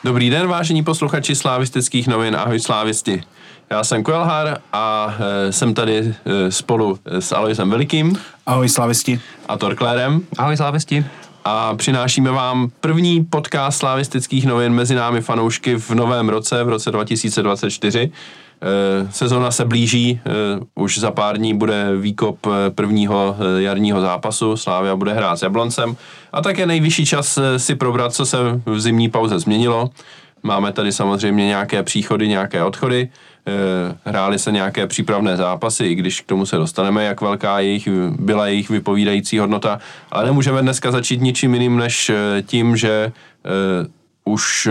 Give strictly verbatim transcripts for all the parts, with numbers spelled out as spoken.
Dobrý den, vážení posluchači Slavistických novin, ahoj slávisti. Já jsem Koelhar a e, jsem tady e, spolu s Aloisem Velikým. Ahoj slavisti. A Torklérem. Ahoj slávisti. A přinášíme vám první podcast Slavistických novin mezi námi fanoušky v novém roce, v roce dva tisíce dvacet čtyři. E, sezona se blíží, e, už za pár dní bude výkop prvního jarního zápasu, Slavia bude hrát s Jabloncem a tak je nejvyšší čas si probrat, co se v zimní pauze změnilo. Máme tady samozřejmě nějaké příchody, nějaké odchody, e, hrály se nějaké přípravné zápasy, i když k tomu se dostaneme, jak velká jejich, byla jejich vypovídající hodnota, ale nemůžeme dneska začít ničím jiným než tím, že e, už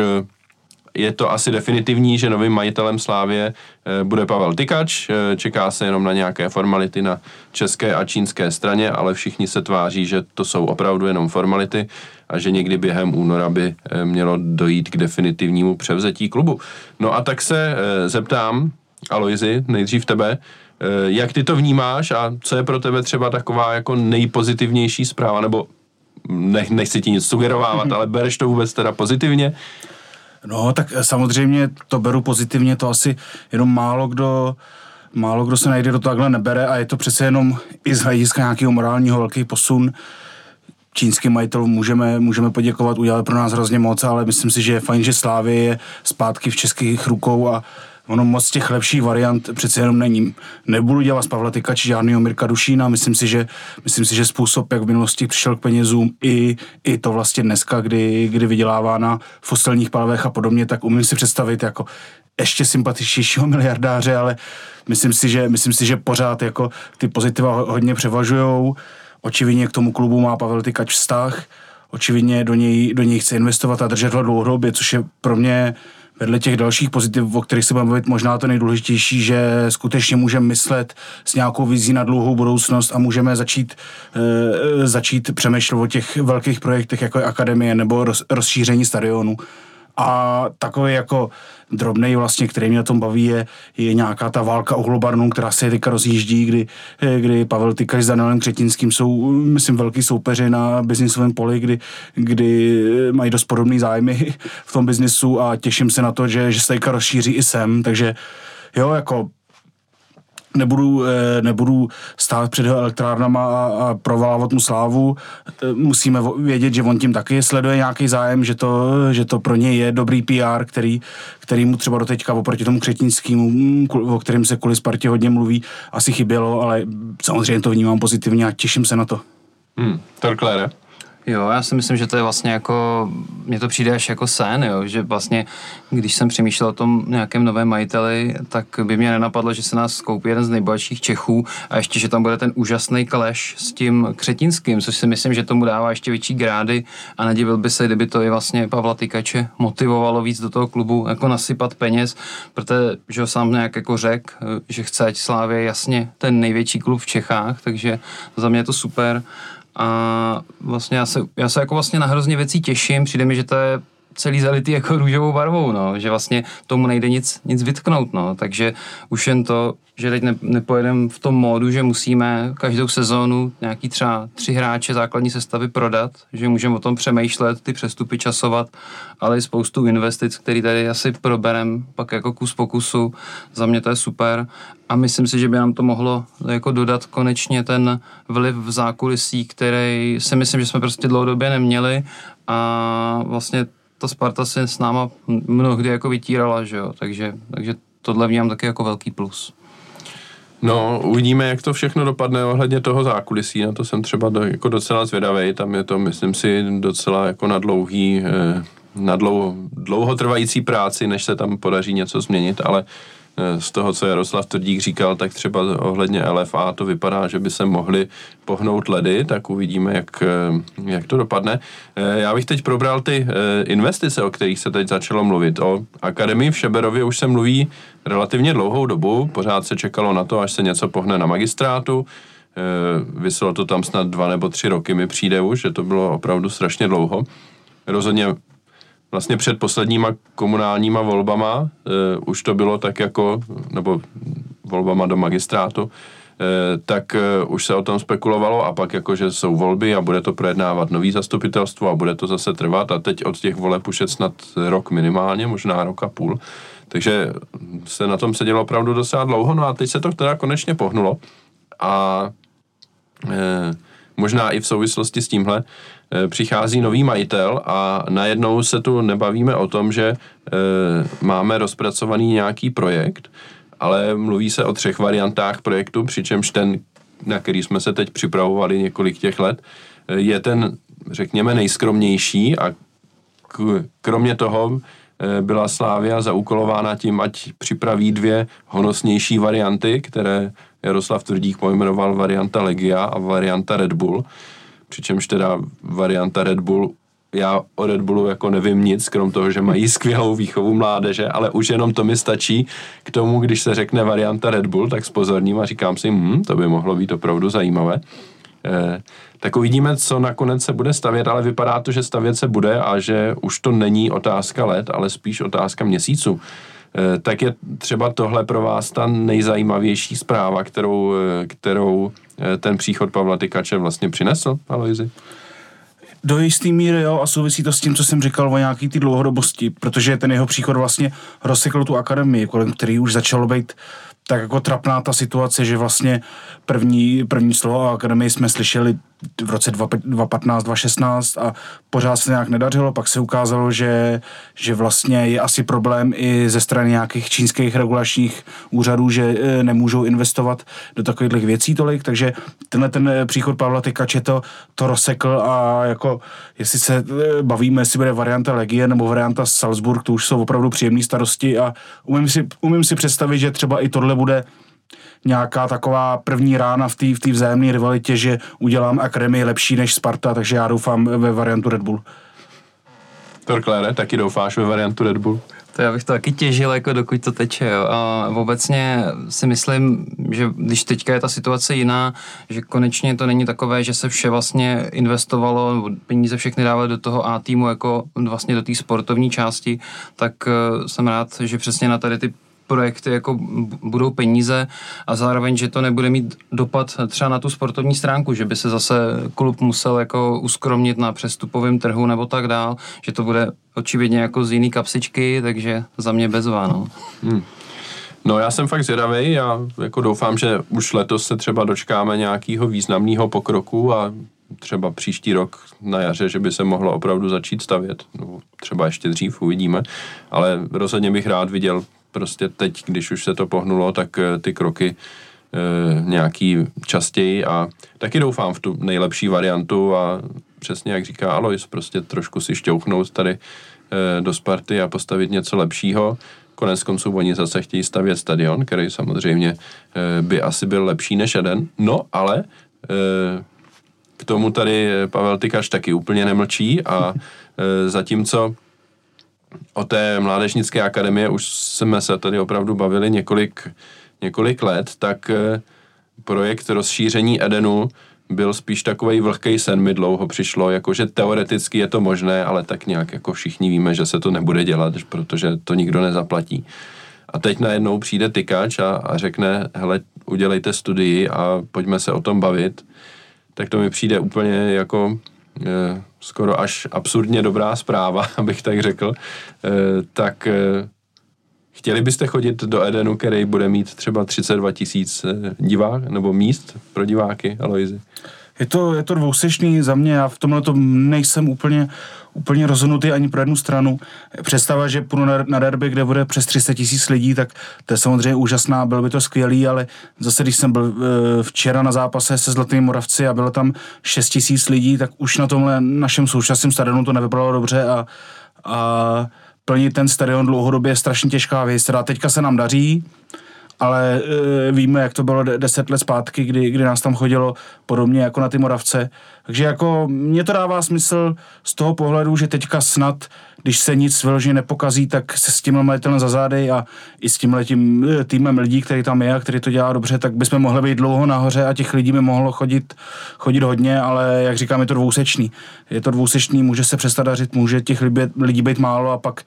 je to asi definitivní, že novým majitelem Slávie bude Pavel Tykač. Čeká se jenom na nějaké formality na české a čínské straně, ale všichni se tváří, že to jsou opravdu jenom formality a že někdy během února by mělo dojít k definitivnímu převzetí klubu. No a tak se zeptám, Aloisi, nejdřív tebe, jak ty to vnímáš a co je pro tebe třeba taková jako nejpozitivnější zpráva, nebo nech, nechci ti nic sugerovávat, ale bereš to vůbec teda pozitivně? No, tak samozřejmě to beru pozitivně, to asi jenom málo kdo, málo kdo se najde do toho takhle nebere a je to přece jenom i z hlediska nějakého morálního velký posun. Čínským majitelům můžeme, můžeme poděkovat, udělali pro nás hrozně moc, ale myslím si, že je fajn, že Slavie je zpátky v českých rukou a ono moc těch lepších variant přece jenom není. Nebudu dělat z Pavla Tykače žádnýho Mirka Dušína, myslím si, že, myslím si, že způsob, jak v minulosti přišel k penězům, i, i to vlastně dneska, kdy, kdy vydělává na fosilních palivech a podobně, tak umím si představit jako ještě sympatičnějšího miliardáře, ale myslím si, že, myslím si, že pořád jako ty pozitiva hodně převažujou. Očividně k tomu klubu má Pavel Tykač vztah, očividně do něj, do něj chce investovat a držet ho dlouhodobě, což je pro mě vedle těch dalších pozitiv, o kterých se budeme mluvit, možná to nejdůležitější, že skutečně můžeme myslet s nějakou vizí na dlouhou budoucnost a můžeme začít, e, začít přemýšlet o těch velkých projektech, jako je akademie nebo roz, rozšíření stadionu. A takový jako drobnej vlastně, který mě na tom baví, je, je nějaká ta válka o Hlubarnu, která se teďka rozjíždí, kdy, kdy Pavel Tykač s Danielem Křetínským jsou, myslím, velký soupeři na biznisovém poli, kdy, kdy mají dost podobný zájmy v tom biznisu a těším se na to, že, že se teďka rozšíří i sem, takže jo, jako Nebudu, nebudu stát před elektrárnama a, a provávat mu slávu. Musíme vědět, že on tím taky sleduje nějaký zájem, že to, že to pro něj je dobrý P R, který, který mu třeba doteďka oproti tomu Křetinskému, o kterém se kvůli Spartě hodně mluví, asi chybělo, ale samozřejmě to vnímám pozitivně a těším se na to. Hmm, Torklére. Jo, já si myslím, že to je vlastně jako, mně to přijde až jako sen, jo, že vlastně, když jsem přemýšlel o tom nějakém novém majiteli, tak by mě nenapadlo, že se nás koupí jeden z nejbohatších Čechů a ještě, že tam bude ten úžasný clash s tím Křetínským, což si myslím, že tomu dává ještě větší grády a nedivil by se, kdyby to i vlastně Pavla Tykače motivovalo víc do toho klubu, jako nasypat peněz, protože že ho sám nějak jako řek, že chce, ať Slavie je jasně ten největší klub v Čechách, takže za mě je to super. A vlastně já se, já se jako vlastně na hrozně věcí těším, přijde mi, že to je celý zalitý jako růžovou barvou, no, že vlastně tomu nejde nic, nic vytknout, no, takže už jen to, že teď ne, nepojedeme v tom módu, že musíme každou sezónu nějaký třeba tři hráče základní sestavy prodat, že můžeme o tom přemýšlet, ty přestupy časovat, ale i spoustu investic, který tady asi proberem pak jako kus po kusu, za mě to je super a myslím si, že by nám to mohlo jako dodat konečně ten vliv v zákulisí, který si myslím, že jsme prostě dlouhodobě neměli a vlastně ta Sparta se s náma mnohdy jako vytírala, že jo, takže, takže tohle vnímám taky jako velký plus. No, uvidíme, jak to všechno dopadne ohledně toho zákulisí, na to jsem třeba do, jako docela zvědavej, tam je to, myslím si, docela jako na dlouhý, na dlouho, dlouhotrvající práci, než se tam podaří něco změnit, ale z toho, co Jaroslav Tvrdík říkal, tak třeba ohledně L F A to vypadá, že by se mohly pohnout ledy, tak uvidíme, jak, jak to dopadne. Já bych teď probral ty investice, o kterých se teď začalo mluvit. O akademii v Šeberově už se mluví relativně dlouhou dobu, pořád se čekalo na to, až se něco pohne na magistrátu. Vyselo to tam snad dva nebo tři roky, mi přijde už, že to bylo opravdu strašně dlouho. Rozhodně vlastně před posledníma komunálníma volbama uh, už to bylo tak jako, nebo volbama do magistrátu, uh, tak už se o tom spekulovalo a pak jakože jsou volby a bude to projednávat nový zastupitelstvo a bude to zase trvat a teď od těch voleb už je snad rok minimálně, možná rok a půl. Takže se na tom sedělo opravdu docela dlouho, no a teď se to teda konečně pohnulo a e, možná i v souvislosti s tímhle e, přichází nový majitel a najednou se tu nebavíme o tom, že e, máme rozpracovaný nějaký projekt, ale mluví se o třech variantách projektu, přičemž ten, na který jsme se teď připravovali několik těch let, je ten, řekněme, nejskromnější a k, kromě toho byla Slavia zaúkolována tím, ať připraví dvě honosnější varianty, které Jaroslav Tvrdík pojmenoval varianta Legia a varianta Red Bull, přičemž teda varianta Red Bull, já o Red Bullu jako nevím nic, krom toho, že mají skvělou výchovu mládeže, ale už jenom to mi stačí k tomu, když se řekne varianta Red Bull, tak spozorním a říkám si, hm, to by mohlo být opravdu zajímavé. Eh, tak uvidíme, co nakonec se bude stavět, ale vypadá to, že stavět se bude a že už to není otázka let, ale spíš otázka měsíců. Eh, tak je třeba tohle pro vás ta nejzajímavější zpráva, kterou, kterou ten příchod Pavla Tykače vlastně přinesl, Alojzi? Do jistý míry, jo, a souvisí to s tím, co jsem říkal o nějaký ty dlouhodobosti, protože ten jeho příchod vlastně rozsekl tu akademii, kolem který už začalo být tak jako trapná ta situace, že vlastně první, první slovo o akademii jsme slyšeli v roce dva tisíce patnáct, dva tisíce šestnáct a pořád se nějak nedařilo, pak se ukázalo, že, že vlastně je asi problém i ze strany nějakých čínských regulačních úřadů, že nemůžou investovat do takových věcí tolik, takže tenhle ten příchod Pavla Tykače to, to rozsekl a jako jestli se bavíme, jestli bude varianta Legie nebo varianta Salzburg, to už jsou opravdu příjemné starosti a umím si, umím si představit, že třeba i tohle bude nějaká taková první rána v té v té vzájemné rivalitě, že udělám akademii lepší než Sparta, takže já doufám ve variantu Red Bull. Torklére, taky doufáš ve variantu Red Bull? To já bych to taky těžil, jako dokud to teče, jo. A obecně si myslím, že když teďka je ta situace jiná, že konečně to není takové, že se vše vlastně investovalo, peníze všechny dávaly do toho A týmu, jako vlastně do té sportovní části, tak jsem rád, že přesně na tady ty projekty jako budou peníze a zároveň, že to nebude mít dopad třeba na tu sportovní stránku, že by se zase klub musel jako uskromnit na přestupovém trhu nebo tak dál, že to bude očividně jako z jiný kapsičky, takže za mě bezva, no. Hmm. No já jsem fakt zvědavej, já jako doufám, že už letos se třeba dočkáme nějakého významného pokroku a třeba příští rok na jaře, že by se mohlo opravdu začít stavět, no, třeba ještě dřív, uvidíme, ale rozhodně bych rád viděl prostě teď, když už se to pohnulo, tak ty kroky e, nějaký častěji a taky doufám v tu nejlepší variantu a přesně jak říká Alois, prostě trošku si šťouchnout tady e, do Sparty a postavit něco lepšího. Konec konců oni zase chtějí stavět stadion, který samozřejmě e, by asi byl lepší než jeden. No, ale e, k tomu tady Pavel Tykač taky úplně nemlčí a e, zatímco o té mládežnické akademie už jsme se tady opravdu bavili několik, několik let, tak projekt rozšíření Edenu byl spíš takovej vlhkej sen, mi dlouho přišlo, jakože teoreticky je to možné, ale tak nějak jako všichni víme, že se to nebude dělat, protože to nikdo nezaplatí. A teď najednou přijde Tykač a, a řekne, hele, udělejte studii a pojďme se o tom bavit, tak to mi přijde úplně jako e, skoro až absurdně dobrá zpráva, abych tak řekl. E, tak e, chtěli byste chodit do Edenu, který bude mít třeba třicet dva tisíc divák nebo míst pro diváky, Alojzi? Je to, je to dvousečný za mě, já v tomhle to nejsem úplně, úplně rozhodnutý ani pro jednu stranu. Představa, že půjdu na, na derby, kde bude přes tři sta tisíc lidí, tak to je samozřejmě úžasná, bylo by to skvělý, ale zase, když jsem byl e, včera na zápase se Zlatými Moravci a bylo tam šest tisíc lidí, tak už na tomhle našem současném stadionu to nevypadalo dobře a, a plnit ten stadion dlouhodobě je strašně těžká věc. Teda teďka se nám daří, ale e, víme, jak to bylo deset let zpátky, kdy, kdy nás tam chodilo podobně jako na ty Moravce. Takže jako mně to dává smysl z toho pohledu, že teďka snad, když se nic vyloženě nepokazí, tak se s tímhle majitelem za zády a i s tímhletím týmem lidí, který tam je a který to dělá dobře, tak bychom mohli být dlouho nahoře a těch lidí by mohlo chodit, chodit hodně, ale jak říkám, je to dvousečný. Je to dvousečný, může se přestat dařit, může těch lidí být málo a pak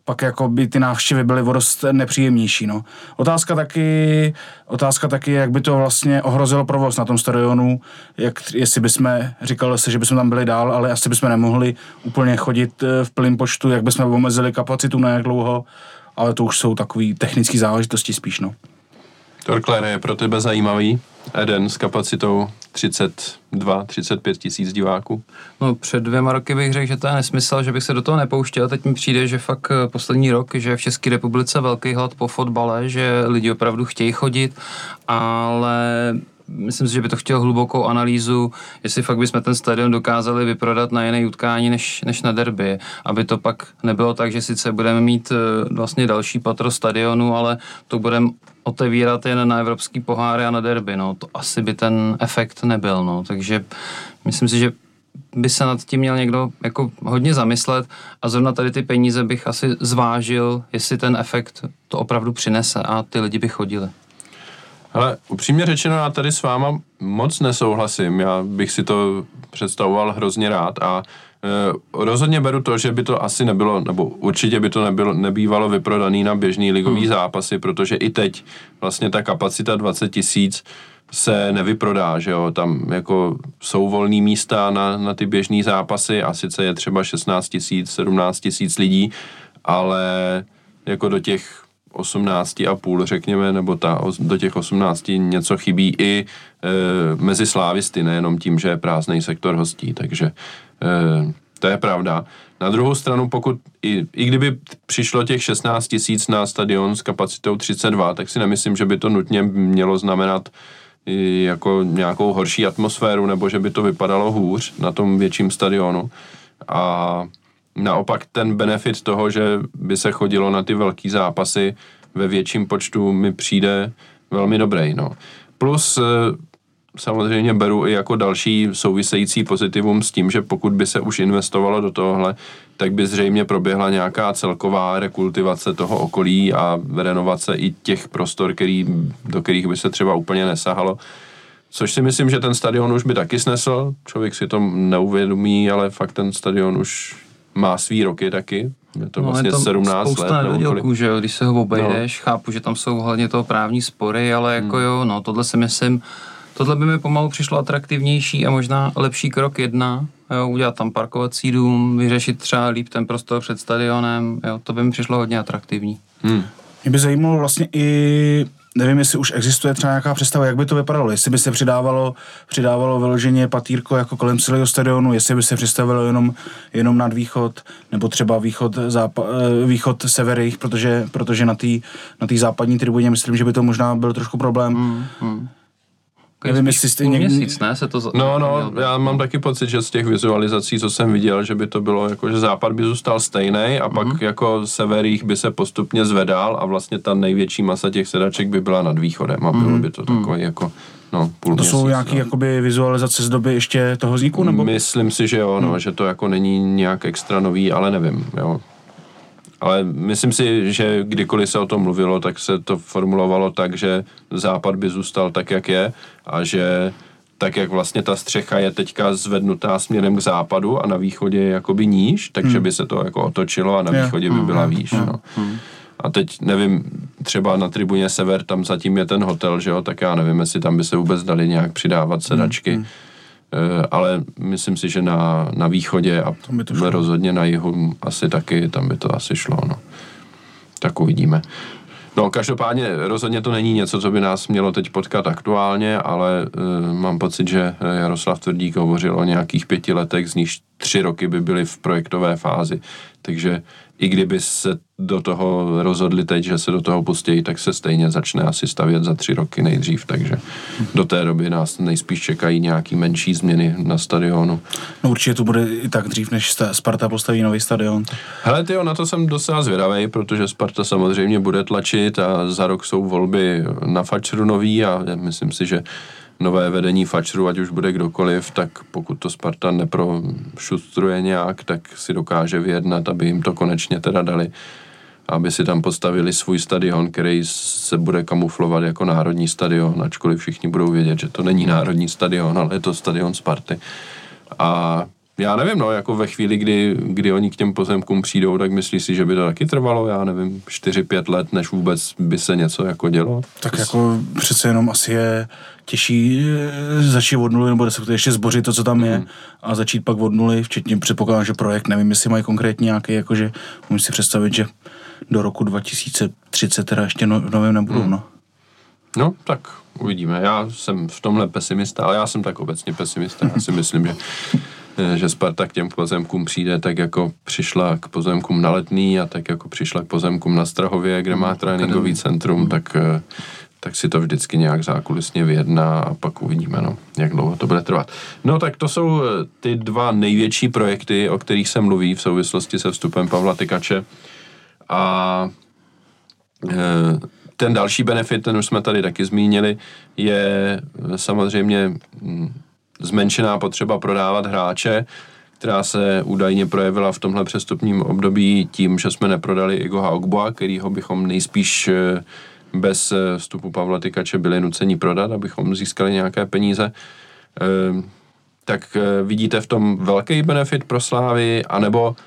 pak jako by ty návštěvy byly o dost nepříjemnější, no. Otázka taky, otázka taky, jak by to vlastně ohrozilo provoz na tom stadionu, jak, jestli bychom, říkalo se, že bychom tam byli dál, ale asi bychom nemohli úplně chodit v plném počtu, jak bychom omezili kapacitu na jak dlouho, ale to už jsou takový technické záležitosti spíš, no. Torklére, je pro tebe zajímavý Eden s kapacitou třicet dva třicet pět tisíc diváků? No před dvěma roky bych řekl, že to je nesmysl, že bych se do toho nepouštěl. Teď mi přijde, že fakt poslední rok, že v České republice velký hlad po fotbale, že lidi opravdu chtějí chodit, ale myslím si, že by to chtělo hlubokou analýzu, jestli fakt bychom ten stadion dokázali vyprodat na jiné utkání než, než na derby, aby to pak nebylo tak, že sice budeme mít vlastně další patro stadionu, ale to budeme otevírat jen na evropský poháry a na derby, no, to asi by ten efekt nebyl, no, takže myslím si, že by se nad tím měl někdo jako hodně zamyslet a zrovna tady ty peníze bych asi zvážil, jestli ten efekt to opravdu přinese a ty lidi by chodili. Ale upřímně řečeno, já tady s váma moc nesouhlasím, já bych si to představoval hrozně rád a e, rozhodně beru to, že by to asi nebylo, nebo určitě by to nebylo, nebývalo vyprodaný na běžný ligový hmm. zápasy, protože i teď vlastně ta kapacita dvacet tisíc se nevyprodá, že jo, tam jako jsou volný místa na, na ty běžný zápasy a sice je třeba šestnáct tisíc, sedmnáct tisíc lidí, ale jako do těch osmnáct a půl, řekněme, nebo ta, do těch osmnácti něco chybí i e, mezi slávisty, nejenom tím, že je prázdnej sektor hostí, takže e, to je pravda. Na druhou stranu, pokud i, i kdyby přišlo těch šestnáct tisíc na stadion s kapacitou třicet dva, tak si nemyslím, že by to nutně mělo znamenat i jako nějakou horší atmosféru, nebo že by to vypadalo hůř na tom větším stadionu. A naopak ten benefit toho, že by se chodilo na ty velký zápasy ve větším počtu, mi přijde velmi dobrý. No. Plus samozřejmě beru i jako další související pozitivum s tím, že pokud by se už investovalo do tohohle, tak by zřejmě proběhla nějaká celková rekultivace toho okolí a renovace i těch prostor, který, do kterých by se třeba úplně nesahalo. Což si myslím, že ten stadion už by taky snesl. Člověk si to neuvědomí, ale fakt ten stadion už má svý roky taky. Je to no, vlastně je to sedmnáct spousta let. Spousta že jo, když se ho obejdeš, no. Chápu, že tam jsou hlavně toho právní spory, ale jako hmm. jo, no tohle si myslím, tohle by mi pomalu přišlo atraktivnější a možná lepší krok jedna, jo, udělat tam parkovací dům, vyřešit třeba líp ten prostor před stadionem, jo, to by mi přišlo hodně atraktivní. Hmm. Mě by zajímalo vlastně i, nevím, jestli už existuje třeba nějaká představa, jak by to vypadalo, jestli by se přidávalo, přidávalo vyloženě patýrko jako kolem celého stadionu, jestli by se představilo jenom, jenom nad východ, nebo třeba východ, zápa, východ sever jih, protože, protože na té na té západní tribuně myslím, že by to možná byl trošku problém. Hmm, hmm. Nevím, jestli jste někdy... měsíc, ne? Se to za... No, no, já mám taky pocit, že z těch vizualizací, co jsem viděl, že by to bylo, jako, že západ by zůstal stejný a pak mm-hmm. jako sever jich by se postupně zvedal a vlastně ta největší masa těch sedaček by byla nad východem a bylo mm-hmm. by to takový jako, no, půl to měsíc. To jsou nějaké no. jakoby vizualizace z doby ještě toho vzniku, nebo? Myslím si, že jo, no, mm. že to jako není nějak extra nový, ale nevím, jo. Ale myslím si, že kdykoliv se o tom mluvilo, tak se to formulovalo tak, že západ by zůstal tak, jak je a že tak, jak vlastně ta střecha je teďka zvednutá směrem k západu a na východě je jakoby níž, takže hmm. by se to jako otočilo a na východě by byla výš. No. A teď nevím, třeba na tribuně sever, tam zatím je ten hotel, že jo, tak já nevím, jestli tam by se vůbec dali nějak přidávat sedačky. Hmm. Ale myslím si, že na, na východě a rozhodně na jihu asi taky, tam by to asi šlo, no. Tak uvidíme. No, každopádně rozhodně to není něco, co by nás mělo teď potkat aktuálně, ale uh, mám pocit, že Jaroslav Tvrdík hovořil o nějakých pěti letech, z nichž tři roky by byly v projektové fázi. Takže i kdyby se do toho rozhodli teď, že se do toho pustějí, tak se stejně začne asi stavět za tři roky nejdřív, takže do té doby nás nejspíš čekají nějaký menší změny na stadionu. No určitě to bude i tak dřív, než Sparta postaví nový stadion. Hele tyjo, na to jsem docela zvědavej, protože Sparta samozřejmě bude tlačit a za rok jsou volby na Fatscheru nový a myslím si, že nové vedení Fatscheru, ať už bude kdokoliv, tak pokud to Sparta neprošustruje nějak, tak si dokáže vyjednat, aby jim to konečně teda dali, aby si tam postavili svůj stadion, který se bude kamuflovat jako národní stadion, ačkoliv všichni budou vědět, že to není národní stadion, ale je to stadion Sparty. A já nevím, no, jako ve chvíli, kdy, kdy oni k těm pozemkům přijdou, tak myslíš si, že by to taky trvalo, já nevím, čtyři pět let, než vůbec by se něco jako dělo? Tak jako přece jenom asi je těžší začít od nuly, nebo se ještě zbořit to, co tam je, mm. a začít pak od nuly, včetně předpokládám, že projekt, nevím, jestli mají konkrétně nějaký, jakože můžu si představit, že do roku dva tisíce třicet teda ještě no, novým nebudou, mm. no. No, tak uvidíme. Já jsem v tomhle pesimista, ale já jsem tak obecně pesimista. Já si myslím, že, že Sparta k těm pozemkům přijde tak, jako přišla k pozemkům na Letný a tak, jako přišla k pozemkům na Strahově, kde má tréninkový centrum, tak, tak si to vždycky nějak zákulisně vyjedná a pak uvidíme, no, jak dlouho to bude trvat. No, tak to jsou ty dva největší projekty, o kterých se mluví v souvislosti se vstupem Pavla Tykače. A e, ten další benefit, ten už jsme tady taky zmínili, je samozřejmě zmenšená potřeba prodávat hráče, která se údajně projevila v tomhle přestupním období tím, že jsme neprodali Igoha Ogboa, kterýho bychom nejspíš bez vstupu Pavla Tykače byli nuceni prodat, abychom získali nějaké peníze. Tak vidíte v tom velký benefit pro Slávy, anebo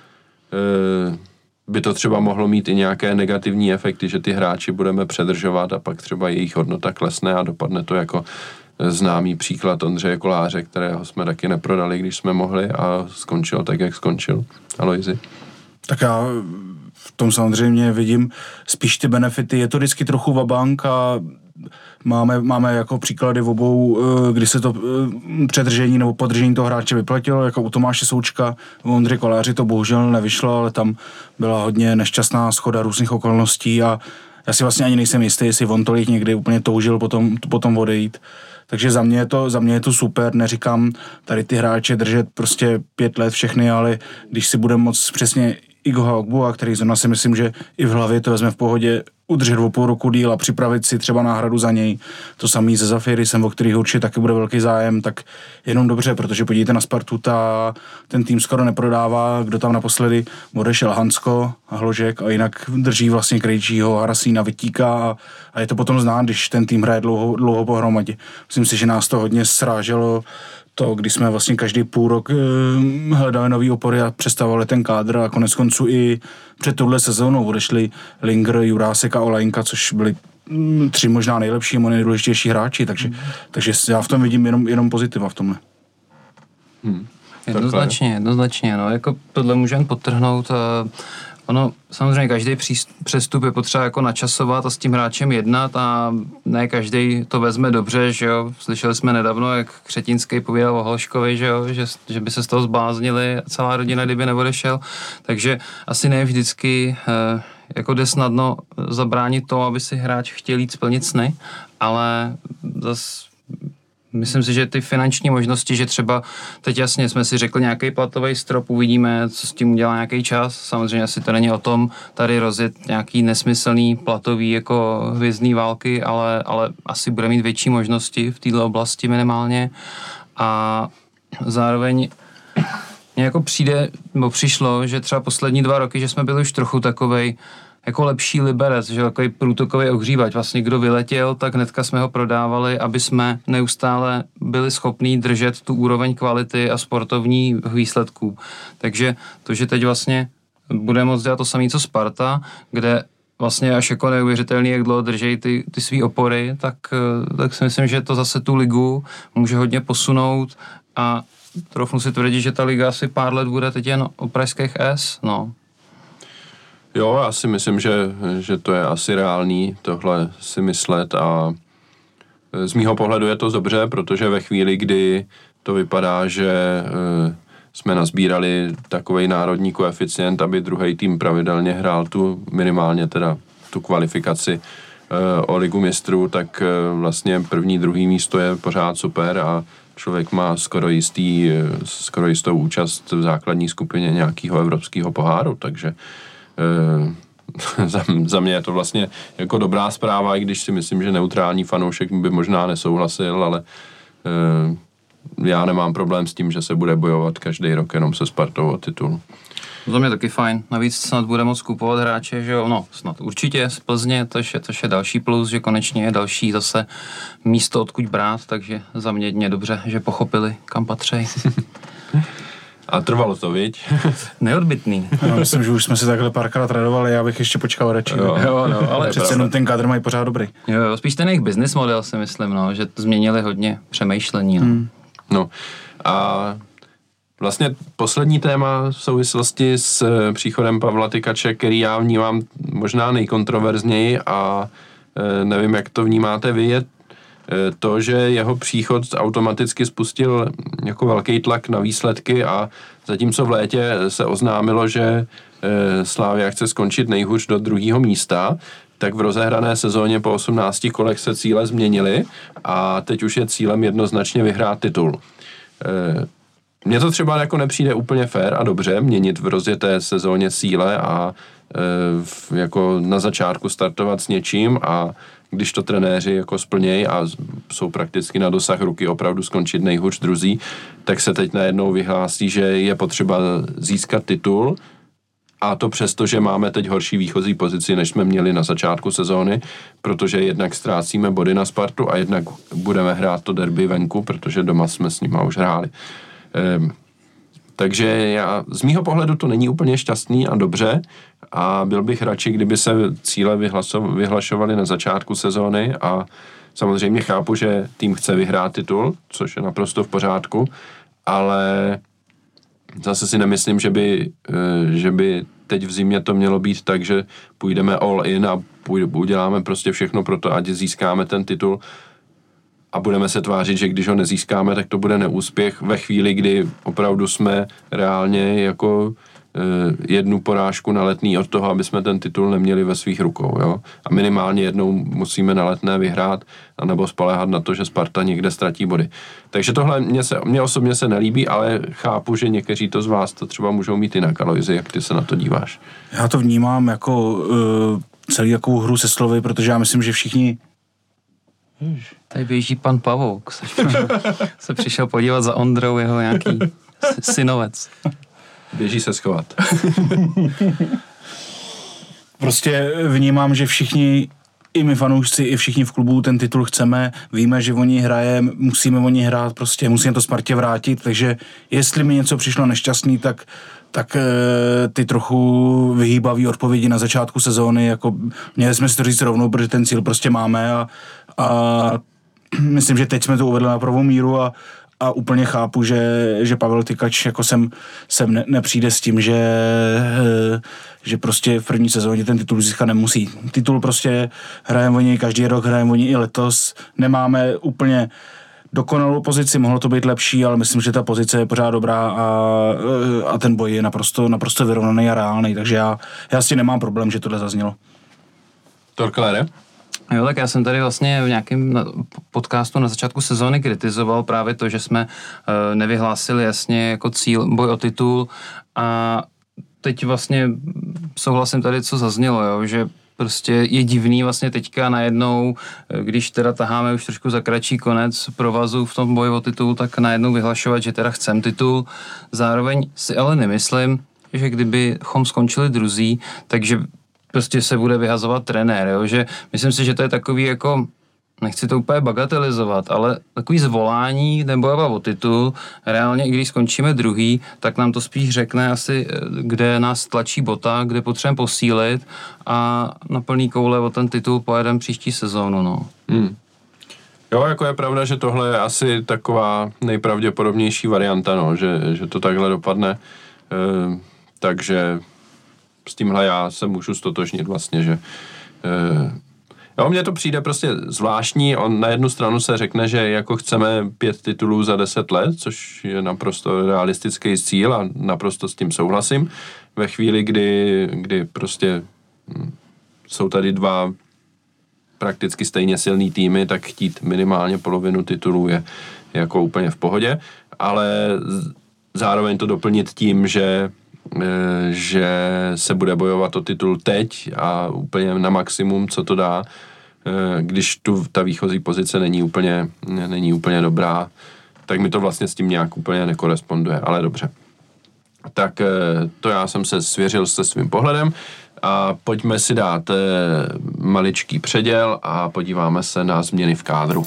by to třeba mohlo mít i nějaké negativní efekty, že ty hráči budeme předržovat a pak třeba jejich hodnota klesne a dopadne to jako známý příklad Ondřeje Koláře, kterého jsme taky neprodali, když jsme mohli, a skončil tak, jak skončil. Alojzi? Tak já v tom samozřejmě vidím spíš ty benefity. Je to vždycky trochu vabank a máme, máme jako příklady v obou, kdy se to předržení nebo podržení toho hráče vyplatilo, jako u Tomáše Součka, u Ondřeje Koláři to bohužel nevyšlo, ale tam byla hodně nešťastná shoda různých okolností a já si vlastně ani nejsem jistý, jestli on tolik někdy úplně toužil potom, potom odejít. Takže za mě, je to, za mě je to super, neříkám tady ty hráče držet prostě pět let všechny, ale když si budeme moc přesně Igoha Ogboa, který zrovna si myslím, že i v hlavě to vezme v pohodě, udržet o půl roku díl a připravit si třeba náhradu za něj. To samý ze Zafirisem, o kterých určitě taky bude velký zájem, tak jenom dobře, protože podívejte na Spartu, ta, ten tým skoro neprodává, kdo tam naposledy odešel, Hansko a Hložek, a jinak drží vlastně Krejčího, Harasína, Vytíka a, a je to potom znát, když ten tým hraje dlouho, dlouho pohromadě. Myslím si, že nás to hodně sráželo to, když jsme vlastně každý půl rok e, hledali nový opory a přestavovali ten kádr a konec konců i před touhle sezónou odešli Linger, Jurásek a Olajnka, což byli m, tři možná nejlepší a nejdůležitější hráči, takže, mm. takže já v tom vidím jenom, jenom pozitiva v tomhle. Hmm. Jednoznačně, jednoznačně, no, jako tohle můžeme podtrhnout. Uh, ono, samozřejmě každý přestup je potřeba jako načasovat a s tím hráčem jednat a ne každý to vezme dobře, že jo. Slyšeli jsme nedávno, jak Křetínský povídal o Holškovi, že jo, že, že by se z toho zbláznili celá rodina, kdyby neodešel. Takže asi ne vždycky uh, jako jde snadno zabránit to, aby si hráč chtěl jít splnit sny, ale zase myslím si, že ty finanční možnosti, že třeba teď jasně jsme si řekli nějaký platový strop, uvidíme, co s tím udělá nějaký čas. Samozřejmě asi to není o tom tady rozjet nějaký nesmyslný platový jako hvězdný války, ale, ale asi bude mít větší možnosti v této oblasti minimálně. A zároveň mně jako přijde, nebo přišlo, že třeba poslední dva roky, že jsme byli už trochu takovej jako lepší liberec, že takový průtokový ohřívač. Vlastně kdo vyletěl, tak hnedka jsme ho prodávali, aby jsme neustále byli schopní držet tu úroveň kvality a sportovních výsledků. Takže to, že teď vlastně bude moct dělat to samé, co Sparta, kde vlastně až jako neuvěřitelný, jak dlouho držejí ty, ty svý opory, tak, tak si myslím, že to zase tu ligu může hodně posunout a trochu si tvrdit, že ta liga asi pár let bude teď jen o pražských S, no. Jo, já si myslím, že, že to je asi reálný tohle si myslet a z mýho pohledu je to dobře, protože ve chvíli, kdy to vypadá, že e, jsme nazbírali takovej národní koeficient, aby druhý tým pravidelně hrál tu minimálně teda tu kvalifikaci e, o ligu mistrů, tak e, vlastně první, druhý místo je pořád super a člověk má skoro jistý, skoro jistou účast v základní skupině nějakého evropského poháru, takže za, za mě je to vlastně jako dobrá zpráva, i když si myslím, že neutrální fanoušek by možná nesouhlasil, ale e, já nemám problém s tím, že se bude bojovat každý rok jenom se Spartou o titul. Za mě taky fajn. Navíc snad bude moct kupovat hráče, že jo, no snad určitě z Plzně, to je, to je další plus, že konečně je další zase místo, odkud brát, takže za mě dně dobře, že pochopili, kam patří. A trvalo to, viď? Neodbytný. No, myslím, že už jsme se takhle párkrát radovali, já bych ještě počkal radši. Jo, jo, no, ale přece jenom ten kadr mají pořád dobrý. Jo, jo, spíš ten jejich business model si myslím, no, že to změnili hodně přemýšlení. No. Hmm. no a vlastně poslední téma v souvislosti s příchodem Pavla Tykače, který já vnímám možná nejkontroverzněji a nevím, jak to vnímáte vy, je to, že jeho příchod automaticky spustil jako velký tlak na výsledky a zatímco v létě se oznámilo, že Slavia chce skončit nejhůř do druhého místa, tak v rozehrané sezóně po osmnácti kolech se cíle změnily a teď už je cílem jednoznačně vyhrát titul. Mně to třeba jako nepřijde úplně fair a dobře měnit v rozjeté sezóně cíle a e, jako na začátku startovat s něčím a když to trenéři jako splnějí a jsou prakticky na dosah ruky opravdu skončit nejhůř druzí, tak se teď najednou vyhlásí, že je potřeba získat titul a to přesto, že máme teď horší výchozí pozici, než jsme měli na začátku sezóny, protože jednak ztrácíme body na Spartu a jednak budeme hrát to derby venku, protože doma jsme s nima už hráli. Ehm, takže já, z mýho pohledu to není úplně šťastný a dobře a byl bych radši, kdyby se cíle vyhlaso, vyhlašovaly na začátku sezóny a samozřejmě chápu, že tým chce vyhrát titul, což je naprosto v pořádku, ale zase si nemyslím, že by, že by teď v zimě to mělo být tak, že půjdeme all in a půjde, uděláme prostě všechno pro to, ať získáme ten titul a budeme se tvářit, že když ho nezískáme, tak to bude neúspěch ve chvíli, kdy opravdu jsme reálně jako e, jednu porážku na Letný od toho, aby jsme ten titul neměli ve svých rukou. Jo? A minimálně jednou musíme na Letné vyhrát anebo spoléhat na to, že Sparta někde ztratí body. Takže tohle mě, se, mě osobně se nelíbí, ale chápu, že někteří to z vás to třeba můžou mít jinak. Aloisi, jak ty se na to díváš? Já to vnímám jako uh, celý jakou hru se slovy, protože já myslím, že všichni Tady běží pan Pavouk, se, se přišel podívat za Ondrou, jeho nějaký synovec. Běží se schovat. Prostě vnímám, že všichni, i my fanoušci, i všichni v klubu ten titul chceme, víme, že oni hraje, musíme oni hrát, prostě musíme to Spartě vrátit, takže jestli mi něco přišlo nešťastný, tak tak e, ty trochu vyhýbavý odpovědi na začátku sezóny, jako měli jsme si to říct rovnou, protože ten cíl prostě máme a, a myslím, že teď jsme to uvedli na pravou míru a, a úplně chápu, že, že Pavel Tykač jako sem, sem ne, nepřijde s tím, že, e, že prostě v první sezóně ten titul získat nemusí. Titul prostě hrajeme o něj každý rok, hrajeme o něj i letos, nemáme úplně dokonalou pozici, mohlo to být lepší, ale myslím, že ta pozice je pořád dobrá a, a ten boj je naprosto, naprosto vyrovnaný a reálný, takže já, já s tím nemám problém, že tohle zaznělo. Torklére? Jo, tak já jsem tady vlastně v nějakém podcastu na začátku sezóny kritizoval právě to, že jsme uh, nevyhlásili jasně jako cíl boj o titul a teď vlastně souhlasím tady, co zaznělo, jo, že prostě je divný vlastně teďka najednou, když teda taháme už trošku za kratší konec provazu v tom boji o titul, tak najednou vyhlašovat, že teda chcem titul. Zároveň si ale nemyslím, že kdybychom skončili druzí, takže prostě se bude vyhazovat trenér, jo? Že myslím si, že to je takový jako, nechci to úplně bagatelizovat, ale takový zvolání nebojovat o titul, reálně i když skončíme druhý, tak nám to spíš řekne asi, kde nás tlačí bota, kde potřebujeme posílit a na plný koule o ten titul pojedeme příští sezónu, no. Hmm. Jo, jako je pravda, že tohle je asi taková nejpravděpodobnější varianta, no, že, že to takhle dopadne, e, takže s tímhle já se můžu stotožnit vlastně, že e, jo, mně to přijde prostě zvláštní, on na jednu stranu se řekne, že jako chceme pět titulů za deset let, což je naprosto realistický cíl a naprosto s tím souhlasím. Ve chvíli, kdy, kdy prostě hm, jsou tady dva prakticky stejně silný týmy, tak chtít minimálně polovinu titulů je jako úplně v pohodě, ale zároveň to doplnit tím, že že se bude bojovat o titul teď a úplně na maximum, co to dá, když tu ta výchozí pozice není úplně, není úplně dobrá, tak mi to vlastně s tím nějak úplně nekoresponduje, ale dobře. Tak to já jsem se svěřil se svým pohledem a pojďme si dát maličký předěl a podíváme se na změny v kádru.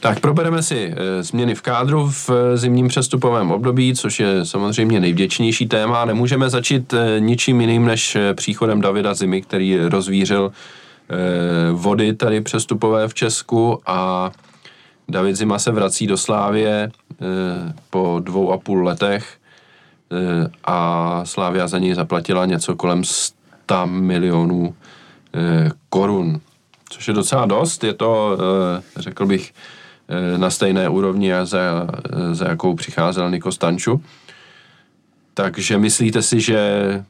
Tak probereme si e, změny v kádru v e, zimním přestupovém období, což je samozřejmě nejvděčnější téma. Nemůžeme začít e, ničím jiným než e, příchodem Davida Zimy, který rozvířil e, vody tady přestupové v Česku, a David Zima se vrací do Slávie e, po dvou a půl letech e, a Slávia za něj zaplatila něco kolem sto milionů e, korun, což je docela dost. Je to, e, řekl bych, na stejné úrovni, za, za jakou přicházel Niko Stanču. Takže myslíte si, že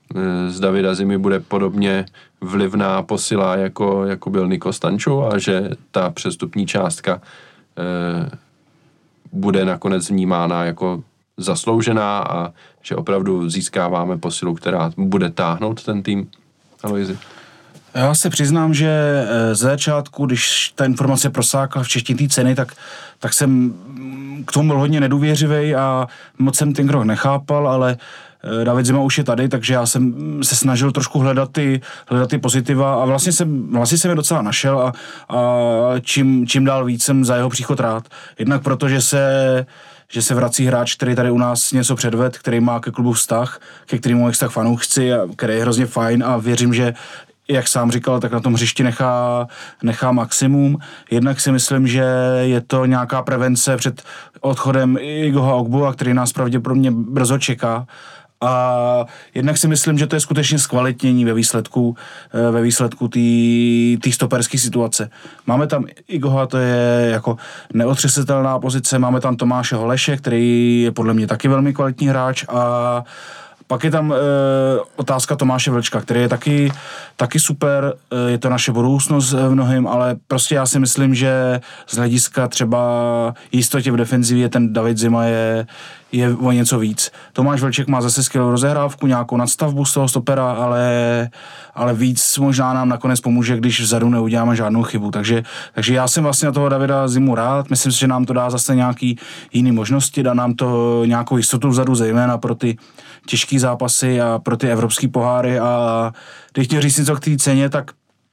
z Davida Zimy bude podobně vlivná posila, jako, jako byl Niko Stanču, a že ta přestupní částka eh, bude nakonec vnímána jako zasloužená a že opravdu získáváme posilu, která bude táhnout ten tým? Alojzi? Já se přiznám, že z začátku, když ta informace prosákla včetně té ceny, tak, tak jsem k tomu byl hodně nedůvěřivý a moc jsem ten krok nechápal, ale David Zima už je tady, takže já jsem se snažil trošku hledat ty, hledat ty pozitiva a vlastně jsem, vlastně jsem je docela našel a, a čím, čím dál víc jsem za jeho příchod rád. Jednak proto, že se že se vrací hráč, který tady u nás něco předved, který má ke klubu vztah, ke kterému je vztah fanoušci, který je hrozně fajn, a věřím, že jak sám říkal, tak na tom hřišti nechá, nechá maximum. Jednak si myslím, že je to nějaká prevence před odchodem Igoha Ogbu, který nás pravděpodobně brzo čeká. A jednak si myslím, že to je skutečně zkvalitnění ve výsledku, ve výsledku té stoperské situace. Máme tam Igoha, to je jako neotřesitelná pozice, máme tam Tomáše Holeše, který je podle mě taky velmi kvalitní hráč, a pak je tam e, otázka Tomáše Vlčka, který je taky, taky super, e, je to naše budoucnost v mnohým, ale prostě já si myslím, že z hlediska třeba jistotě v defenzivě ten David Zima je, je o něco víc. Tomáš Vlček má zase skvělou rozehrávku, nějakou nadstavbu z toho stopera, ale, ale víc možná nám nakonec pomůže, když vzadu neuděláme žádnou chybu. Takže, takže já jsem vlastně na toho Davida Zimu rád, myslím si, že nám to dá zase nějaký jiný možnosti, dá nám to nějakou jistotu vzadu, zejména pro ty těžký zápasy a pro ty evropský poháry. A když chtěl říct něco k té ceně, tak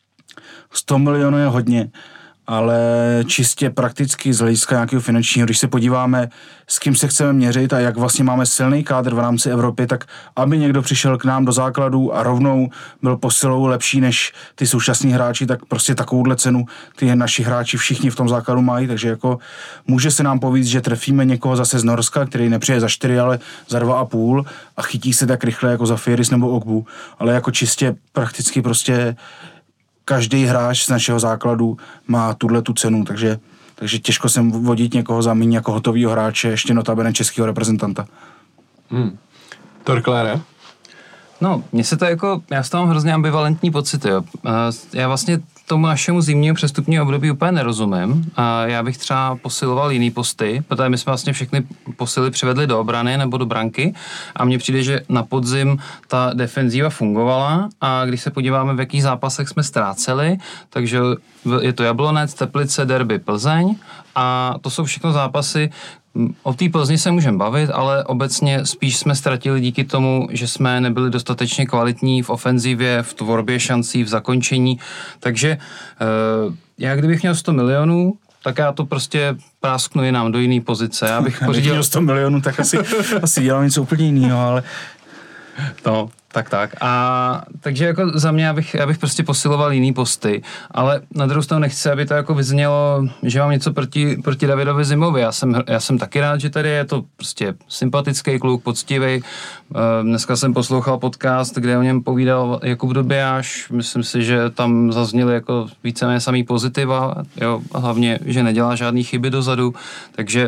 sto milionů je hodně, ale čistě prakticky z hlediska nějakého finančního, když se podíváme, s kým se chceme měřit a jak vlastně máme silný kádr v rámci Evropy, tak aby někdo přišel k nám do základů a rovnou byl posilou lepší než ty současní hráči, tak prostě takovouhle cenu ty naši hráči všichni v tom základu mají, takže jako může se nám povíct, že trefíme někoho zase z Norska, který nepřijde za čtyři, ale za dva a půl a chytí se tak rychle jako za Fieris nebo Ogbu, ale jako čistě prakticky prostě každý hráč z našeho základu má tuhle tu cenu, takže, takže těžko sem vodit někoho za míň jako hotovýho hráče, ještě notabene českého reprezentanta. Hmm. Torklére? No, mně se to jako, já s toho mám hrozně ambivalentní pocity, jo. Já vlastně tomu našemu zimnímu přestupního období úplně nerozumím. A já bych třeba posiloval jiný posty, protože my jsme vlastně všechny posily přivedli do obrany nebo do branky a mně přijde, že na podzim ta defenzíva fungovala a když se podíváme, v jakých zápasech jsme ztráceli, takže je to Jablonec, Teplice, Derby, Plzeň a to jsou všechno zápasy. O té Plzni se můžeme bavit, ale obecně spíš jsme ztratili díky tomu, že jsme nebyli dostatečně kvalitní v ofenzivě, v tvorbě šancí, v zakončení. Takže já kdybych měl sto milionů, tak já to prostě prásknu jinam do jiný pozice. Já bych pořídil... měl sto milionů, tak asi, asi dělal něco úplně jiného, ale... No, tak, tak. A takže jako za mě, já bych, já bych prostě posiloval jiný posty, ale na druhou stranu nechci, aby to jako vyznělo, že mám něco proti, proti Davidovi Zimovi. Já jsem, já jsem taky rád, že tady je to prostě sympatický kluk, poctivý. Dneska jsem poslouchal podcast, kde o něm povídal Jakub Dobijáš. Myslím si, že tam zazněly jako víceméně samý pozitiva, jo, hlavně, že nedělá žádný chyby dozadu, takže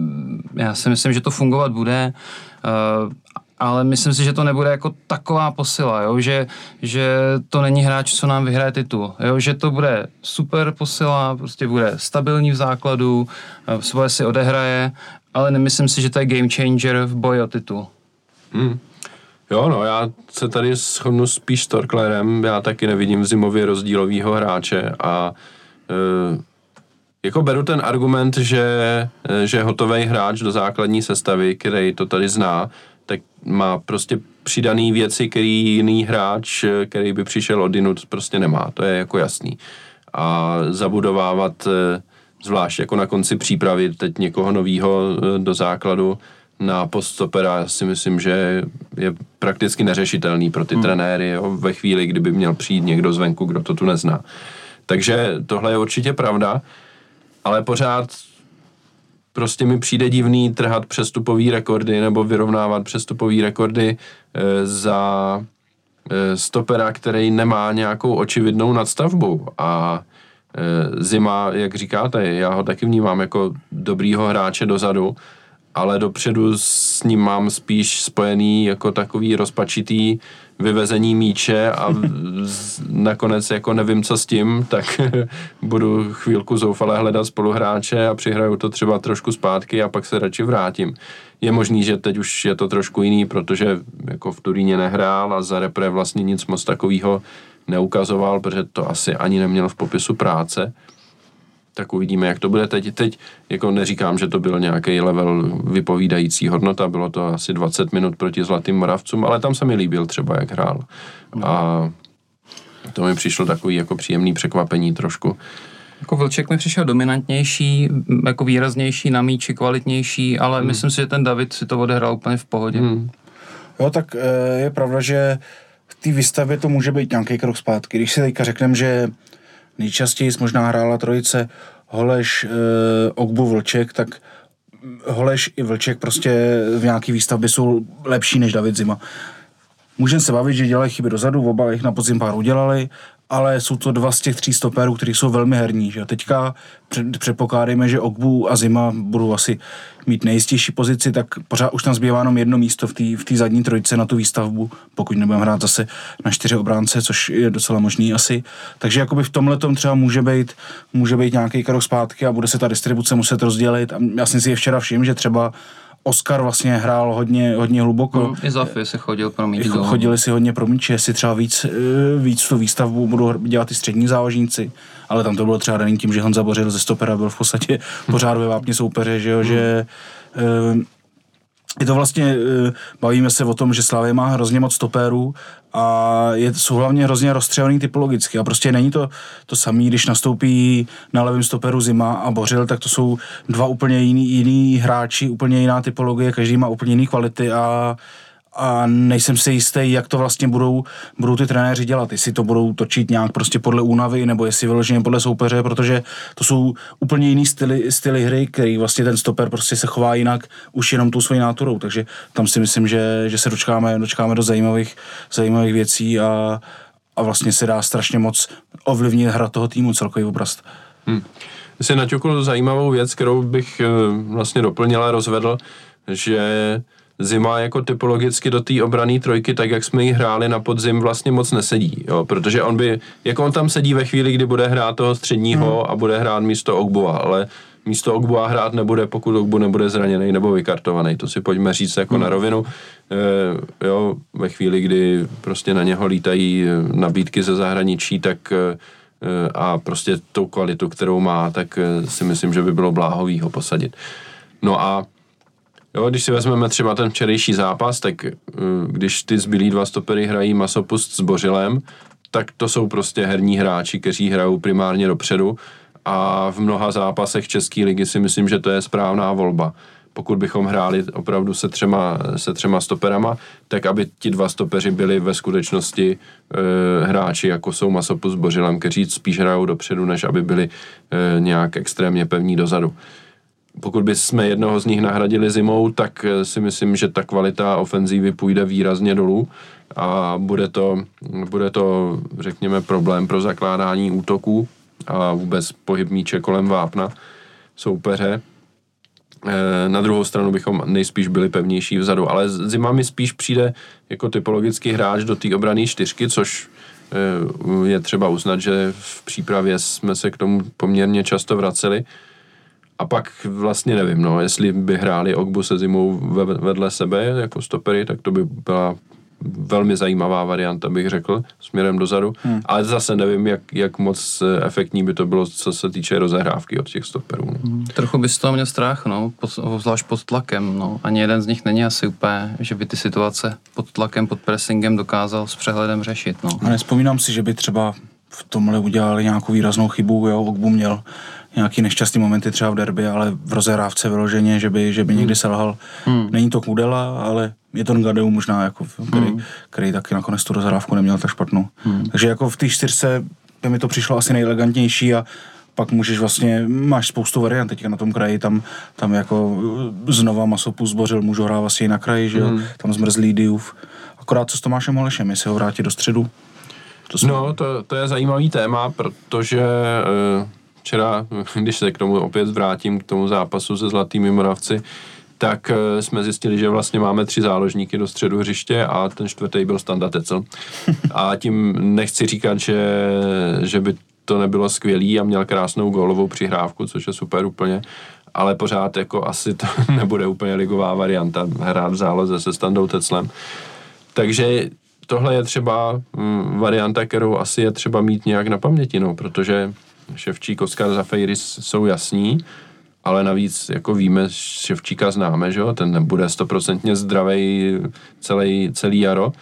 já si myslím, že to fungovat bude. Ale myslím si, že to nebude jako taková posila, jo? Že, že to není hráč, co nám vyhraje titul, jo? Že to bude super posila, prostě bude stabilní v základu, svoje si odehraje, ale nemyslím si, že to je game changer v boji o titul. Hmm. Jo, no, já se tady shodnu spíš s Torklérem, já taky nevidím v Zimově rozdílovýho hráče a e, jako beru ten argument, že, že hotový hráč do základní sestavy, který to tady zná, tak má prostě přidaný věci, který jiný hráč, který by přišel odinut, prostě nemá. To je jako jasný. A zabudovávat zvlášť jako na konci přípravy teď někoho novýho do základu na poststopera si myslím, že je prakticky neřešitelný pro ty hmm. trenéry, jo, ve chvíli, kdyby měl přijít někdo zvenku, kdo to tu nezná. Takže tohle je určitě pravda, ale pořád prostě mi přijde divný trhat přestupový rekordy nebo vyrovnávat přestupový rekordy e, za e, stopera, který nemá nějakou očividnou nadstavbu. A e, Zima, jak říkáte, já ho taky vnímám jako dobrýho hráče dozadu, ale dopředu s ním mám spíš spojený jako takový rozpačitý vyvezení míče a nakonec jako nevím, co s tím, tak budu chvílku zoufale hledat spoluhráče a přihraju to třeba trošku zpátky a pak se radši vrátím. Je možný, že teď už je to trošku jiný, protože jako v Turíně nehrál a za repre vlastně nic moc takového neukazoval, protože to asi ani neměl v popisu práce. Tak uvidíme, jak to bude teď. Teď jako neříkám, že to byl nějaký level vypovídající hodnota, bylo to asi dvacet minut proti Zlatým Moravcům, ale tam se mi líbil třeba, jak hrál. A to mi přišlo takový jako příjemný překvapení trošku. Jako Vlček mi přišel dominantnější, jako výraznější na míči, kvalitnější, ale hmm. myslím si, že ten David si to odehrál úplně v pohodě. Hmm. Jo, tak je pravda, že v té výstavě to může být nějaký krok zpátky. Když si teďka řekneme, že nejčastěji možná hrála trojice Holeš, e, Ogbu, Vlček, tak Holeš i Vlček prostě v nějaký výstavbě jsou lepší než David Zima. Můžeme se bavit, že dělají chyby dozadu, oba jich na podzim pár udělali, ale jsou to dva z těch tří stoperů, kteří jsou velmi herní. Že? Teďka předpokládáme, že Ogbu a Zima budou asi mít nejistější pozici, tak pořád už tam zbývá jenom jedno místo v té v té zadní trojice na tu výstavbu, pokud nebudeme hrát zase na čtyři obránce, což je docela možný asi. Takže jakoby v tomhletom třeba může být, může být nějaký krok zpátky a bude se ta distribuce muset rozdělit. A já jsem si je včera všiml, že třeba Oskar vlastně hrál hodně, hodně hluboko. Mm, I Zafy se chodil pro míč. Chodili si hodně pro míč, jestli třeba víc, víc tu výstavbu budou dělat i střední záložníci, ale tam to bylo třeba daný tím, že Honza Bořil ze stopera byl v podstatě pořád ve vápně soupeře, že jo, mm. že je to vlastně, bavíme se o tom, že Slavia má hrozně moc stopérů a je, jsou hlavně hrozně rozstřelený typologicky a prostě není to to samé, když nastoupí na levém stoperu Zima a Bořil, tak to jsou dva úplně jiný, jiný hráči, úplně jiná typologie, každý má úplně jiný kvality a a nejsem si jistý, jak to vlastně budou, budou ty trenéři dělat, jestli to budou točit nějak prostě podle únavy, nebo jestli vyloženě podle soupeře, protože to jsou úplně jiný styly, styly hry, který vlastně ten stoper prostě se chová jinak už jenom tou svojí náturou, takže tam si myslím, že, že se dočkáme, dočkáme do zajímavých, zajímavých věcí a, a vlastně se dá strašně moc ovlivnit hra toho týmu, celkový obraz. Hmm. Jsi naťukl zajímavou věc, kterou bych vlastně doplnil a rozvedl, že Zima jako typologicky do té obranné trojky, tak jak jsme ji hráli na podzim, vlastně moc nesedí, jo, protože on by, jako on tam sedí ve chvíli, kdy bude hrát toho středního hmm. a bude hrát místo Ogbua, ale místo Ogbua hrát nebude, pokud Ogbu nebude zraněný nebo vykartovaný, to si pojďme říct jako hmm. na rovinu, e, jo, ve chvíli, kdy prostě na něho lítají nabídky ze zahraničí, tak e, a prostě tou kvalitu, kterou má, tak si myslím, že by bylo bláhový ho posadit. No a jo, když si vezmeme třeba ten včerejší zápas, tak když ty zbylí dva stopery hrají Masopust s Bořilem, tak to jsou prostě herní hráči, kteří hrajou primárně dopředu a v mnoha zápasech České ligy si myslím, že to je správná volba. Pokud bychom hráli opravdu se třema, se třema stoperama, tak aby ti dva stopeři byli ve skutečnosti e, hráči, jako jsou Masopust s Bořilem, kteří spíš hrajou dopředu, než aby byli e, nějak extrémně pevní dozadu. Pokud bychom jednoho z nich nahradili Zimou, tak si myslím, že ta kvalita ofenzívy půjde výrazně dolů a bude to, bude to, řekněme, problém pro zakládání útoků a vůbec pohyb míče kolem vápna soupeře. Na druhou stranu bychom nejspíš byli pevnější vzadu, ale Zima mi spíš přijde jako typologický hráč do té obranné čtyřky, což je třeba uznat, že v přípravě jsme se k tomu poměrně často vraceli. A pak vlastně nevím, no, jestli by hráli Ogbu se Zimou vedle sebe jako stopery, tak to by byla velmi zajímavá varianta, bych řekl, směrem dozadu. Hmm. Ale zase nevím, jak, jak moc efektní by to bylo, co se týče rozehrávky od těch stoperů. No. Hmm. Trochu by z toho měl strach, no, pod, zvlášť pod tlakem. No. Ani jeden z nich není asi úplně, že by ty situace pod tlakem, pod pressingem dokázal s přehledem řešit. No. A nespomínám si, že by třeba v tomhle udělali nějakou výraznou chybu, jo, Ogbu měl nějaký nešťastný momenty třeba v derby, ale v rozehrávce vyloženě, že by, že by někdy selhal. Hmm. Není to Kudela, ale je to Ngadeu možná, jako, který, hmm. který taky nakonec tu rozehrávku neměl tak špatnou. Hmm. Takže jako v té čtyřce by mi to přišlo asi nejelegantnější a pak můžeš vlastně, máš spoustu variant teďka na tom kraji, tam, tam jako znova Masopust zbořil, můžu hrát vlastně i na kraji, že jo, hmm. tam zmrzlý Diouf. Akorát co s Tomášem Holešem, jestli ho vrátí do středu. To jsme... No, to, to je zajímavý téma, protože včera, když se k tomu opět vrátím, k tomu zápasu se Zlatými Moravci, tak jsme zjistili, že vlastně máme tři záložníky do středu hřiště a ten čtvrtý byl Standa Tecl. A tím nechci říkat, že, že by to nebylo skvělý a měl krásnou gólovou přihrávku, což je super úplně, ale pořád jako asi to nebude úplně ligová varianta hrát v záloze se Standou Teclem. Takže tohle je třeba varianta, kterou asi je třeba mít nějak na paměti, no, protože Ševčík, Oskar Zafeiris jsou jasní, ale navíc jako víme, Ševčíka známe, že jo, ten nebude stoprocentně zdravej celý, celý jaro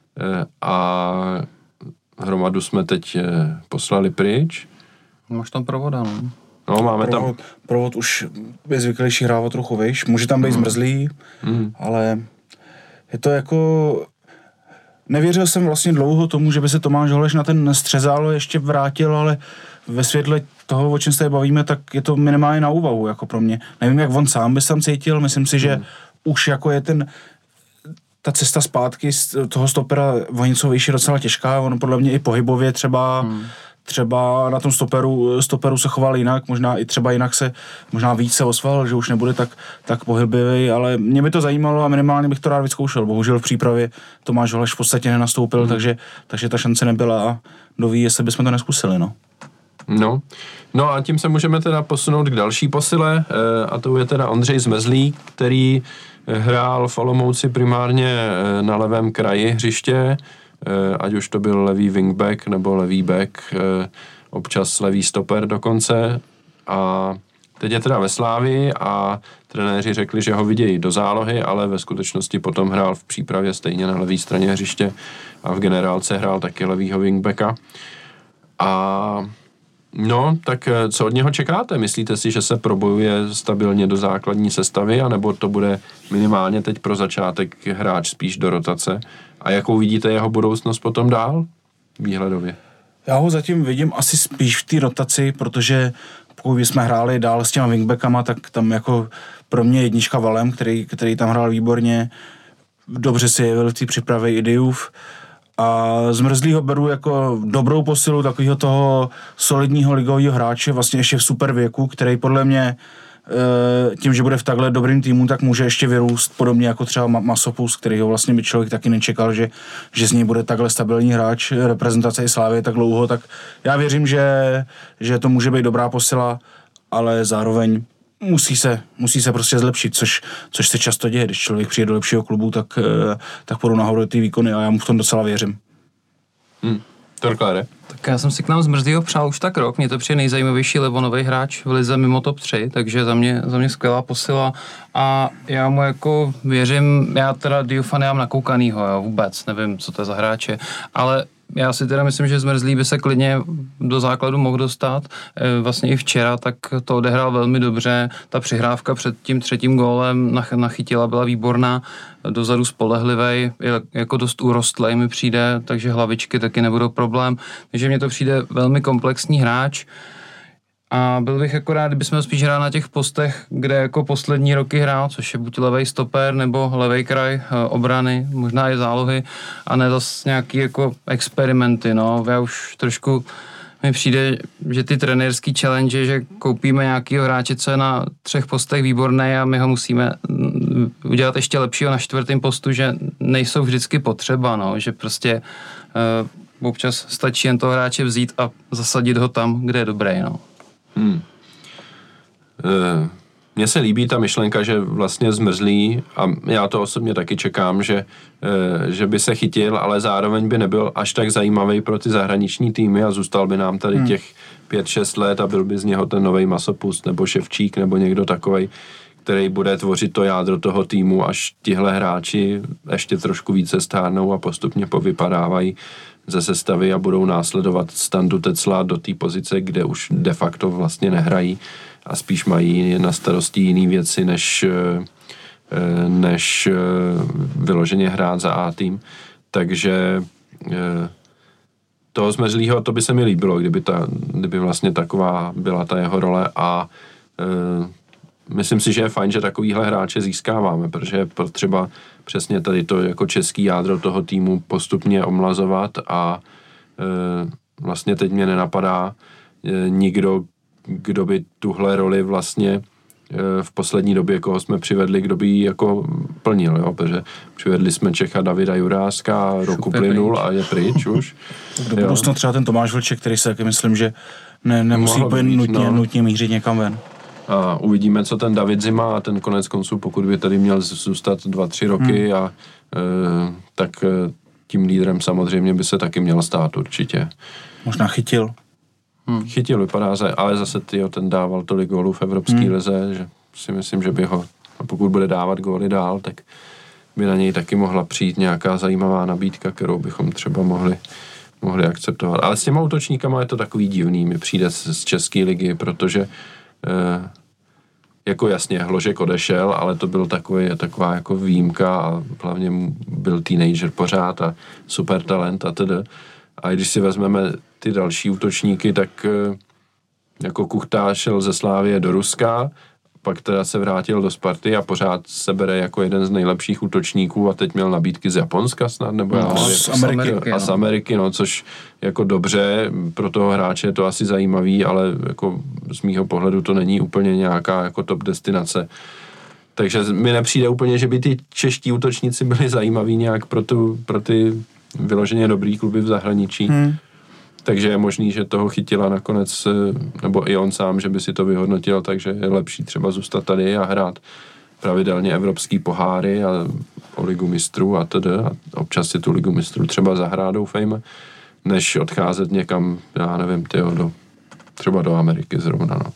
a Hromadu jsme teď poslali pryč. Máš tam provoda, no. No, máme provod, tam... Provod už je zvyklejší hrávat trochu vejš, může tam být mm. zmrzlý, mm. ale je to jako... Nevěřil jsem vlastně dlouho tomu, že by se Tomáš Holeš na ten střezálo ještě vrátil, ale ve světle toho, o čem se bavíme, tak je to minimálně na úvahu, jako pro mě. Nevím, jak on sám by se tam cítil, myslím si, že mm. už jako je ten... ta cesta zpátky z toho stopera o něco výš je docela těžká, on podle mě i pohybově třeba, hmm. třeba na tom stoperu, stoperu se choval jinak, možná i třeba jinak se, možná víc se osval, že už nebude tak, tak pohybivý, ale mě by to zajímalo a minimálně bych to rád vyzkoušel. Bohužel v přípravě Tomáš Holeš v podstatě nenastoupil, hmm. takže, takže ta šance nebyla a kdo ví, jestli bychom to neskusili, no. No. no a tím se můžeme teda posunout k další posile a to je teda Ondřej Zmrzlík, který hrál v Olomouci primárně na levém kraji hřiště, ať už to byl levý wingback nebo levý back, občas levý stoper dokonce. A teď je teda ve Slávii a trenéři řekli, že ho vidějí do zálohy, ale ve skutečnosti potom hrál v přípravě stejně na levé straně hřiště a v generálce hrál taky levýho wingbacka. A no, tak co od něho čekáte? Myslíte si, že se probojuje stabilně do základní sestavy, anebo to bude minimálně teď pro začátek hráč spíš do rotace? A jakou vidíte jeho budoucnost potom dál výhledově? Já ho zatím vidím asi spíš v té rotaci, protože pokud bychom hráli dál s těma wingbackama, tak tam jako pro mě jednička Valem, který, který tam hrál výborně, dobře si jevil v té přípravě i Diouf. A Zmrzlýho beru jako dobrou posilu takového toho solidního ligového hráče, vlastně ještě v super věku, který podle mě tím, že bude v takhle dobrým týmu, tak může ještě vyrůst podobně jako třeba Masopust, který ho vlastně by člověk taky nečekal, že, že z něj bude takhle stabilní hráč reprezentace i Slávy tak dlouho, tak já věřím, že, že to může být dobrá posila, ale zároveň musí se, musí se prostě zlepšit, což, což se často děje, když člověk přijde do lepšího klubu, tak, tak půjdou nahoru ty výkony a já mu v tom docela věřím. Hmm. Torkláre? Tak já jsem si k nám Zmrzlýho přál už tak rok, mně to přijde nejzajímavější levonový hráč v lize mimo top tři, takže za mě, za mě skvělá posila a já mu jako věřím, já teda Dioufa nemám nakoukanýho, jo, vůbec, nevím, co to je za hráče, ale já si teda myslím, že Zmrzlý by se klidně do základu mohl dostat. Vlastně i včera, tak to odehrál velmi dobře. Ta přihrávka před tím třetím gólem nachytila, byla výborná. Dozadu spolehlivej, jako dost urostlej mi přijde, takže hlavičky taky nebudou problém. Takže mně to přijde velmi komplexní hráč. A byl bych jako rád, kdybychom spíš hrál na těch postech, kde jako poslední roky hrál, což je buď levej stoper nebo levej kraj obrany, možná i zálohy, a ne zase nějaký jako experimenty, no. Já už trošku mi přijde, že ty trenérský challenge, že koupíme nějakýho hráče, co je na třech postech výborný a my ho musíme udělat ještě lepšího na čtvrtém postu, že nejsou vždycky potřeba, no, že prostě uh, občas stačí jen toho hráče vzít a zasadit ho tam, kde je dobrý, no. Hmm. Mně se líbí ta myšlenka, že vlastně Zmrzlý, a já to osobně taky čekám, že, že by se chytil, ale zároveň by nebyl až tak zajímavý pro ty zahraniční týmy a zůstal by nám tady hmm. těch pět šest let a byl by z něho ten novej Masopust nebo Ševčík nebo někdo takovej, který bude tvořit to jádro toho týmu, až tihle hráči ještě trošku více stárnou a postupně povypadávají. ze sestavy a budou následovat Standu Tecla do té pozice, kde už de facto vlastně nehrají a spíš mají na starosti jiný věci, než, než vyloženě hrát za A tým. Takže toho Zmeřlýho, to by se mi líbilo, kdyby, ta, kdyby vlastně taková byla ta jeho role a myslím si, že je fajn, že takovýhle hráče získáváme, protože je potřeba přesně tady to jako český jádro toho týmu postupně omlazovat a e, vlastně teď mě nenapadá e, nikdo, kdo by tuhle roli vlastně e, v poslední době, koho jsme přivedli, kdo by ji jako plnil, jo? Protože přivedli jsme Čecha Davida Juráska, roku plynul a je pryč už. Do budoucna třeba ten Tomáš Vlček, který se taky myslím, že ne, nemusí být nutně, no. nutně mířit někam ven. A uvidíme, co ten David Zima a ten konec konců, pokud by tady měl zůstat dva, tři roky, hmm. a e, tak e, tím lídrem samozřejmě by se taky měl stát určitě. Možná chytil. Hmm. Chytil, vypadá se, ale zase tyjo, ten dával tolik gólů v evropské hmm. lize, že si myslím, že by ho, a pokud bude dávat góly dál, tak by na něj taky mohla přijít nějaká zajímavá nabídka, kterou bychom třeba mohli, mohli akceptovat. Ale s těma útočníkama je to takový divný, mi přijde z, z české ligy, protože e, jako jasně, Hložek odešel, ale to byl takový, taková jako výjimka a hlavně byl teenager pořád a super talent a tedy. A když si vezmeme ty další útočníky, tak jako Kuchta šel ze Slávie do Ruska, pak teda se vrátil do Sparty a pořád se bere jako jeden z nejlepších útočníků a teď měl nabídky z Japonska snad, nebo no, já, z Ameriky, a z Ameriky, no, což jako dobře, pro toho hráče je to asi zajímavý, ale jako z mýho pohledu to není úplně nějaká jako top destinace. Takže mi nepřijde úplně, že by ty čeští útočníci byli zajímaví nějak pro, tu, pro ty vyloženě dobrý kluby v zahraničí. Hmm. Takže je možný, že toho Chytila nakonec, nebo i on sám, že by si to vyhodnotil, takže je lepší třeba zůstat tady a hrát pravidelně evropský poháry a o ligu mistrů a tedy. A občas si tu ligu mistrů třeba zahrát, doufejme, než odcházet někam, já nevím, tyjo, do, třeba do Ameriky zrovna, no.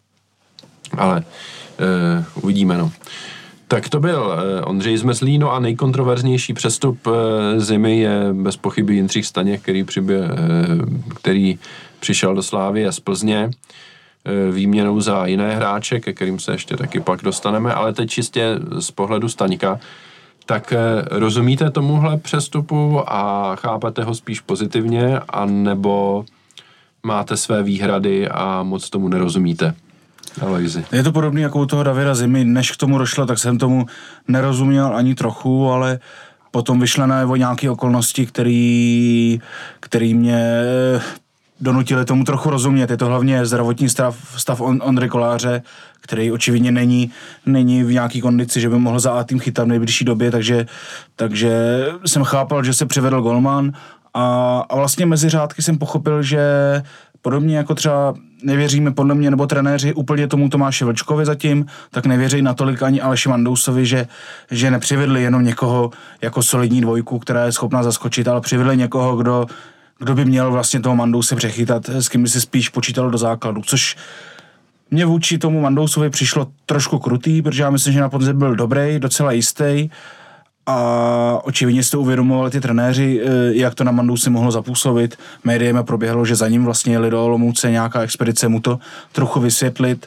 Ale e, uvidíme, no. Tak to byl Ondřej Zmrzlý, no a nejkontroverznější přestup zimy je bez pochyby Jindřich Staněk, který, přibě, který přišel do Slávie z Plzně výměnou za jiné hráče, ke kterým se ještě taky pak dostaneme, ale teď čistě z pohledu Staňka. Tak rozumíte tomuhle přestupu a chápete ho spíš pozitivně, anebo máte své výhrady a moc tomu nerozumíte? Alojzi. Je to podobný jako u toho Davida Zimy, než k tomu došlo, tak jsem tomu nerozuměl ani trochu, ale potom vyšly najevo nějaké okolnosti, který, který mě donutili tomu trochu rozumět. Je to hlavně zdravotní stav, stav Ondry Koláře, který očividně není, není v nějaký kondici, že by mohl za A tým chytat v nejbližší době, takže, takže jsem chápal, že se přivedl golman a, a vlastně mezi řádky jsem pochopil, že podobně jako třeba nevěříme podle mě, nebo trenéři úplně tomu Tomáši Vlčkovi zatím, tak nevěří natolik ani Aleši Mandousovi, že, že nepřivedli jenom někoho jako solidní dvojku, která je schopná zaskočit, ale přivedli někoho, kdo, kdo by měl vlastně toho Mandouse přechytat, s kým by si spíš počítal do základu, což mě vůči tomu Mandousovi přišlo trošku krutý, protože já myslím, že na podzim byl dobrý, docela jistý, a očividně jste uvědomovali ty trenéři, jak to na Mandouse mohlo zapůsobit. Médiem proběhlo, že za ním vlastně jeli do Olomouce nějaká expedice mu to trochu vysvětlit.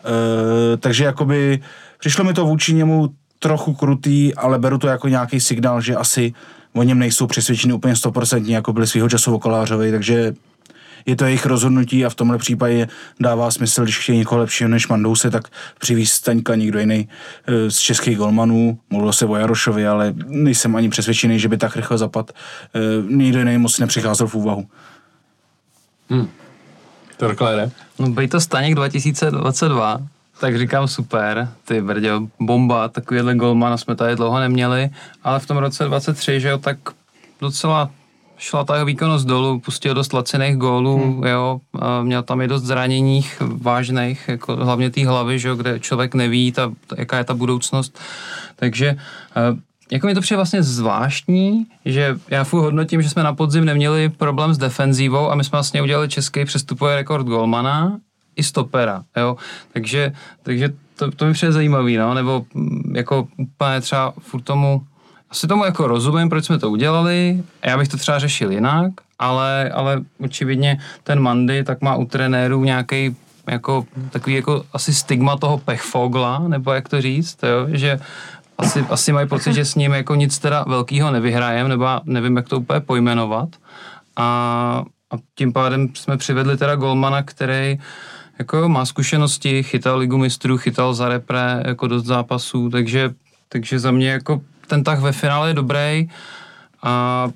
E, takže jakoby přišlo mi to vůči němu trochu krutý, ale beru to jako nějaký signál, že asi o něm nejsou přesvědčeni úplně stoprocentně, jako byli svýho času o Kolářovi, takže je to jejich rozhodnutí a v tomhle případě dává smysl, když chtějí někoho lepšího než Mandouse, tak přivíz Staňka nikdo jiný z českých golmanů. Mluvilo se o Jarošovi, ale nejsem ani přesvědčený, že by tak rychle zapad. Nikdo jiný moc nepřicházel v úvahu. Hmm. Torklére? No bej to Staněk dva tisíce dvacet dva, tak říkám super, ty brdě, bomba, takovýhle golmana jsme tady dlouho neměli, ale v tom roce dvacet tři, že jo, tak docela šla ta jeho výkonnost dolů, pustil dost laciných gólů, hmm. jo, měl tam i dost zraněních vážných, jako hlavně té hlavy, že jo, kde člověk neví, ta, jaká je ta budoucnost. Takže jako mi to přijde vlastně zvláštní, že já furt hodnotím, že jsme na podzim neměli problém s defenzívou a my jsme vlastně udělali český přestupový rekord golmana i stopera, jo, takže, takže to, to mi přijde zajímavý, no, nebo jako úplně třeba furt tomu asi tomu jako rozumím, proč jsme to udělali, já bych to třeba řešil jinak, ale, ale očividně ten Mandy tak má u trenérů nějaký jako takový jako asi stigma toho pechfogla, nebo jak to říct, jo? Že asi, asi mají pocit, že s ním jako nic teda velkýho nevyhrajem, nebo nevím, jak to úplně pojmenovat. A, a tím pádem jsme přivedli teda golmana, který jako má zkušenosti, chytal ligu mistrů, chytal za repre jako dost zápasů, takže, takže za mě jako ten tah ve finále je dobrý a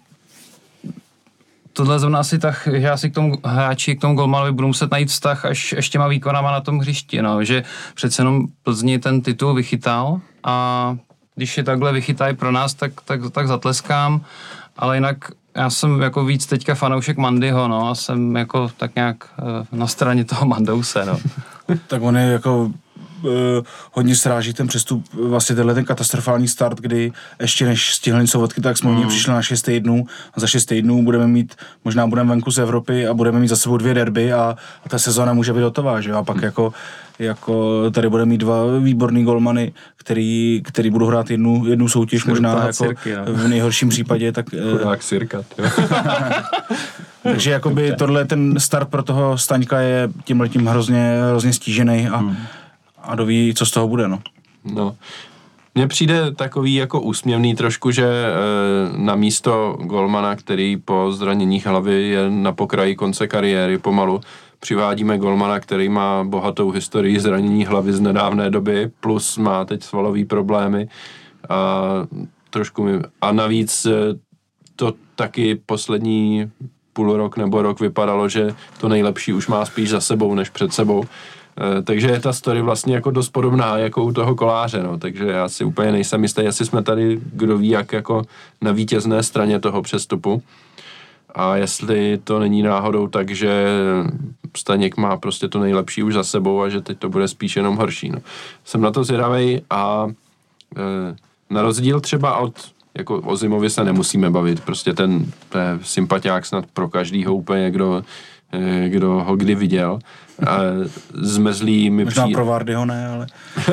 tohle zrovna asi tak, že já si k tomu hráči, k tomu golmanovi budu muset najít vztah až, až těma výkonama na tom hřišti, no, že přece jenom Plzni ten titul vychytal a když je takhle vychytají pro nás, tak, tak, tak zatleskám, ale jinak já jsem jako víc teďka fanoušek Mandyho, no, a jsem jako tak nějak na straně toho Mandouse, no. Tak on je jako Uh, hodně sráží ten přestup, vlastně tenhle ten katastrofální start, kdy ještě než stihl něco odkytat, tak jsme mm. přišli na šest týdnů a za šest týdnů budeme mít, možná budeme venku z Evropy a budeme mít za sebou dvě derby a, a ta sezóna může být hotová, že jo, a pak mm. jako, jako tady budeme mít dva výborný golmany, který, který budou hrát jednu, jednu soutěž, Chci možná jako cirky, no. V nejhorším případě, tak... Chudák Sirkat, jo. Takže jakoby tohle, ten start pro toho Staňka je tímhletím hrozně, hrozně stížený a mm. a kdo ví, co z toho bude, no. No. Mně přijde takový jako úsměvný trošku, že e, na místo golmana, který po zraněních hlavy je na pokraji konce kariéry pomalu, přivádíme golmana, který má bohatou historii zranění hlavy z nedávné doby, plus má teď svalové problémy a trošku mi, a navíc e, to taky poslední půl rok nebo rok vypadalo, že to nejlepší už má spíš za sebou, než před sebou. Takže je ta story vlastně jako dost podobná jako u toho Koláře, no, takže já si úplně nejsem jistý, jestli jsme tady, kdo ví, jak jako na vítězné straně toho přestupu a jestli to není náhodou tak, že Staněk má prostě to nejlepší už za sebou a že teď to bude spíš jenom horší, no. Jsem na to zvědavej a e, na rozdíl třeba od, jako o Zimovi se nemusíme bavit, prostě ten to je sympatiák snad pro každýho úplně, kdo kdo ho kdy viděl. A zmezlý mi Možná přijde... pro Vardyho ne, ale...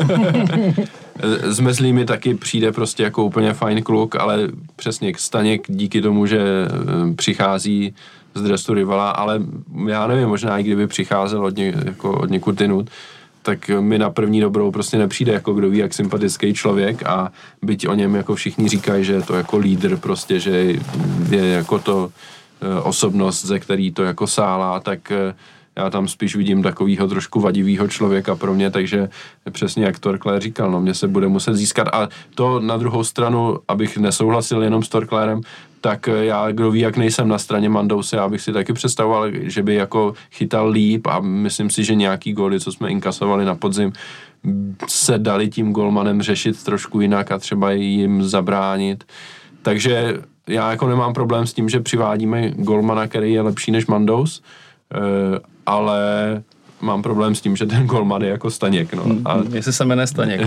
Zmezlý mi taky přijde prostě jako úplně fajn kluk, ale přesně Staněk díky tomu, že přichází z dresu rivala, ale já nevím, možná i kdyby přicházel od, ně, jako od někud jinut, tak mi na první dobrou prostě nepřijde jako kdo ví, jak sympatický člověk a byť o něm jako všichni říkají, že je to jako lídr prostě, že je jako to osobnost, ze který to jako sálá, tak já tam spíš vidím takovýho trošku vadivýho člověka pro mě, takže přesně jak Torkler říkal, no mě se bude muset získat a to na druhou stranu, abych nesouhlasil jenom s Torklerem, tak já, kdo ví, jak nejsem na straně Mandouse, já bych si taky představoval, že by jako chytal líp a myslím si, že nějaký góly, co jsme inkasovali na podzim, se dali tím golmanem řešit trošku jinak a třeba jim zabránit. Takže já jako nemám problém s tím, že přivádíme golmana, který je lepší než Mandous, ale mám problém s tím, že ten golman je jako Staněk, no. A... Jestli se jmenuje Staněk.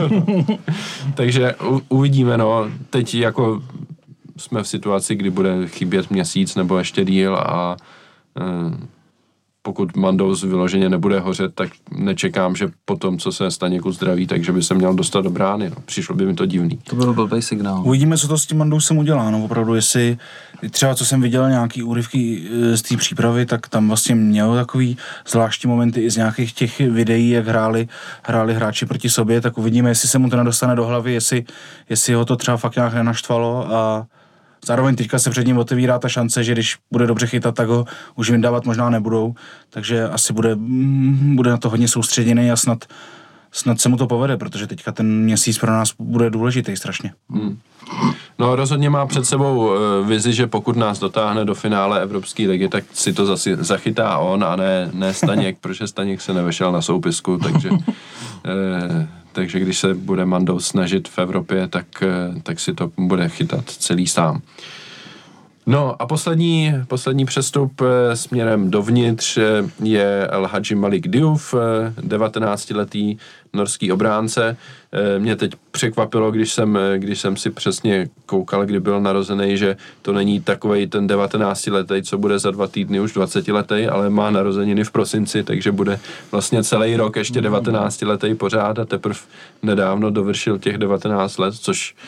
Takže u, uvidíme, no. Teď jako jsme v situaci, kdy bude chybět měsíc nebo ještě díl a e, pokud Mandous vyloženě nebude hořet, tak nečekám, že po tom, co se Staněk uzdraví, takže by se měl dostat do brány. No. Přišlo by mi to divný. To byl blbý signál. Uvidíme, co to s tím Mandousem udělá. No opravdu, jestli třeba, co jsem viděl, nějaký úryvky z té přípravy, tak tam vlastně měl takový zvláštní momenty i z nějakých těch videí, jak hráli, hráli hráči proti sobě, tak uvidíme, jestli se mu to nedostane do hlavy, jestli, jestli ho to třeba fakt nějak nenaštvalo a zároveň teďka se před ním otevírá ta šance, že když bude dobře chytat, tak ho už vydávat možná nebudou, takže asi bude, bude na to hodně soustředěný a snad, snad se mu to povede, protože teďka ten měsíc pro nás bude důležitý strašně. Hmm. No rozhodně má před sebou uh, vizi, že pokud nás dotáhne do finále Evropské ligy, tak si to zasi, zachytá on a ne, ne Staněk, protože Staněk se nevešel na soupisku, takže... uh, takže když se bude Mandous snažit v Evropě, tak, tak si to bude chytat celý sám. No a poslední, poslední přestup směrem dovnitř je El Hadji Malik Diouf, devatenáctiletý norský obránce. Mě teď překvapilo, když jsem, když jsem si přesně koukal, kdy byl narozený, že to není takovej ten devatenáctiletý, co bude za dva týdny už dvacetiletý, ale má narozeniny v prosinci, takže bude vlastně celý rok ještě devatenáctiletý pořád a teprve nedávno dovršil těch devatenáct let, což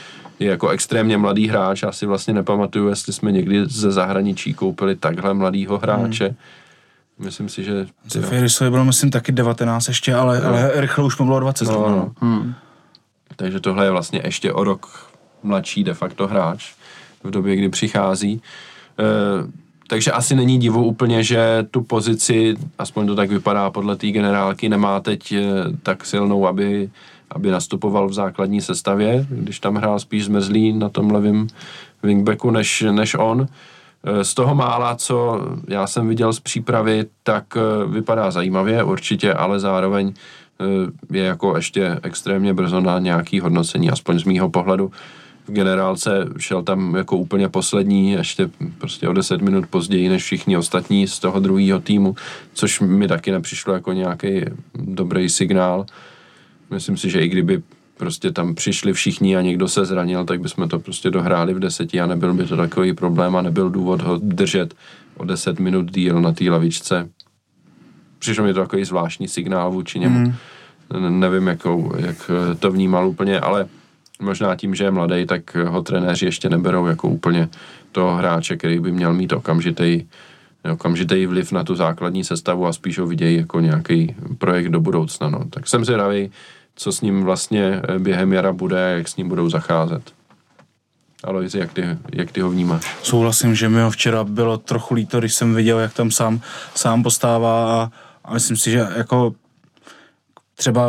je jako extrémně mladý hráč. Já si vlastně nepamatuju, jestli jsme někdy ze zahraničí koupili takhle mladýho hráče. Hmm. Myslím si, že... Zefirisovi bylo, myslím, taky devatenáct ještě, ale, no. ale rychle už mu bylo dvacet. No, no. Hmm. Takže tohle je vlastně ještě o rok mladší de facto hráč v době, kdy přichází. E, takže asi není divu úplně, že tu pozici, aspoň to tak vypadá podle té generálky, nemá teď e, tak silnou, aby, aby nastupoval v základní sestavě, když tam hrál spíš Zmrzlý na tom levém wingbacku než, než on. E, z toho mála, co já jsem viděl z přípravy, tak e, vypadá zajímavě určitě, ale zároveň je jako ještě extrémně brzo na nějaký hodnocení, aspoň z mýho pohledu. V generálce šel tam jako úplně poslední, ještě prostě o deset minut později než všichni ostatní z toho druhého týmu, což mi taky nepřišlo jako nějaký dobrý signál. Myslím si, že i kdyby prostě tam přišli všichni a někdo se zranil, tak bychom to prostě dohráli v deseti a nebyl by to takový problém a nebyl důvod ho držet o deset minut díl na té lavičce. Přišlo mi to takový zvláštní signál vůči němu. Mm. Nevím, jakou, jak to vnímal úplně, ale možná tím, že je mladý, tak ho trenéři ještě neberou jako úplně toho hráče, který by měl mít okamžitý, okamžitý vliv na tu základní sestavu a spíš ho vidějí jako nějaký projekt do budoucna. No. Tak jsem si ravý, co s ním vlastně během jara bude, jak s ním budou zacházet. Alojzi, jak ty, jak ty ho vnímáš? Souhlasím, že mi ho včera bylo trochu líto, když jsem viděl, jak tam sám, sám postává a, a myslím si, že jako třeba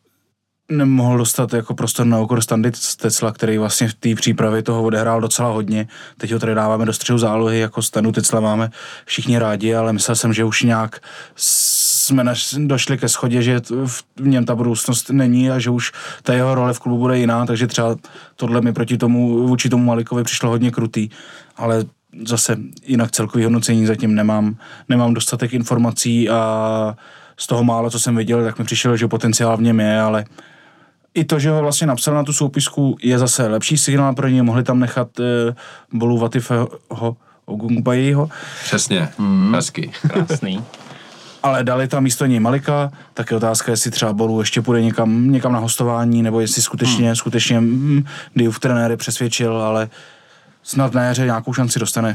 nemohl dostat jako prostor na úkor Standy Tecla, který vlastně v té přípravě toho odehrál docela hodně. Teď ho tady dáváme do střehu zálohy, jako Standu Tecla máme všichni rádi, ale myslel jsem, že už nějak jsme naš, došli ke shodě, že v něm ta budoucnost není a že už ta jeho role v klubu bude jiná, takže třeba tohle mi proti tomu, vůči tomu Malikovi přišlo hodně krutý, ale zase jinak celkový hodnocení zatím nemám, nemám dostatek informací a z toho málo, co jsem viděl, tak mi přišlo, že potenciál v něm je, ale i to, že ho vlastně napsal na tu soupisku, je zase lepší signál pro ně. Mohli tam nechat e, Bolu Vatifeho Ogungbajiho. Přesně, mm. hezky. Krásný. Ale dali tam místo něj Malika, tak je otázka, jestli třeba Bolu ještě půjde někam, někam na hostování, nebo jestli skutečně, mm. skutečně mm, Diouf trenéry přesvědčil, ale snad na jaře nějakou šanci dostane.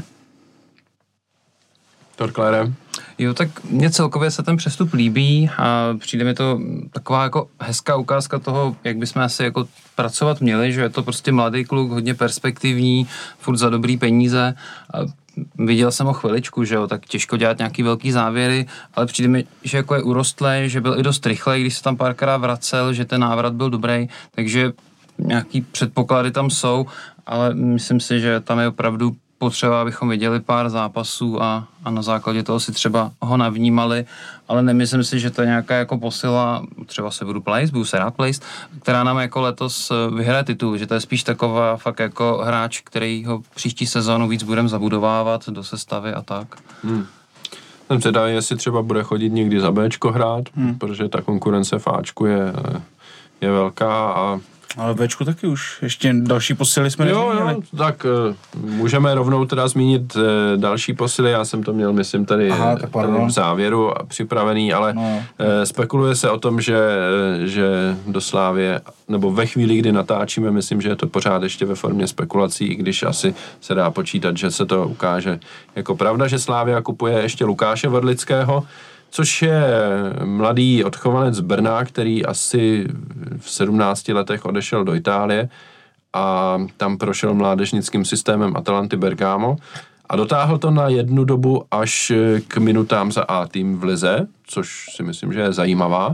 Torklére? Jo, tak mně celkově se ten přestup líbí a přijde mi to taková jako hezká ukázka toho, jak bychom asi jako pracovat měli, že je to prostě mladý kluk, hodně perspektivní, furt za dobrý peníze. A viděl jsem ho chviličku, že jo, tak těžko dělat nějaký velký závěry, ale přijde mi, že jako je urostlej, že byl i dost rychlej, když se tam párkrát vracel, že ten návrat byl dobrý, takže nějaký předpoklady tam jsou, ale myslím si, že tam je opravdu potřeba, abychom viděli pár zápasů a, a na základě toho si třeba ho navnímali, ale nemyslím si, že to je nějaká jako posila, třeba se budu place, budu se rád place, která nám jako letos vyhraje titul, že to je spíš taková fakt jako hráč, který ho příští sezónu víc budeme zabudovávat do sestavy a tak. Hmm. Jsem předávý, jestli třeba bude chodit někdy za Bčko hrát, hmm. protože ta konkurence v Ačku je, je velká a ale Bčku taky už, ještě další posily jsme jo, nezmínili. Jo, tak uh, můžeme rovnou teda zmínit uh, další posily, já jsem to měl, myslím, tady, Aha, tady v závěru připravený, ale no. uh, spekuluje se o tom, že, že do Slávie, nebo ve chvíli, kdy natáčíme, myslím, že je to pořád ještě ve formě spekulací, i když asi se dá počítat, že se to ukáže jako pravda, že Slávia kupuje ještě Lukáše Vodlického, což je mladý odchovanec z Brna, který asi v sedmnácti letech odešel do Itálie a tam prošel mládežnickým systémem Atalanty Bergamo a dotáhl to na jednu dobu až k minutám za A tým v lize, což si myslím, že je zajímavá,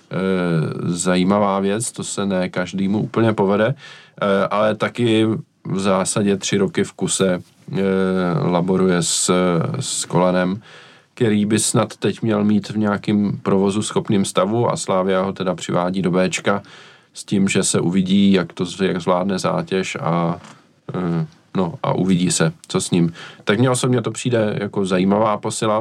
zajímavá věc, to se ne každému úplně povede, ale taky v zásadě tři roky v kuse laboruje s, s kolenem, který by snad teď měl mít v nějakém provozu schopném stavu a Slavia ho teda přivádí do Bčka s tím, že se uvidí, jak to jak zvládne zátěž a, no, a uvidí se, co s ním. Tak mně osobně to přijde jako zajímavá posila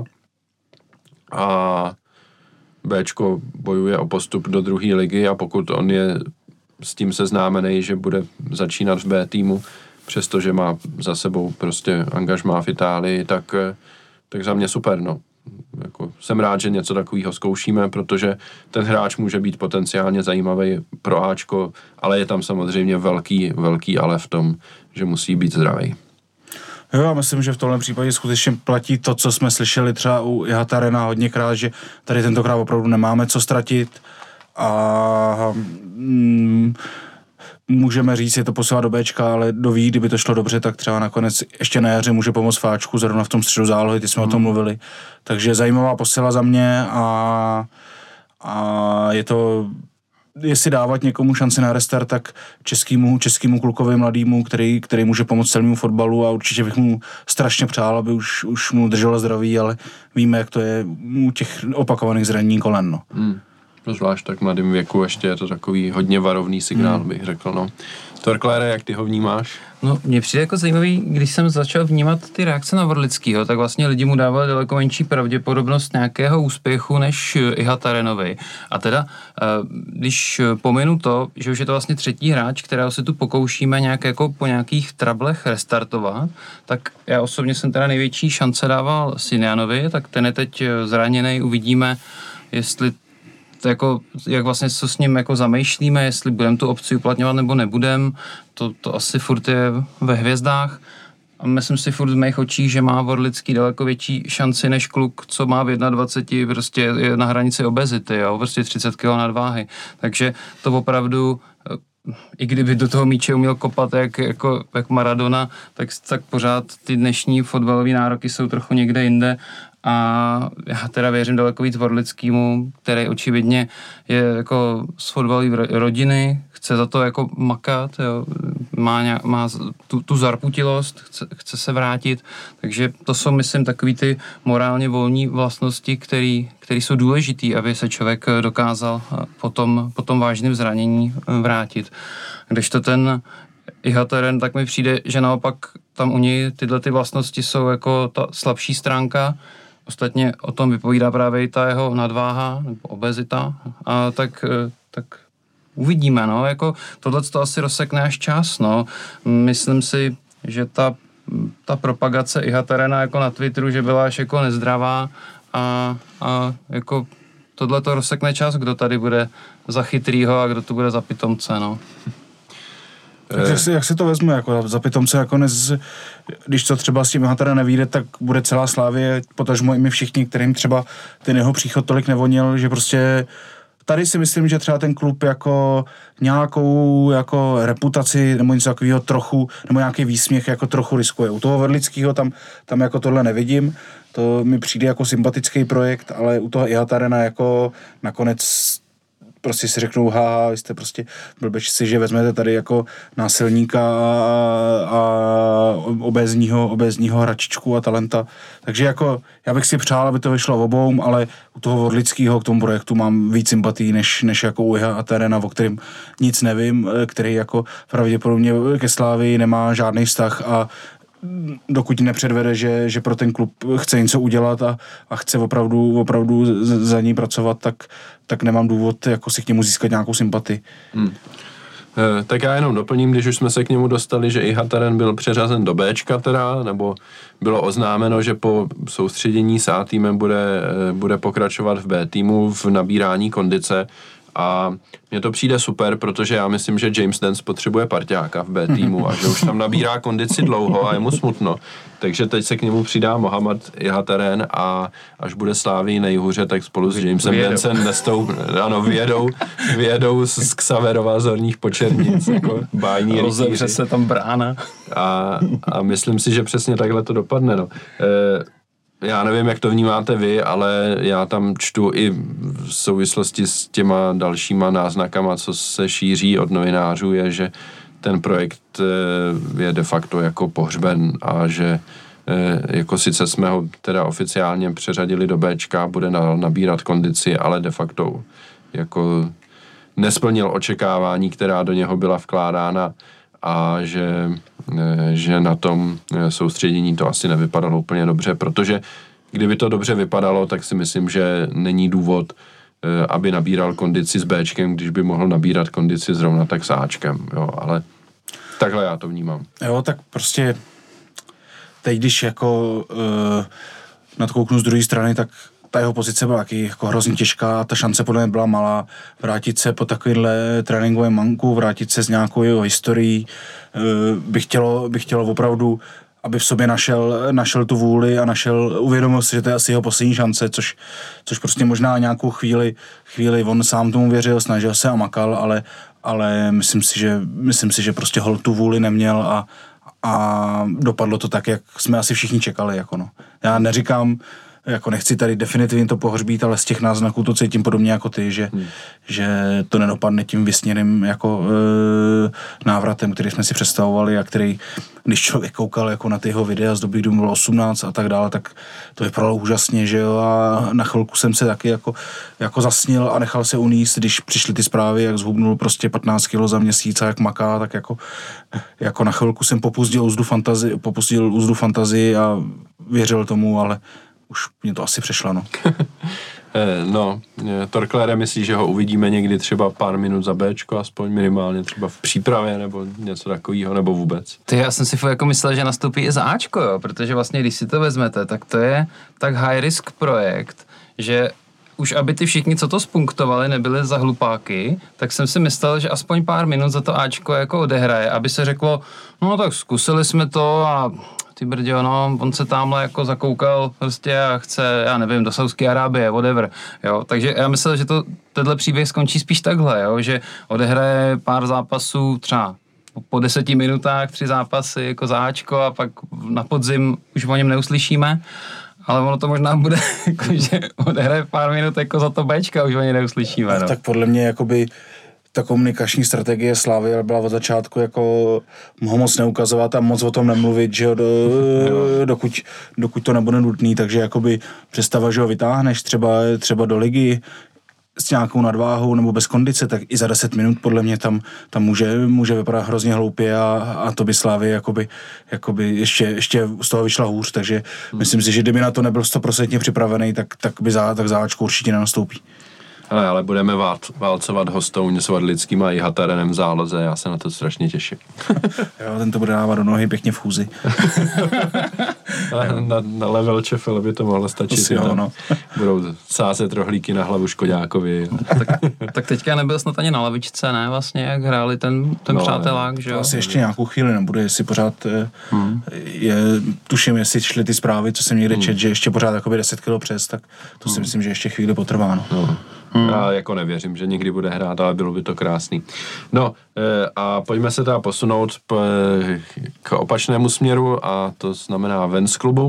a Bčko bojuje o postup do druhé ligy a pokud on je s tím seznámený, že bude začínat v B týmu, přestože má za sebou prostě angažmá v Itálii, tak tak za mě super, no. Jako jsem rád, že něco takového zkoušíme, protože ten hráč může být potenciálně zajímavý pro Ačko, ale je tam samozřejmě velký, velký ale v tom, že musí být zdravý. Jo, já myslím, že v tomhle případě skutečně platí to, co jsme slyšeli třeba u Ihatarena hodněkrát, že tady tentokrát opravdu nemáme co ztratit a mm, můžeme říct, je to posílat do Bčka, ale kdo ví, kdyby to šlo dobře, tak třeba nakonec ještě na jaře může pomoct Fáčku, zrovna v tom středu zálohy, ty jsme hmm. o tom mluvili. Takže zajímavá posila za mě a, a je to, jestli dávat někomu šanci na restart, tak českýmu, českýmu klukovi mladýmu, který, který může pomoct celému fotbalu a určitě bych mu strašně přál, aby už, už mu drželo zdraví, ale víme, jak to je u těch opakovaných zranění kolen. No. Hmm. Zvlášť tak mladým věku ještě je to takový hodně varovný signál, hmm. bych řekl, no. Torklére, jak ty ho vnímáš? No, mně přijde jako zajímavý, když jsem začal vnímat ty reakce na Vorlickýho, tak vlastně lidi mu dávali daleko menší pravděpodobnost nějakého úspěchu než Ihatarenovi. A teda, když pominu to, že už je to vlastně třetí hráč, kterého se tu pokoušíme nějak jako po nějakých trablech restartovat, tak já osobně jsem teda největší šance dával Synianovi, tak ten je teď zraněný, uvidíme, jestli jako, jak vlastně se s ním jako zamýšlíme, jestli budeme tu opci uplatňovat nebo nebudem, to, to asi furt je ve hvězdách. A myslím si furt z mých očí, že má Vorlický daleko větší šanci než kluk, co má v dvacet jedna, prostě je na hranici obezity, jo, prostě třicet kilogramů nadváhy. Takže to opravdu, i kdyby do toho míče uměl kopat jak, jako, jak Maradona, tak, tak pořád ty dnešní fotbalové nároky jsou trochu někde jinde. A já teda věřím daleko víc Vorlickýmu, který očividně je jako z fotbalové rodiny, chce za to jako makat, jo, má, nějak, má tu, tu zarputilost, chce, chce se vrátit, takže to jsou, myslím, takový ty morálně volní vlastnosti, který, který jsou důležitý, aby se člověk dokázal po tom, po tom vážném zranění vrátit. Kdežto ten Ihataren, tak mi přijde, že naopak tam u něj tyhle ty vlastnosti jsou jako ta slabší stránka. Ostatně o tom vypovídá právě i ta jeho nadváha nebo obezita. A tak, tak uvidíme, no, jako tohleto to asi rozsekne až čas, no. Myslím si, že ta, ta propagace Ihatarena jako na Twitteru, že byla až jako nezdravá a, a jako tohleto rozsekne čas, kdo tady bude za chytrýho a kdo tu bude za pitomce, no. Tak jak, si, jak si to vezmu, jako za pitomce, jako nez, když to třeba s tím Ihatarem nevyjde, tak bude celá Slávie, potažmo i my všichni, kterým třeba ten jeho příchod tolik nevonil, že prostě tady si myslím, že třeba ten klub jako nějakou jako reputaci nebo něco takového trochu, nebo nějaký výsměch jako trochu riskuje. U toho Vorlickýho tam, tam jako tohle nevidím, to mi přijde jako sympatický projekt, ale u toho Ihatarena jako nakonec prostě si řeknou, haha, vy jste prostě blbečci, že vezmete tady jako násilníka a, a obézního, obézního hračičku a talenta. Takže jako já bych si přál, aby to vyšlo obou, ale u toho Vorlickýho k tomu projektu mám víc sympatí, než, než jako u Ihatarena, o kterém nic nevím, který jako pravděpodobně ke Slávii nemá žádný vztah a dokud nepředvede, že, že pro ten klub chce něco udělat a, a chce opravdu, opravdu za ní pracovat, tak, tak nemám důvod jako si k němu získat nějakou sympatii. Hmm. E, tak já jenom doplním, když už jsme se k němu dostali, že Ihataren byl přeřazen do Bčka teda, nebo bylo oznámeno, že po soustředění s A týmem bude, bude pokračovat v B týmu v nabírání kondice. A mně to přijde super, protože já myslím, že James Dance potřebuje parťáka v B týmu a že už tam nabírá kondici dlouho a je mu smutno. Takže teď se k němu přidá Mohamed Ihataren a až bude Slávii nejhůře, tak spolu s Jamesem Dancem nestou, ano, vyjedou, vyjedou z Xaverova z Horních Počernic, jako bájní rozevře se tam brána. A, a myslím si, že přesně takhle to dopadne, no. E, Já nevím, jak to vnímáte vy, ale já tam čtu i v souvislosti s těma dalšíma náznakama, co se šíří od novinářů, je, že ten projekt je de facto jako pohřben a že jako sice jsme ho teda oficiálně přeřadili do Bčka, bude nabírat kondici, ale de facto jako nesplnil očekávání, která do něho byla vkládána a že, že na tom soustředění to asi nevypadalo úplně dobře, protože kdyby to dobře vypadalo, tak si myslím, že není důvod, aby nabíral kondici s Bčkem, když by mohl nabírat kondici zrovna tak s Ačkem, jo, ale takhle já to vnímám. Jo, tak prostě teď, když jako uh, nadkouknu z druhé strany, tak ta jeho pozice byla taky jako hrozně těžká, ta šance podle mě byla malá, vrátit se po takovýhle tréninkovém manku, vrátit se s nějakou jeho historií, by chtělo, by chtělo opravdu, aby v sobě našel, našel tu vůli a našel, uvědomil si, že to je asi jeho poslední šance, což, což prostě možná nějakou chvíli, chvíli on sám tomu věřil, snažil se a makal, ale, ale myslím si, že, myslím si, že prostě hol tu vůli neměl a, a dopadlo to tak, jak jsme asi všichni čekali. Jako no. Já neříkám, jako nechci tady definitivně to pohřbít, ale z těch náznaků to cítím podobně jako ty, že, hmm. že to nedopadne tím vysněným jako e, návratem, který jsme si představovali a který, když člověk koukal jako na ty jeho videa z doby, kdy mu bylo osmnáct a tak dále, tak to vypadalo úžasně, že jo, a na chvilku jsem se taky jako, jako zasnil a nechal se uníst, když přišly ty zprávy, jak zhubnul prostě patnáct kilo za měsíc a jak maká, tak jako, jako na chvilku jsem popustil úzdu fantazii, popustil úzdu fantazii a věřil tomu, ale už mě to asi přešlo, no. No, Torklére myslí, že ho uvidíme někdy třeba pár minut za Bčko, aspoň minimálně třeba v přípravě nebo něco takového, nebo vůbec. Ty, já jsem si jako myslel, že nastoupí i za Ačko, jo, protože vlastně, když si to vezmete, tak to je tak high risk projekt, že už aby ty všichni, co to spunktovali, nebyli za hlupáky, tak jsem si myslel, že aspoň pár minut za to Ačko jako odehraje, aby se řeklo, no tak zkusili jsme to a ty brďo, no, on se tamhle jako zakoukal prostě a chce, já nevím, do Saúdské Arábie, whatever, jo, takže já myslel, že to, tenhle příběh skončí spíš takhle, jo, že odehraje pár zápasů třeba po deseti minutách, tři zápasy jako za Ačko a pak na podzim už o něm neuslyšíme, ale ono to možná bude, jako, že odehraje pár minut jako za to Bčka, už o něj neuslyšíme, no. Tak podle mě, jakoby ta komunikační strategie Slavie byla od začátku jako ho moc neukazovat a moc o tom nemluvit, že jo, do, dokud, dokud to nebude nutný, takže jakoby představa, že ho vytáhneš třeba, třeba do ligy s nějakou nadváhou nebo bez kondice, tak i za deset minut podle mě tam, tam může, může vypadat hrozně hloupě a, a to by Slavie jakoby, jakoby ještě, ještě z toho vyšla hůř, takže hmm. myslím si, že kdyby na to nebyl sto procent připravený, tak, tak by za, tak za Ačko určitě nenastoupí. Hele, ale budeme vál, válcovat Hostouň s Vadlickým a i Hatarenem v záloze, já se na to strašně těším. Jo, ten to bude dávat do nohy pěkně v chůzi. na, na level Čefel by to mohlo stačit. Jo, no. Budou sázet rohlíky na hlavu Škoďákovi. tak, tak teďka nebyl snad ani na lavičce, ne? Vlastně, jak hráli ten, ten no, přátelák, že jo? Asi ještě nějakou chvíli nebude, jestli pořád hmm. je, tuším, jestli šly ty zprávy, co jsem někde hmm. čet, že ještě pořád jakoby deset kilo přes, tak to si hmm. myslím, že ještě chvíli potrvá, no. no. Hmm. Já jako nevěřím, že někdy bude hrát, ale bylo by to krásný. No a pojďme se teda posunout k opačnému směru a to znamená ven z klubu.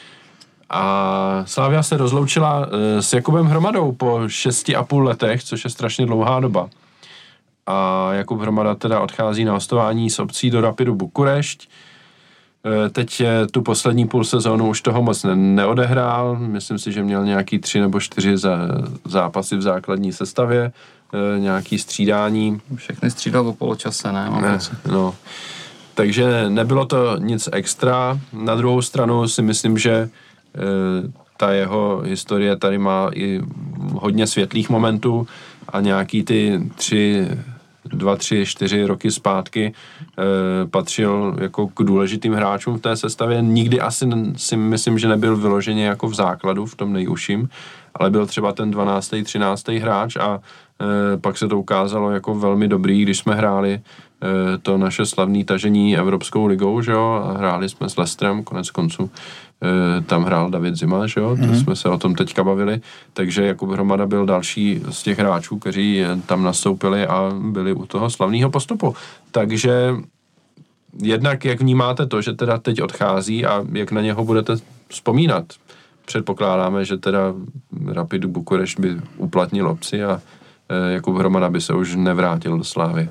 A Slavia se rozloučila s Jakubem Hromadou po šesti a půl letech, což je strašně dlouhá doba. A Jakub Hromada teda odchází na hostování s opcí do Rapidu Bukurešť. Teď tu poslední půl sezónu už toho moc ne- neodehrál, myslím si, že měl nějaký tři nebo čtyři za- zápasy v základní sestavě, e, nějaký střídání. Všechny střídal po poločase, ne? ne no. Takže nebylo to nic extra. Na druhou stranu si myslím, že e, ta jeho historie tady má i hodně světlých momentů a nějaký ty tři... dva, tři, čtyři roky zpátky e, patřil jako k důležitým hráčům v té sestavě. Nikdy asi si myslím, že nebyl vyloženě jako v základu, v tom nejužším, ale byl třeba ten dvanáctý, třináctý hráč a e, pak se to ukázalo jako velmi dobrý, když jsme hráli e, to naše slavné tažení Evropskou ligou, že jo, a hráli jsme s Leicesterem, konec konců. Tam hrál David Zima, že jo, to mm-hmm. jsme se o tom teďka bavili, takže Jakub Hromada byl další z těch hráčů, kteří tam nastoupili a byli u toho slavného postupu. Takže jednak jak vnímáte to, že teda teď odchází a jak na něho budete vzpomínat? Předpokládáme, že teda Rapidu Bukurešť by uplatnil opci a Jakub Hromada by se už nevrátil do Slávie.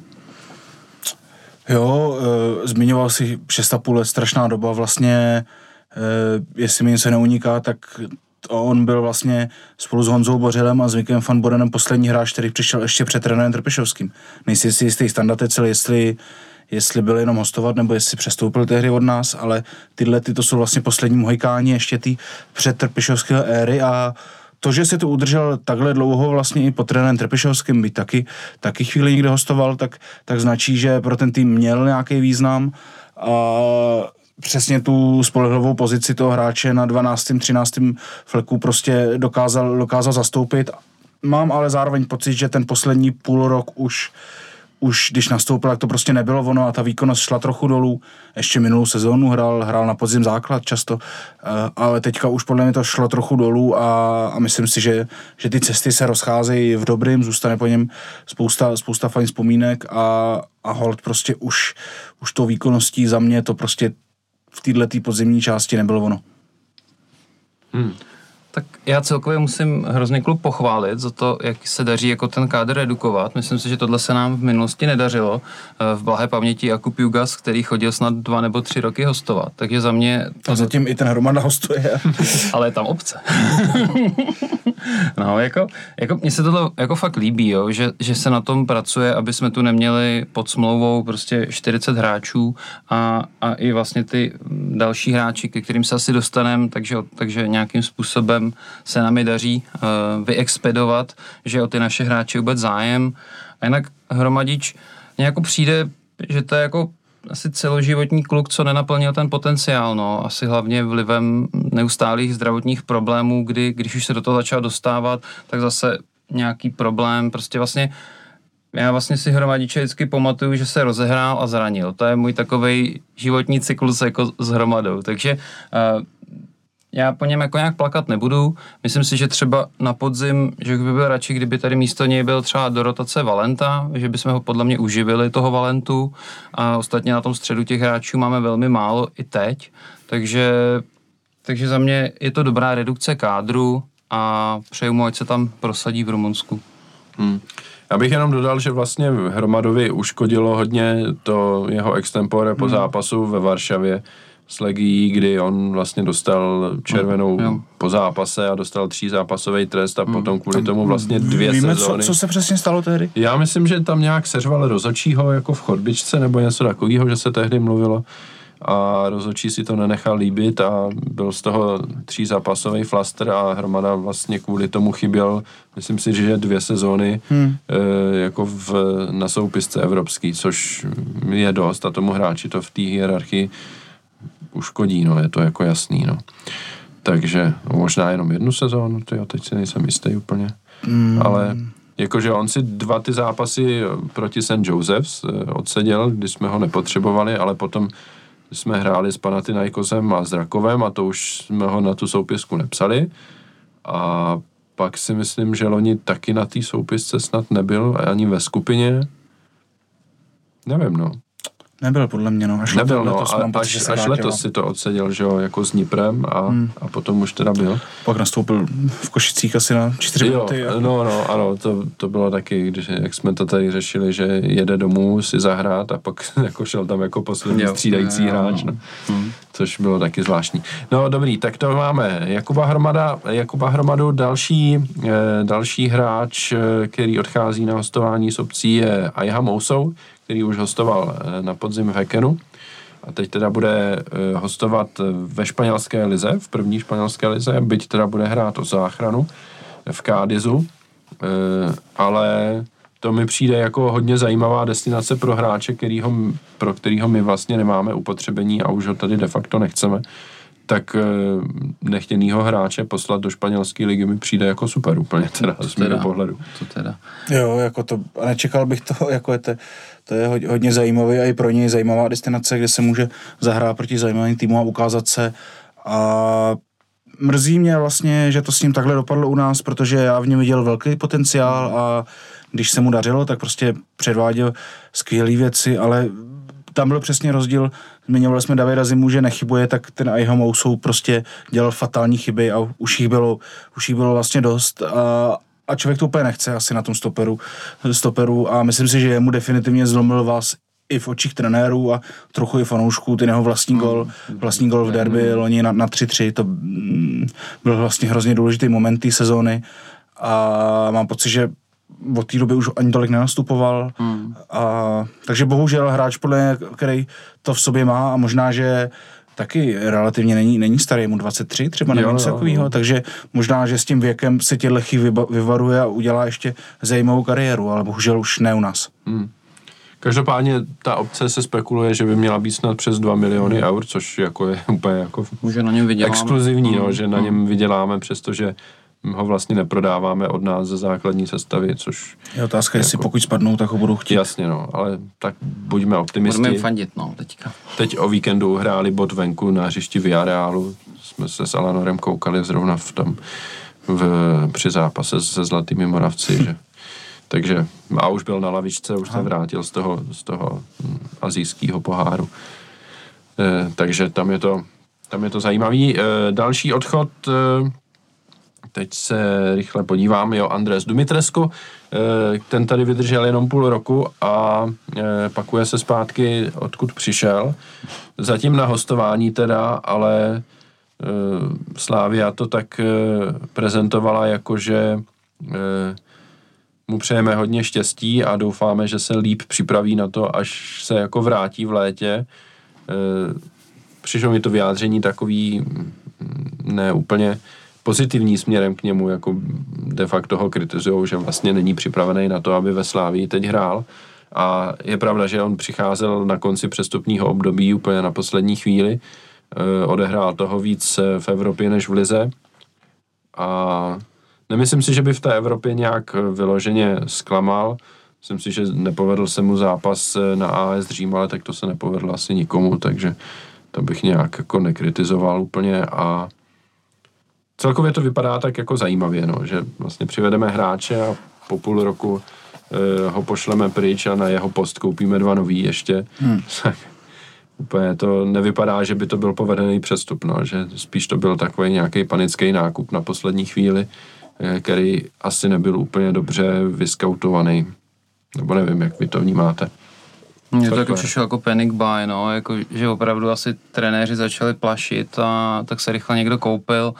Jo, e, zmiňoval si šest a půl let, strašná doba, vlastně Uh, jestli mi něco neuniká, tak on byl vlastně spolu s Honzou Bořilem a Zvykem van Borenem poslední hráč, který přišel ještě před trenérem Trpišovským. Nejsi si jistý standardecel, jestli, jestli byl jenom hostovat, nebo jestli přestoupil tehdy od nás, ale tyhle ty to jsou vlastně poslední mohikáni ještě ty před Trpišovského éry a to, že si to udržel takhle dlouho vlastně i pod trenérem Trpišovským, by taky, taky chvíli někde hostoval, tak, tak značí, že pro ten tým měl nějaký význam a přesně tu spolehlivou pozici toho hráče na dvanáctém třináctém fleku prostě dokázal, dokázal zastoupit. Mám ale zároveň pocit, že ten poslední půl rok už, už když nastoupil, tak to prostě nebylo ono a ta výkonnost šla trochu dolů. Ještě minulou sezónu hrál, hrál na podzim základ často, ale teďka už podle mě to šlo trochu dolů a, a myslím si, že, že ty cesty se rozcházejí v dobrým, zůstane po něm spousta, spousta fajn vzpomínek a, a hold prostě už, už tou výkonností za mě to prostě v této podzimní části nebylo ono. Hmm. Tak já celkově musím hrozně klub pochválit za to, jak se daří jako ten kádr redukovat. Myslím si, že tohle se nám v minulosti nedařilo. V blahé paměti Jakub Jugas, který chodil snad dva nebo tři roky hostovat. Takže za mě... To... A zatím i ten Hromada hostuje. Ale je tam obce. No, jako, jako mně se tohle jako fakt líbí, jo, že, že se na tom pracuje, aby jsme tu neměli pod smlouvou prostě čtyřicet hráčů a, a i vlastně ty další hráči, ke kterým se asi dostaneme, takže, takže nějakým způsobem se nám je daří uh, vyexpedovat, že o ty naše hráče vůbec zájem. A jinak Hromadič nějak přijde, že to je jako asi celoživotní kluk, co nenaplnil ten potenciál, no, asi hlavně vlivem neustálých zdravotních problémů, kdy, když už se do toho začal dostávat, tak zase nějaký problém, prostě vlastně, já vlastně si Hromadiče vždycky pamatuju, že se rozehrál a zranil, to je můj takovej životní cyklus jako s Hromadou, takže uh, já po něm jako nějak plakat nebudu. Myslím si, že třeba na podzim, že by byl radši, kdyby tady místo něj byl třeba do rotace Valenta, že bychom ho podle mě uživili, toho Valentu. A ostatně na tom středu těch hráčů máme velmi málo i teď. Takže, takže za mě je to dobrá redukce kádru a přeju mu, ať se tam prosadí v Rumunsku. Hmm. Já bych jenom dodal, že vlastně Hromadovi uškodilo hodně to jeho extempore po hmm. zápasu ve Varšavě s Legií, kdy on vlastně dostal červenou mm, po zápase a dostal třízápasový trest a mm, potom kvůli tomu vlastně dvě víme, sezóny. Víme, co, co se přesně stalo tehdy? Já myslím, že tam nějak seřval rozhodčího jako v chodbičce nebo něco takového, že se tehdy mluvilo a rozhodčí si to nenechal líbit a byl z toho třízápasový flaster a Hromada vlastně kvůli tomu chyběl, myslím si, že dvě sezóny hmm. e, jako v, na soupisce evropský, což je dost a tomu hráči to v té hierarchii uškodí, no, je to jako jasný, no. Takže možná jenom jednu sezónu, tyjo, teď si nejsem jistý úplně, mm. ale jakože on si dva ty zápasy proti Saint Joseph's odseděl, když jsme ho nepotřebovali, ale potom jsme hráli s Panathinaikosem a s Rakovem a to už jsme ho na tu soupisku nepsali a pak si myslím, že loni taky na té soupisce snad nebyl ani ve skupině, nevím, no. Nebyl podle mě, no. Až Nebyl, no, letos, a, až, až, až letos si to odseděl, že jo, jako s Dniprem a, hmm. a potom už teda byl. Pak nastoupil v Košicích asi na čtyři minuty. Jo, no, no, ano, to, to bylo taky, když, jak jsme to tady řešili, že jede domů si zahrát a pak jako šel tam jako poslední jo, střídající jo, hráč, no. Hmm. Což bylo taky zvláštní. No dobrý, tak to máme Jakuba Hromada, Jakuba Hromadu, další, eh, další hráč, eh, který odchází na hostování s obcí je Ajha Mousou, který už hostoval na podzim v Hekenu a teď teda bude hostovat ve španělské lize, v první španělské lize, byť teda bude hrát o záchranu v Cádizu, ale to mi přijde jako hodně zajímavá destinace pro hráče, kterýho, pro kterýho my vlastně nemáme upotřebení a už ho tady de facto nechceme, tak nechtěnýho hráče poslat do španělské ligy mi přijde jako super úplně teda, z mého pohledu. To teda. Jo, jako to, nečekal bych to, jako je to, to je hodně zajímavý a i pro něj zajímavá destinace, kde se může zahrát proti zajímavým týmům a ukázat se a mrzí mě vlastně, že to s ním takhle dopadlo u nás, protože já v něm viděl velký potenciál a když se mu dařilo, tak prostě předváděl skvělé věci, ale tam byl přesně rozdíl, zmiňovali jsme Davida Zimu, že nechybuje, tak ten Ajha Mousou prostě dělal fatální chyby a už jich bylo, už jich bylo vlastně dost a, a člověk to úplně nechce asi na tom stoperu, stoperu a myslím si, že jemu definitivně zlomil vás i v očích trenérů a trochu i fanoušků, ten jeho vlastní gol, vlastní gol v derby loni na, na tři tři, to mm, byl vlastně hrozně důležitý moment té sezóny a mám pocit, že od té doby už ani tolik nenastupoval. Hmm. A, takže bohužel hráč, podle který to v sobě má a možná, že taky relativně není, není starý, mu dvacet tři třeba, nevím co takovýho, takže možná, že s tím věkem se těchto chyb vyvaruje a udělá ještě zajímavou kariéru, ale bohužel už ne u nás. Hmm. Každopádně ta opce se spekuluje, že by měla být snad přes dva miliony eur, což jako je úplně jako Může na něm vyděláme. exkluzivní, no, mm. že na mm. něm vyděláme, přestože ho vlastně neprodáváme od nás ze základní sestavy, což... Je otázka, jestli jako, pokud spadnou, tak ho budou chtít. Jasně, no, ale tak buďme optimisti. Budeme jim fandit, no, teďka. Teď o víkendu hráli bod venku na hřišti Villarealu. Jsme se s Alanorem koukali zrovna v tom, v, při zápase se Zlatými Moravci, že... Takže, a už byl na lavičce, už se vrátil z toho, z toho asijského poháru. E, takže tam je to, tam je to zajímavý. E, další odchod... E, Teď se rychle podívám, jo, Andrés Dumitrescu, ten tady vydržel jenom půl roku a pakuje se zpátky, odkud přišel. Zatím na hostování teda, ale Slavia to tak prezentovala jako, že mu přejeme hodně štěstí a doufáme, že se líp připraví na to, až se jako vrátí v létě. Přišlo mi to vyjádření takový ne úplně pozitivní směrem k němu, jako de facto ho kritizujou, že vlastně není připravený na to, aby ve Slavii teď hrál. A je pravda, že on přicházel na konci přestupního období úplně na poslední chvíli, e, odehrál toho víc v Evropě než v lize a nemyslím si, že by v té Evropě nějak vyloženě zklamal. Myslím si, že nepovedl se mu zápas na A S Řím, ale tak to se nepovedlo asi nikomu, takže to bych nějak jako nekritizoval úplně a celkově to vypadá tak jako zajímavě, no, že vlastně přivedeme hráče a po půl roku e, ho pošleme pryč a na jeho post koupíme dva nový ještě. Hmm. Úplně to nevypadá, že by to byl povedený přestup, no, že spíš to byl takový nějaký panický nákup na poslední chvíli, e, který asi nebyl úplně dobře vyskautovaný. Nebo nevím, jak vy to vnímáte. Mně to taky přišlo jako panic buy, no, jako, že opravdu asi trenéři začali plašit a tak se rychle někdo koupil.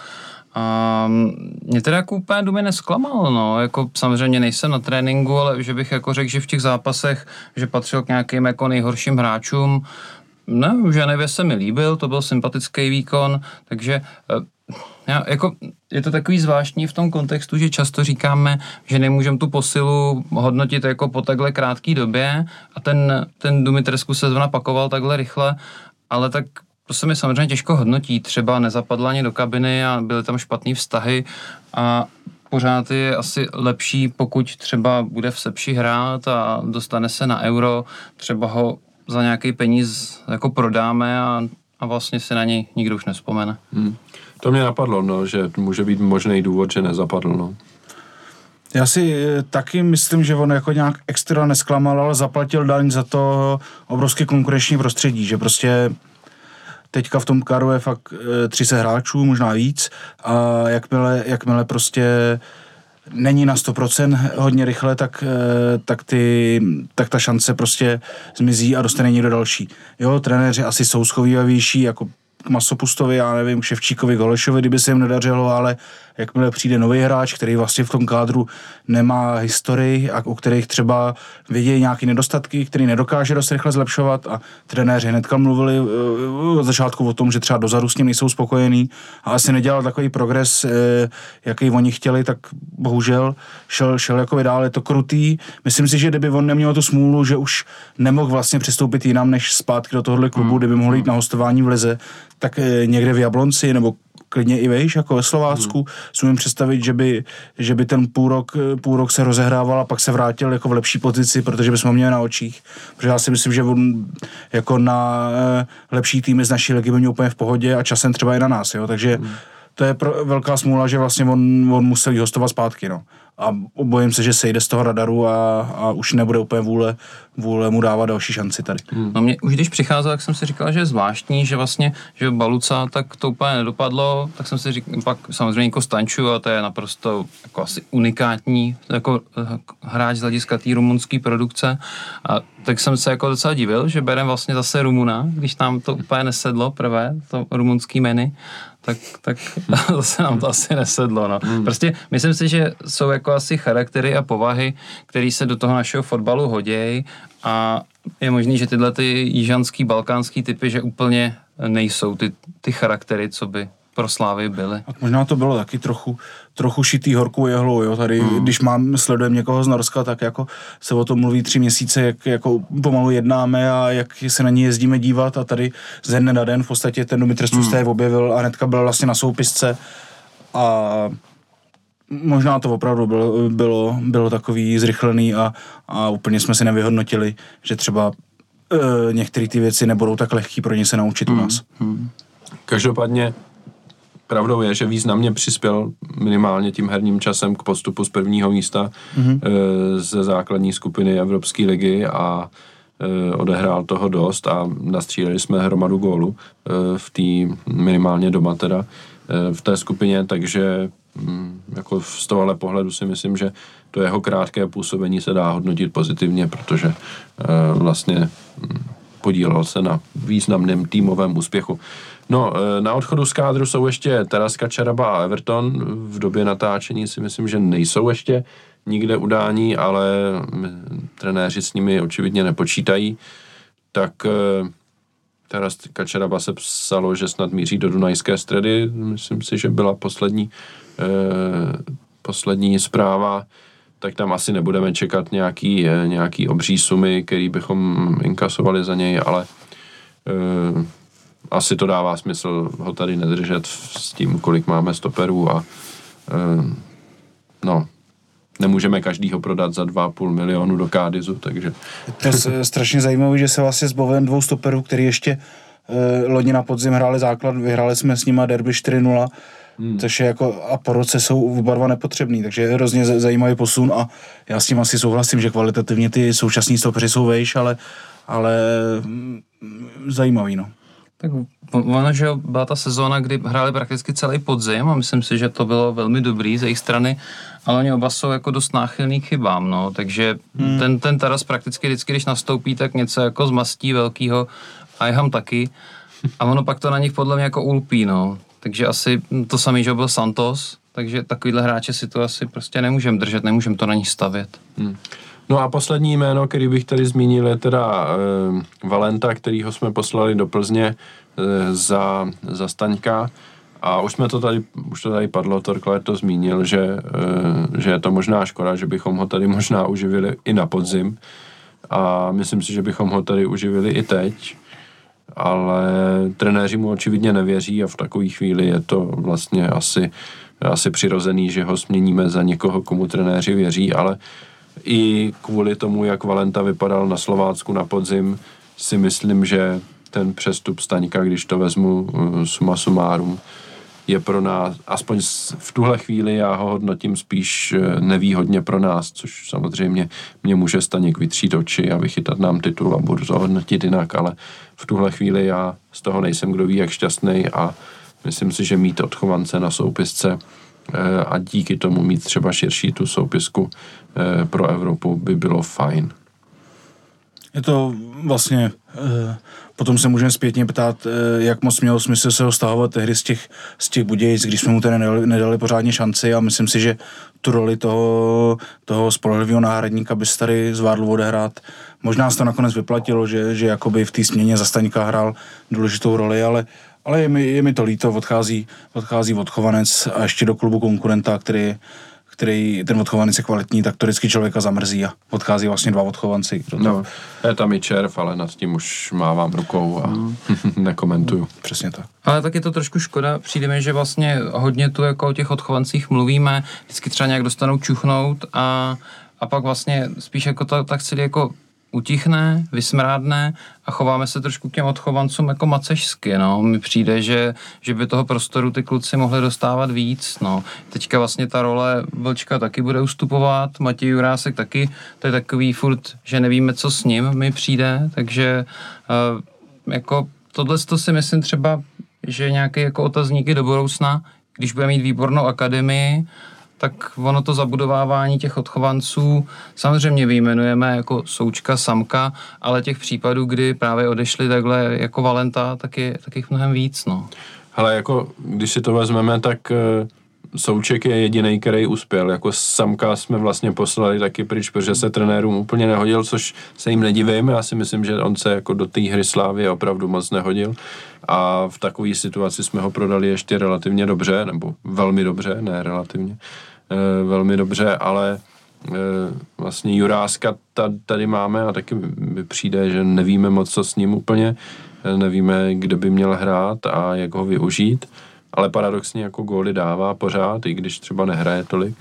A mě teda jako úplně Dumy nesklamal, no, jako samozřejmě nejsem na tréninku, ale že bych jako řekl, že v těch zápasech, že patřil k nějakým jako nejhorším hráčům, ne, že nevě se mi líbil, to byl sympatický výkon, takže já, jako, je to takový zvláštní v tom kontextu, že často říkáme, že nemůžeme tu posilu hodnotit jako po takhle krátké době a ten, ten Dumitrescu se napakoval takhle rychle, ale tak to se mi samozřejmě těžko hodnotí, třeba nezapadla ani do kabiny a byly tam špatný vztahy a pořád je asi lepší, pokud třeba bude v Sepši hrát a dostane se na euro, třeba ho za nějaký peníz jako prodáme a, a vlastně si na něj nikdo už nevzpomene. Hmm. To mě napadlo, no, že může být možný důvod, že nezapadl, no. Já si taky myslím, že on jako nějak extra nesklamal, ale zaplatil daň za to obrovské konkurenční prostředí, že prostě teďka v tom karu je fakt třicet hráčů, možná víc a jakmile, jakmile prostě není na sto procent hodně rychle, tak, tak, ty, tak ta šance prostě zmizí a dostane někdo další. Jo, trenéři asi jsou schovývavější, jako k Masopustovi, já nevím, k Ševčíkovi, k Holešovi, kdyby se jim nedařilo, ale jakmile přijde nový hráč, který vlastně v tom kádru nemá historii a u kterých třeba vidějí nějaké nedostatky, který nedokáže dost rychle zlepšovat a trenéři hnedka mluvili od začátku o tom, že třeba dozadu s ním nejsou spokojení a asi nedělal takový progres, jaký oni chtěli, tak bohužel šel, šel jako dál, je to krutý. Myslím si, že kdyby on neměl tu smůlu, že už nemohl vlastně přistoupit jinam než zpátky do tohohle klubu, kdyby mohl jít na hostování v lize, tak někde v Jablonci nebo klidně i vejš, jako ve Slovácku, hmm. si umím představit, že by, že by ten půl rok, půl rok se rozehrával a pak se vrátil jako v lepší pozici, protože bychom ho měli na očích. Protože já si myslím, že on jako na lepší týmy z naší ligy by měl úplně v pohodě a časem třeba i na nás, jo, takže hmm. to je pro, velká smůla, že vlastně on, on musel hostovat zpátky, no. A bojím se, že sejde z toho radaru a, a už nebude úplně vůle, vůle mu dávat další šanci tady. Hmm. No mě už když přicházel, tak jsem si říkal, že je zvláštní, že vlastně, že Baluca tak to úplně nedopadlo, tak jsem si říkal, pak samozřejmě jako Stanču a to je naprosto jako asi unikátní jako hráč z hlediska té rumunské produkce a tak jsem se jako docela divil, že berem vlastně zase Rumuna, když nám to úplně nesedlo prvé, to rumunský menu, tak, tak zase nám to asi nesedlo, no. Hmm. Prostě myslím si, že jsou jako asi charaktery a povahy, které se do toho našeho fotbalu hodějí a je možný, že tyhle ty jižanský, balkánský typy, že úplně nejsou ty, ty charaktery, co by pro Slávy byly. A možná to bylo taky trochu, trochu šitý horkou jehlou, jo, tady, hmm. když mám, sledujem někoho z Norska, tak jako se o tom mluví tři měsíce, jak jako pomalu jednáme a jak se na ní jezdíme dívat a tady ze dne na den v podstatě ten Dumitr Stůstaj hmm. objevil a hnedka byl vlastně na soupisce a možná to opravdu bylo, bylo, bylo takový zrychlený a, a úplně jsme si nevyhodnotili, že třeba e, některé ty věci nebudou tak lehký pro ně se naučit hmm. u nás. Hmm. Každopádně pravdou je, že významně přispěl minimálně tím herním časem k postupu z prvního místa mm-hmm. e, ze základní skupiny Evropské ligy a e, odehrál toho dost a nastříleli jsme hromadu gólu e, v té minimálně doma teda e, v té skupině, takže m, jako z tohohle pohledu si myslím, že to jeho krátké působení se dá hodnotit pozitivně, protože e, vlastně m, podílel se na významném týmovém úspěchu. No, na odchodu z kádru jsou ještě Taras Kačaraba a Everton. V době natáčení si myslím, že nejsou ještě nikde udání, ale trenéři s nimi očividně nepočítají. Tak Taras Kačaraba se psalo, že snad míří do Dunajské Stredy. Myslím si, že byla poslední, eh, poslední zpráva. Tak tam asi nebudeme čekat nějaký, nějaký obří sumy, který bychom inkasovali za něj, ale eh, asi to dává smysl ho tady nedržet s tím, kolik máme stoperů a e, no, nemůžeme každýho prodat za dva a půl milionu do Cádizu, takže... To je strašně zajímavé, že se vlastně zbavujeme dvou stoperů, který ještě e, loni na podzim hráli základ, vyhráli jsme s nima derby čtyři nula, hmm. což je jako a po roce jsou oba dva nepotřebný, takže je hrozně zajímavý posun a já s tím asi souhlasím, že kvalitativně ty současní stopeři jsou vejš, ale, ale zajímavý, no. Tak ono, že byla ta sezóna, kdy hráli prakticky celý podzim a myslím si, že to bylo velmi dobrý z jejich strany, ale oni oba jsou jako dost náchylný k chybám, no, takže hmm. ten, ten Taras prakticky vždycky, když nastoupí, tak něco jako zmastí velkýho a Iham taky a ono pak to na nich podle mě jako ulpí, no, takže asi to samý, že byl Santos, takže takovýhle hráče si to asi prostě nemůžeme držet, nemůžeme to na nich stavět. Hmm. No a poslední jméno, který bych tady zmínil, je teda e, Valenta, kterýho jsme poslali do Plzně e, za, za Staňka. A už jsme to tady, už to tady padlo, Torkler to zmínil, že, e, že je to možná škoda, že bychom ho tady možná uživili i na podzim. A myslím si, že bychom ho tady uživili i teď. Ale trenéři mu očividně nevěří a v takové chvíli je to vlastně asi, asi přirozený, že ho směníme za někoho, komu trenéři věří, ale i kvůli tomu, jak Valenta vypadal na Slovácku na podzim, si myslím, že ten přestup Staňka, když to vezmu suma sumárum, je pro nás, aspoň v tuhle chvíli já ho hodnotím spíš nevýhodně pro nás, což samozřejmě mě může Staněk vytřít oči a vychytat nám titul a budu to hodnotit jinak, ale v tuhle chvíli já z toho nejsem kdo ví jak šťastnej a myslím si, že mít odchovance na soupisce a díky tomu mít třeba širší tu soupisku pro Evropu by bylo fajn. Je to vlastně, potom se můžeme zpětně ptát, jak moc mělo smysl se ho stahovat tehdy z těch, z těch Budějic, když jsme mu tedy nedali, nedali pořádně šanci a myslím si, že tu roli toho, toho spolehlivého náhradníka by se tady zvládl odehrát. Možná se to nakonec vyplatilo, že, že jakoby v té směně za Staňka hrál důležitou roli, ale Ale je mi, je mi to líto, odchází, odchází odchovanec a ještě do klubu konkurenta, který, který ten odchovanec je kvalitní, tak to vždycky člověka zamrzí a odchází vlastně dva odchovanci. No, je tam i červ, ale nad tím už mávám rukou a mm. nekomentuju. Přesně tak. Ale tak je to trošku škoda, přijde mi, že vlastně hodně tu jako o těch odchovancích mluvíme, vždycky třeba nějak dostanou čuchnout a, a pak vlastně spíš jako to, tak celý jako utichne, vysmrádne a chováme se trošku k těm odchovancům jako macešsky, no. Mi přijde, že, že by toho prostoru ty kluci mohli dostávat víc, no. Teďka vlastně ta role Vlčka taky bude ustupovat, Matěj Jurásek taky, to je takový furt, že nevíme, co s ním mi přijde, takže uh, jako tohle to si myslím třeba, že nějaké jako otazníky do budoucna, když bude mít výbornou akademii, tak ono to zabudovávání těch odchovanců, samozřejmě vyjmenujeme jako Součka, Samka, ale těch případů, kdy právě odešli takhle jako Valenta, tak je tak jich mnohem víc, no. Hele, jako když si to vezmeme, tak Souček je jedinej, který uspěl. Jako Samka jsme vlastně poslali taky pryč, protože se trenérům úplně nehodil, což se jim nedivím. Já si myslím, že on se jako do té hry Slávy opravdu moc nehodil. A v takové situaci jsme ho prodali ještě relativně dobře, nebo velmi dobře, ne relativně, e, velmi dobře, ale e, vlastně Juráska tady máme a taky mi přijde, že nevíme moc, co s ním úplně, e, nevíme, kde by měl hrát a jak ho využít, ale paradoxně jako góly dává pořád, i když třeba nehraje tolik.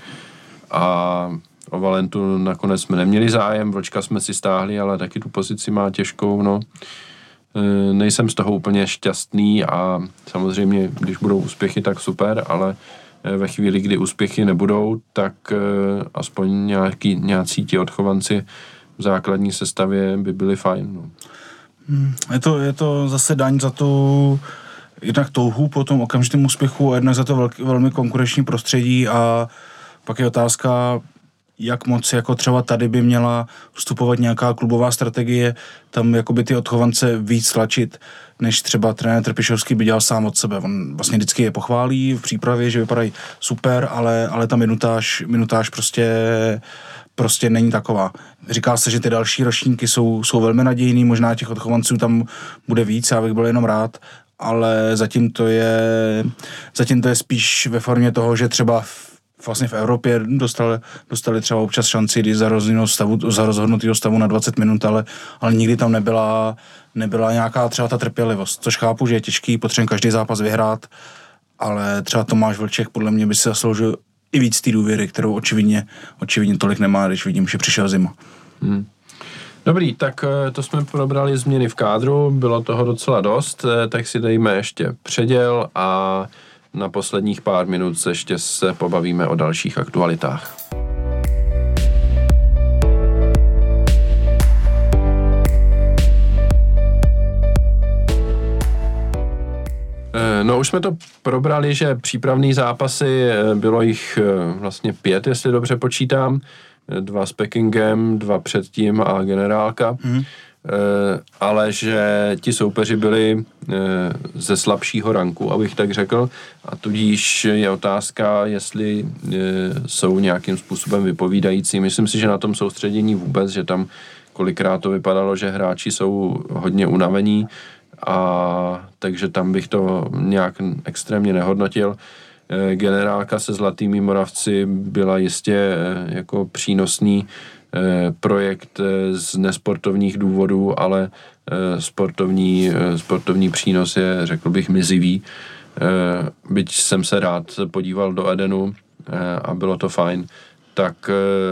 A o Valentu nakonec jsme neměli zájem, Vlčka jsme si stáhli, ale taky tu pozici má těžkou, no. E, nejsem z toho úplně šťastný a samozřejmě, když budou úspěchy, tak super, ale ve chvíli, kdy úspěchy nebudou, tak e, aspoň nějaký, nějací ti odchovanci v základní sestavě by byli fajn, no. Je to, je to zase daň za tu jednak touhu po tom okamžitém úspěchu a jednak za to velký, velmi konkurenční prostředí a pak je otázka, jak moc jako třeba tady by měla vstupovat nějaká klubová strategie, tam jakoby ty odchovance víc tlačit, než třeba trenér Trpišovský by dělal sám od sebe. On vlastně vždycky je pochválí v přípravě, že vypadají super, ale, ale ta minutáž, minutáž prostě, prostě není taková. Říká se, že ty další ročníky jsou, jsou velmi nadějný, možná těch odchovanců tam bude víc, já bych byl jenom rád, ale zatím to je, zatím to je spíš ve formě toho, že třeba v, vlastně v Evropě dostali, dostali třeba občas šanci, kdy za rozhodnutého stavu, za rozhodnutého stavu na dvacet minut, ale, ale nikdy tam nebyla, nebyla nějaká třeba ta trpělivost, což chápu, že je těžký, potřebujeme každý zápas vyhrát, ale třeba Tomáš Vlček podle mě by si zasloužil i víc té důvěry, kterou očividně, očividně tolik nemá, když vidím, že přišel zima. Hmm. Dobrý, tak to jsme probrali změny v kádru, bylo toho docela dost, tak si dejme ještě předěl a na posledních pár minut ještě se pobavíme o dalších aktualitách. No už jsme to probrali, že přípravné zápasy, bylo jich vlastně pět, jestli dobře počítám, dva s Pekingem, dva předtím a Generálka, hmm. ale že ti soupeři byli ze slabšího ranku, abych tak řekl, a tudíž je otázka, jestli jsou nějakým způsobem vypovídající. Myslím si, že na tom soustředění vůbec, že tam kolikrát to vypadalo, že hráči jsou hodně unavení, a takže tam bych to nějak extrémně nehodnotil. Generálka se Zlatými Moravci byla jistě jako přínosný projekt z nesportovních důvodů, ale sportovní, sportovní přínos je, řekl bych, mizivý. Byť jsem se rád podíval do Edenu a bylo to fajn, tak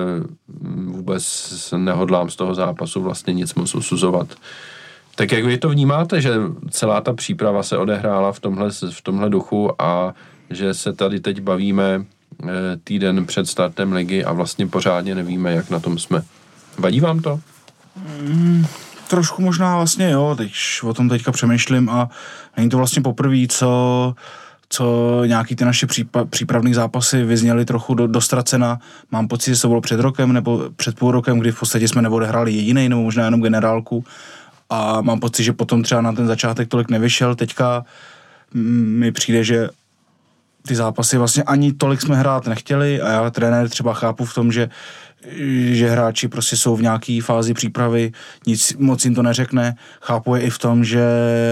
vůbec nehodlám z toho zápasu vlastně nic moc usuzovat. Tak jak vy to vnímáte, že celá ta příprava se odehrála v tomhle, v tomhle duchu a že se tady teď bavíme týden před startem ligy a vlastně pořádně nevíme, jak na tom jsme. Vadí vám to? Mm, trošku možná vlastně jo, teď o tom teďka přemýšlím a není to vlastně poprvé, co, co nějaký ty naše přípa, přípravné zápasy vyzněly trochu do, dostracena. Mám pocit, že to bylo před rokem nebo před půl rokem, kdy v podstatě jsme neodehráli jedinej nebo možná jenom Generálku a mám pocit, že potom třeba na ten začátek tolik nevyšel. Teďka mi přijde, že ty zápasy vlastně ani tolik jsme hrát nechtěli a já trenér třeba chápu v tom, že, že hráči prostě jsou v nějaký fázi přípravy, nic moc jim to neřekne. Chápu je i v tom, že,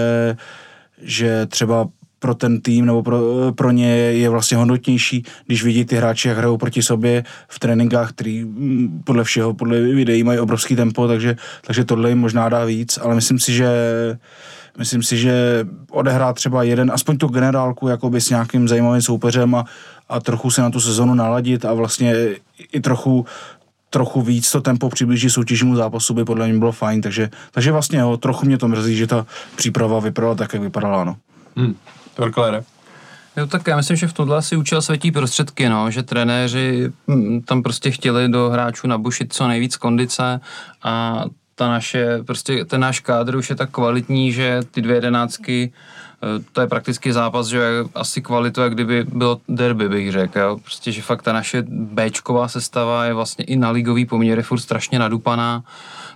že třeba pro ten tým nebo pro, pro ně je vlastně hodnotnější, když vidí ty hráči, jak hrajou proti sobě v tréninkách, který podle všeho, podle videí mají obrovský tempo, takže, takže tohle jim možná dá víc, ale myslím si, že Myslím si, že odehrát třeba jeden, aspoň tu Generálku jakoby s nějakým zajímavým soupeřem a, a trochu se na tu sezonu naladit a vlastně i trochu, trochu víc to tempo přiblížit soutěžnímu zápasu by podle mě bylo fajn, takže, takže vlastně jo, trochu mě to mrzí, že ta příprava vypadala tak, jak vypadala, no. Hmm, Torklére. Jo, tak já myslím, že v tomhle asi účel světí prostředky, no, že trenéři tam prostě chtěli do hráčů nabušit co nejvíc kondice a ta naše, prostě ten náš kádr už je tak kvalitní, že ty dvě jedenáctky, to je prakticky zápas, že je asi kvalitu, jak kdyby bylo derby, bych řekl, jo. Prostě, že fakt ta naše béčková sestava je vlastně i na ligový poměry furt strašně nadupaná,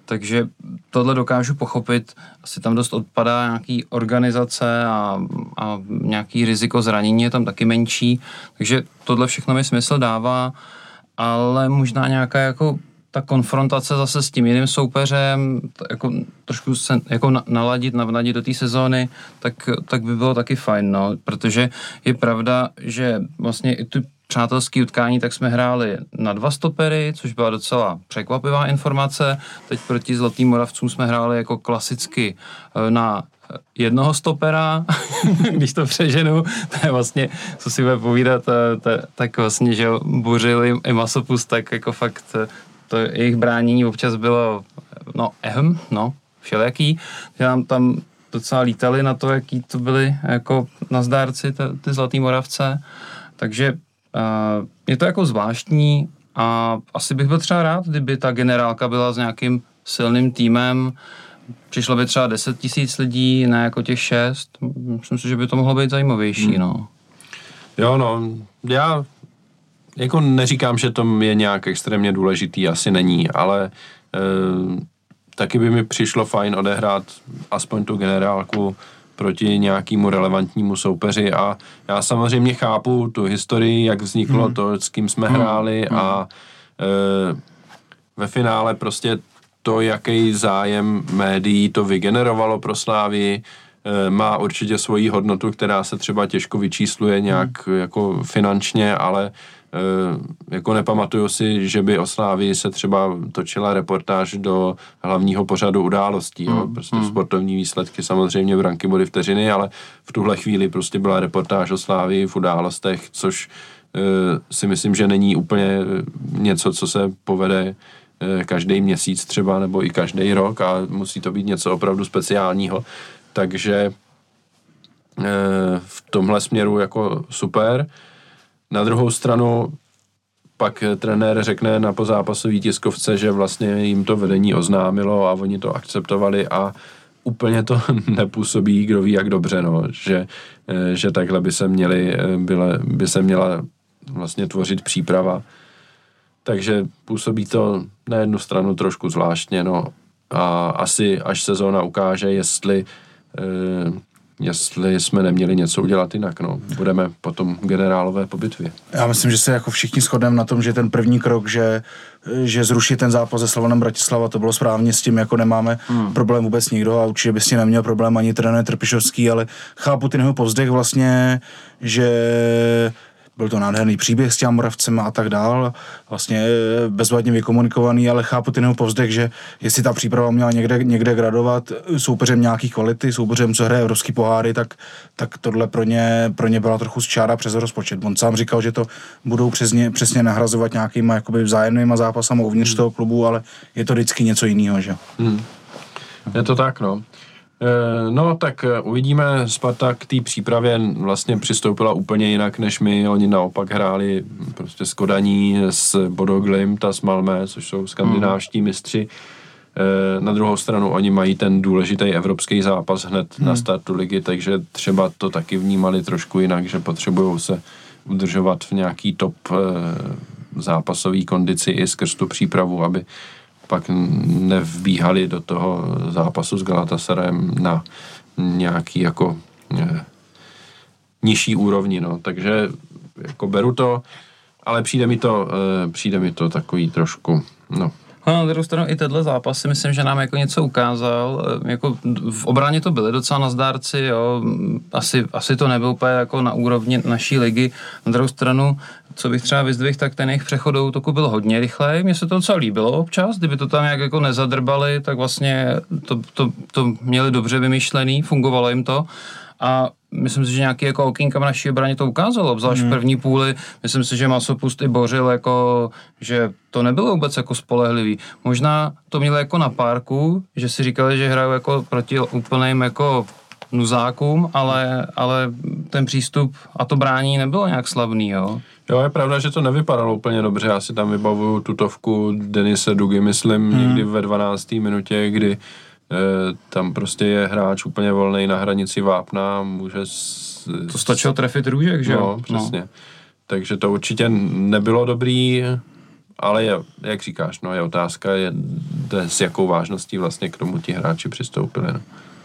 takže tohle dokážu pochopit, asi tam dost odpadá nějaký organizace a, a nějaký riziko zranění je tam taky menší, takže tohle všechno mi smysl dává, ale možná nějaká jako ta konfrontace zase s tím jiným soupeřem, jako trošku se jako naladit, navnadit do té sezóny, tak, tak by bylo taky fajn, no, protože je pravda, že vlastně i tu přátelský utkání, tak jsme hráli na dva stopery, což byla docela překvapivá informace. Teď proti Zlatým Moravcům jsme hráli jako klasicky na jednoho stopera, když to přeženu, to je vlastně, co si bude povídat, tak vlastně, že bořili i Masopust, tak jako fakt to jejich bránění občas bylo, no, ehm, no, všelijaký, že nám tam docela lítali na to, jaký to byly jako nazdárci, ty, ty Zlatý Moravce, takže uh, je to jako zvláštní a asi bych byl třeba rád, kdyby ta generálka byla s nějakým silným týmem, přišlo by třeba deset tisíc lidí, ne jako těch šest, myslím si, že by to mohlo být zajímavější, hmm. no. Jo, no, já jako neříkám, že to je nějak extrémně důležitý, asi není, ale e, taky by mi přišlo fajn odehrát aspoň tu generálku proti nějakému relevantnímu soupeři a já samozřejmě chápu tu historii, jak vzniklo hmm. to, s kým jsme hmm. hráli hmm. a e, ve finále prostě to, jaký zájem médií to vygenerovalo pro Slávii, e, má určitě svoji hodnotu, která se třeba těžko vyčísluje nějak hmm. jako finančně, ale e, jako nepamatuju si, že by o Slávii se třeba točila reportáž do hlavního pořadu událostí. Hmm. Jo? Prostě hmm. sportovní výsledky, samozřejmě branky, body, vteřiny, ale v tuhle chvíli prostě byla reportáž o Slávii v událostech, což e, si myslím, že není úplně něco, co se povede každý měsíc třeba, nebo i každý rok a musí to být něco opravdu speciálního. Takže v tomhle směru jako super. Na druhou stranu pak trenér řekne na pozápasové tiskovce, že vlastně jim to vedení oznámilo a oni to akceptovali a úplně to nepůsobí, kdo ví jak dobře, no, že, že takhle by se měli, byle, by se měla vlastně tvořit příprava. Takže působí to na jednu stranu trošku zvláštně, no a asi až sezóna ukáže, jestli, e, jestli jsme neměli něco udělat jinak, no. Budeme potom generálové po bitvě. Já myslím, že se jako všichni shodneme na tom, že ten první krok, že, že zrušit ten zápas se Slavonem Bratislava, to bylo správně, s tím jako nemáme hmm. problém vůbec nikdo a určitě by s tím neměl problém ani trenér Trpišovský, ale chápu ten jeho povzdech vlastně, že byl to nádherný příběh s těmi Moravcem a tak dál, vlastně bezvadně vykomunikovaný, ale chápu ten jeho povzdech, že jestli ta příprava měla někde, někde gradovat soupeřem nějaký kvality, soupeřem, co hraje evropský poháry, tak, tak tohle pro ně, pro ně byla trochu zčára přes rozpočet. On sám říkal, že to budou přesně, přesně nahrazovat nějakýma jakoby vzájemnýma zápasama uvnitř hmm. toho klubu, ale je to vždycky něco jiného, že? Hmm. Je to tak, no. No, tak uvidíme, Sparta k té přípravě vlastně přistoupila úplně jinak než my, oni naopak hráli prostě s Kodaní, s Bodo Glimt a s Malmö, což jsou skandinávští mm. mistři. Na druhou stranu oni mají ten důležitý evropský zápas hned mm. na startu ligy, takže třeba to taky vnímali trošku jinak, že potřebují se udržovat v nějaký top zápasový kondici i skrz tu přípravu, aby pak nevbíhali do toho zápasu s Galatasarayem na nějaký jako eh, nižší úrovni, no. Takže jako beru to, ale přijde mi to, eh, přijde mi to takový trošku, no. No, na druhou stranu i tenhle zápas si myslím, že nám jako něco ukázal, jako v obraně to byli docela nazdárci, jo, asi, asi to nebylo úplně jako na úrovni naší ligy, na druhou stranu, co bych třeba vyzdvihl, tak ten jejich přechod do útoku byl hodně rychlej, mně se to docela líbilo občas, kdyby to tam nějak jako nezadrbali, tak vlastně to, to, to měli dobře vymyšlený, fungovalo jim to a myslím si, že nějaký jako okýnka v naší obraně to ukázalo, obzvlášť mm. v první půli, myslím si, že Masopust i bořil jako, že to nebylo vůbec jako spolehlivý. Možná to měli jako na párku, že si říkali, že hrajou jako proti úplným jako nuzákům, ale, ale ten přístup a to brání nebylo nějak slavný, jo. Jo, je pravda, že to nevypadalo úplně dobře, já si tam vybavuju tutovku Denise Dugy, myslím, mm. někdy ve dvanácté minutě, kdy tam prostě je hráč úplně volnej na hranici vápna, může... S... To stačilo trefit růžek, že jo? No, přesně. No. Takže to určitě nebylo dobrý ale je, jak říkáš, no je otázka, je, je, s jakou vážností vlastně k tomu ti hráči přistoupili. No.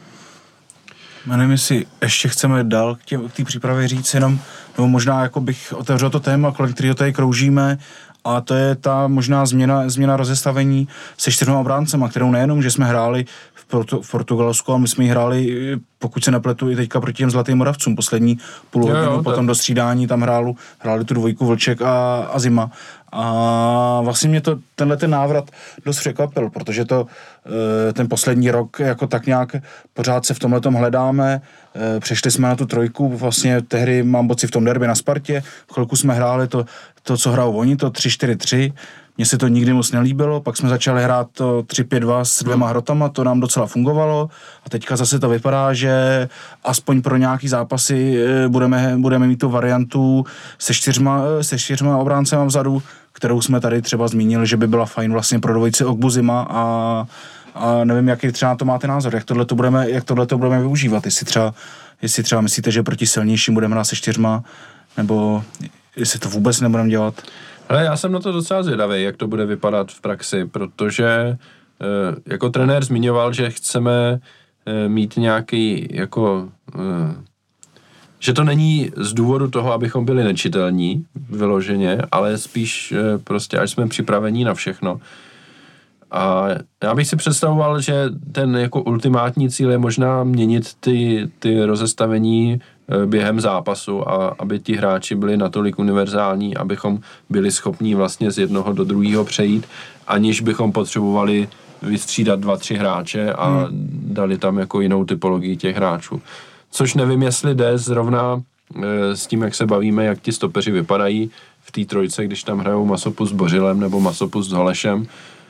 Já nevím, jestli ještě chceme dál k té k přípravě říct jenom, nebo možná jako bych otevřel to téma, kolem kterého tady kroužíme, a to je ta možná změna, změna rozestavení se čtyřma obráncema, kterou nejenom, že jsme hráli v, Portu, v Portugalsku, a my jsme ji hráli, pokud se nepletu, i teďka proti těm Zlatým Moravcům, poslední půl hodinu, potom do střídání tam hráli, hráli tu dvojku Vlček a, a Zima. A vlastně mě to, tenhle ten návrat dost překvapil, protože to ten poslední rok jako tak nějak pořád se v tomhletom hledáme, přešli jsme na tu trojku, vlastně tehdy mám pocit v tom derby na Spartě, chvilku jsme hráli to, to co hrajou oni, to tři čtyři tři, mně se to nikdy moc nelíbilo, pak jsme začali hrát to tři pět dva s dvěma hrotama, to nám docela fungovalo a teďka zase to vypadá, že aspoň pro nějaký zápasy budeme, budeme mít tu variantu se čtyřma, se čtyřma obráncema vzadu, kterou jsme tady třeba zmínili, že by byla fajn vlastně pro dvojici Ogbu Zima, a, a nevím, jaký třeba na to máte názor, jak tohle to budeme, jak tohle to budeme využívat, jestli třeba, jestli třeba myslíte, že proti silnějším budeme hrát se čtyřma, nebo jestli to vůbec nebudeme dělat. Ale já jsem na to docela zvědavý, jak to bude vypadat v praxi, protože jako trenér zmiňoval, že chceme mít nějaký jako, že to není z důvodu toho, abychom byli nečitelní vyloženě, ale spíš prostě, až jsme připravení na všechno. A já bych si představoval, že ten jako ultimátní cíl je možná měnit ty, ty rozestavení během zápasu, a aby ti hráči byli natolik univerzální, abychom byli schopní vlastně z jednoho do druhého přejít, aniž bychom potřebovali vystřídat dva, tři hráče a hmm. dali tam jako jinou typologii těch hráčů. Což nevím, jestli jde zrovna e, s tím, jak se bavíme, jak ti stopeři vypadají v té trojce, když tam hrajou Masopust s Bořilem nebo Masopust s Holešem,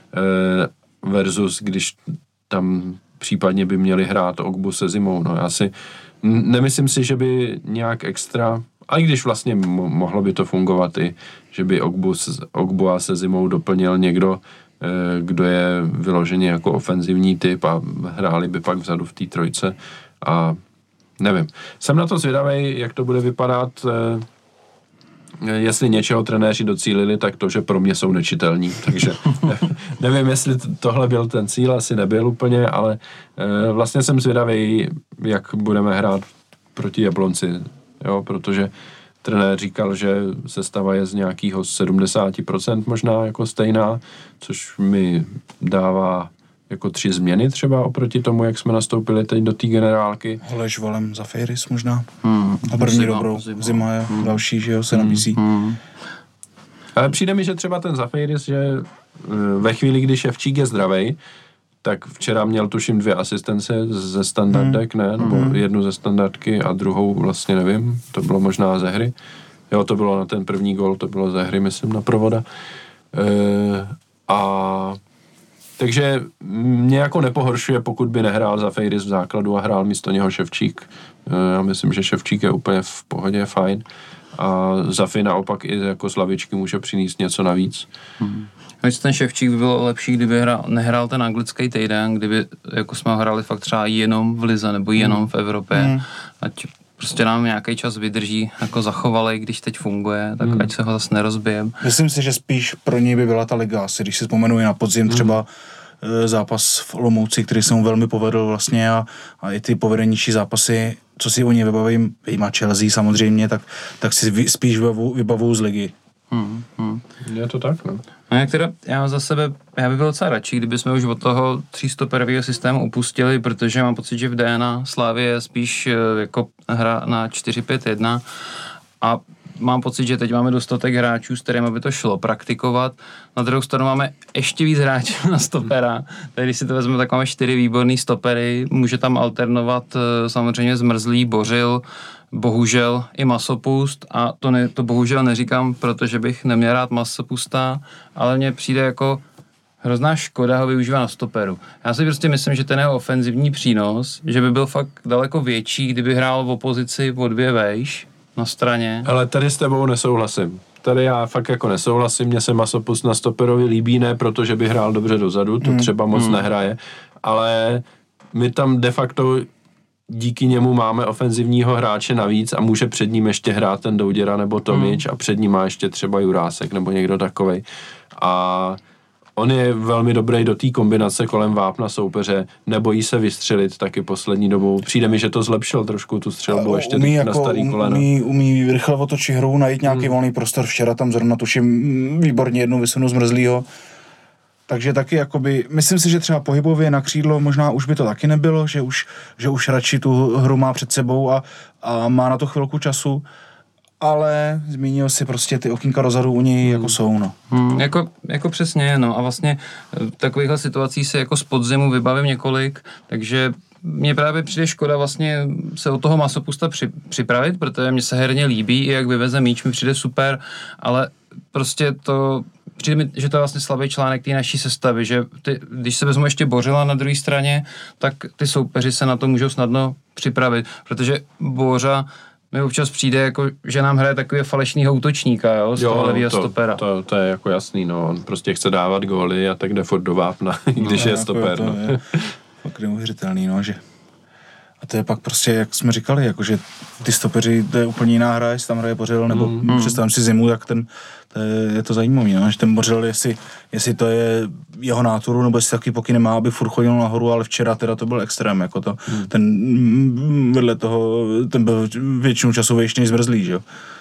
e, versus když tam případně by měli hrát Ogbu se Zimou. No já si nemyslím si, že by nějak extra, a i když vlastně mo- mohlo by to fungovat i, že by Ogbu, Ogbu a se Zimou doplnil někdo, e, kdo je vyloženě jako ofenzivní typ, a hráli by pak vzadu v té trojce, a nevím. Jsem na to zvědavý, jak to bude vypadat, e, jestli něčeho trenéři docílili, tak to, že pro mě jsou nečitelní, takže nevím, jestli tohle byl ten cíl, asi nebyl úplně, ale e, vlastně jsem zvědavý, jak budeme hrát proti Jablonci, jo, protože trenér říkal, že sestava je z nějakého sedmdesát procent možná jako stejná, což mi dává jako tři změny třeba oproti tomu, jak jsme nastoupili teď do té generálky. Holeš, Volem, Zafiris možná. Hmm, a první zima, dobrou. Zima, zima je hmm. další, že jo, se nabízí. Hmm. Ale přijde mi, že třeba ten Zafiris, že ve chvíli, kdy Ševčík je zdravej, tak včera měl tuším dvě asistence ze standardek, hmm. ne? Nebo hmm. jednu ze standardky a druhou vlastně nevím, to bylo možná ze hry. Jo, to bylo na ten první gól, to bylo ze hry, myslím, na Provoda. E, a takže mě jako nepohoršuje, pokud by nehrál Zafiris v základu a hrál místo něho Ševčík. Já myslím, že Ševčík je úplně v pohodě, fajn. A Zafi naopak i jako z lavičky může přinést něco navíc. Hmm. Víc ten Ševčík by bylo lepší, kdyby hrál, nehrál ten anglický týden, kdyby jako jsme hráli fakt třeba jenom v lize nebo jenom hmm. v Evropě. Hmm. Ať prostě nám nějaký čas vydrží, jako zachovali, když teď funguje, tak hmm. ať se ho zase nerozbijem. Myslím si, že spíš pro něj by byla ta liga asi, když si vzpomenu na podzim hmm. třeba e, zápas v Olomouci, který se mu velmi povedl vlastně, a, a i ty povedenější zápasy, co si o něj vybavím, vyjma Chelsea samozřejmě, tak, tak si vy, spíš vybavu, vybavu z ligy. Hmm, hmm. Je to tak, no. No jak teda, já za sebe, já bych byl docela radši, kdyby jsme už od toho třístoperového systému upustili, protože mám pocit, že v D N A Slávy je spíš jako hra na čtyři pět jedna a mám pocit, že teď máme dostatek hráčů, s kterými by to šlo praktikovat. Na druhou stranu máme ještě víc hráčů na stopera. Tady když si to vezmeme, tak máme čtyři výborný stopery, může tam alternovat samozřejmě Zmrzlý, Bořil, bohužel i Masopust, a to, ne, to bohužel neříkám, protože bych neměl rád Masopusta, ale mně přijde jako hrozná škoda ho využívat na stoperu. Já si prostě myslím, že ten jeho ofenzivní přínos, že by byl fakt daleko větší, kdyby hrál v opozici o dvě vejš na straně. Ale tady s tebou nesouhlasím. Tady já fakt jako nesouhlasím, mně se Masopust na stoperovi líbí, ne protože by hrál dobře dozadu, to hmm. třeba moc hmm. nehraje, ale my tam de facto díky němu máme ofenzivního hráče navíc a může před ním ještě hrát ten Douděra nebo Tomič hmm. a před ním má ještě třeba Jurásek nebo někdo takovej. a on je velmi dobrý do té kombinace kolem vápna soupeře, nebojí se vystřelit taky poslední dobou. Přijde mi, že to zlepšil trošku tu střelbu ještě umí na jako, starý koleno. Umí, umí rychle otočit hru, najít nějaký hmm. volný prostor. Včera tam zrovna tuším výborně jednou vysunu zmrzlýho. Takže taky jakoby, myslím si, že třeba pohybově na křídlo možná už by to taky nebylo, že už, že už radši tu hru má před sebou a, a má na to chvilku času. Ale zmínil si prostě ty okýnka dozadu u něj hmm. jako jsou, no. Hmm, jako, jako přesně, no a vlastně takovýchhle situací se jako z podzimu vybavím několik, takže mně právě přijde škoda vlastně se od toho masopusta při, připravit, protože mně se herně líbí, i jak vyveze míč, mi přijde super, ale prostě to, přijde mi, že to je vlastně slabý článek té naší sestavy, že ty, když se vezmu ještě Bořila na druhé straně, tak ty soupeři se na to můžou snadno připravit, protože Bořa mi občas přijde, jako, že nám hraje takový falešnýho útočníka, jo, z jo, toho levýho to, stopera. To, to je jako jasný, no, on prostě chce dávat góly a tak jde furt do vápna, když no, je stoper, jako no. Je fakt neuvěřitelný, no, že a to je pak prostě, jak jsme říkali, jakože ty stopeři, to je úplně jiná hra, jestli tam hraje Bořil, nebo mm. představím si Zimu, tak ten, to je, je to zajímavý, no, že ten Bořil, jestli, jestli to je jeho náturu, nebo jestli taky poky nemá, aby furt chodil nahoru, ale včera teda to byl extrém, jako to, mm. ten vedle toho, ten byl většinu času vejštěný zmrzlý, že jo.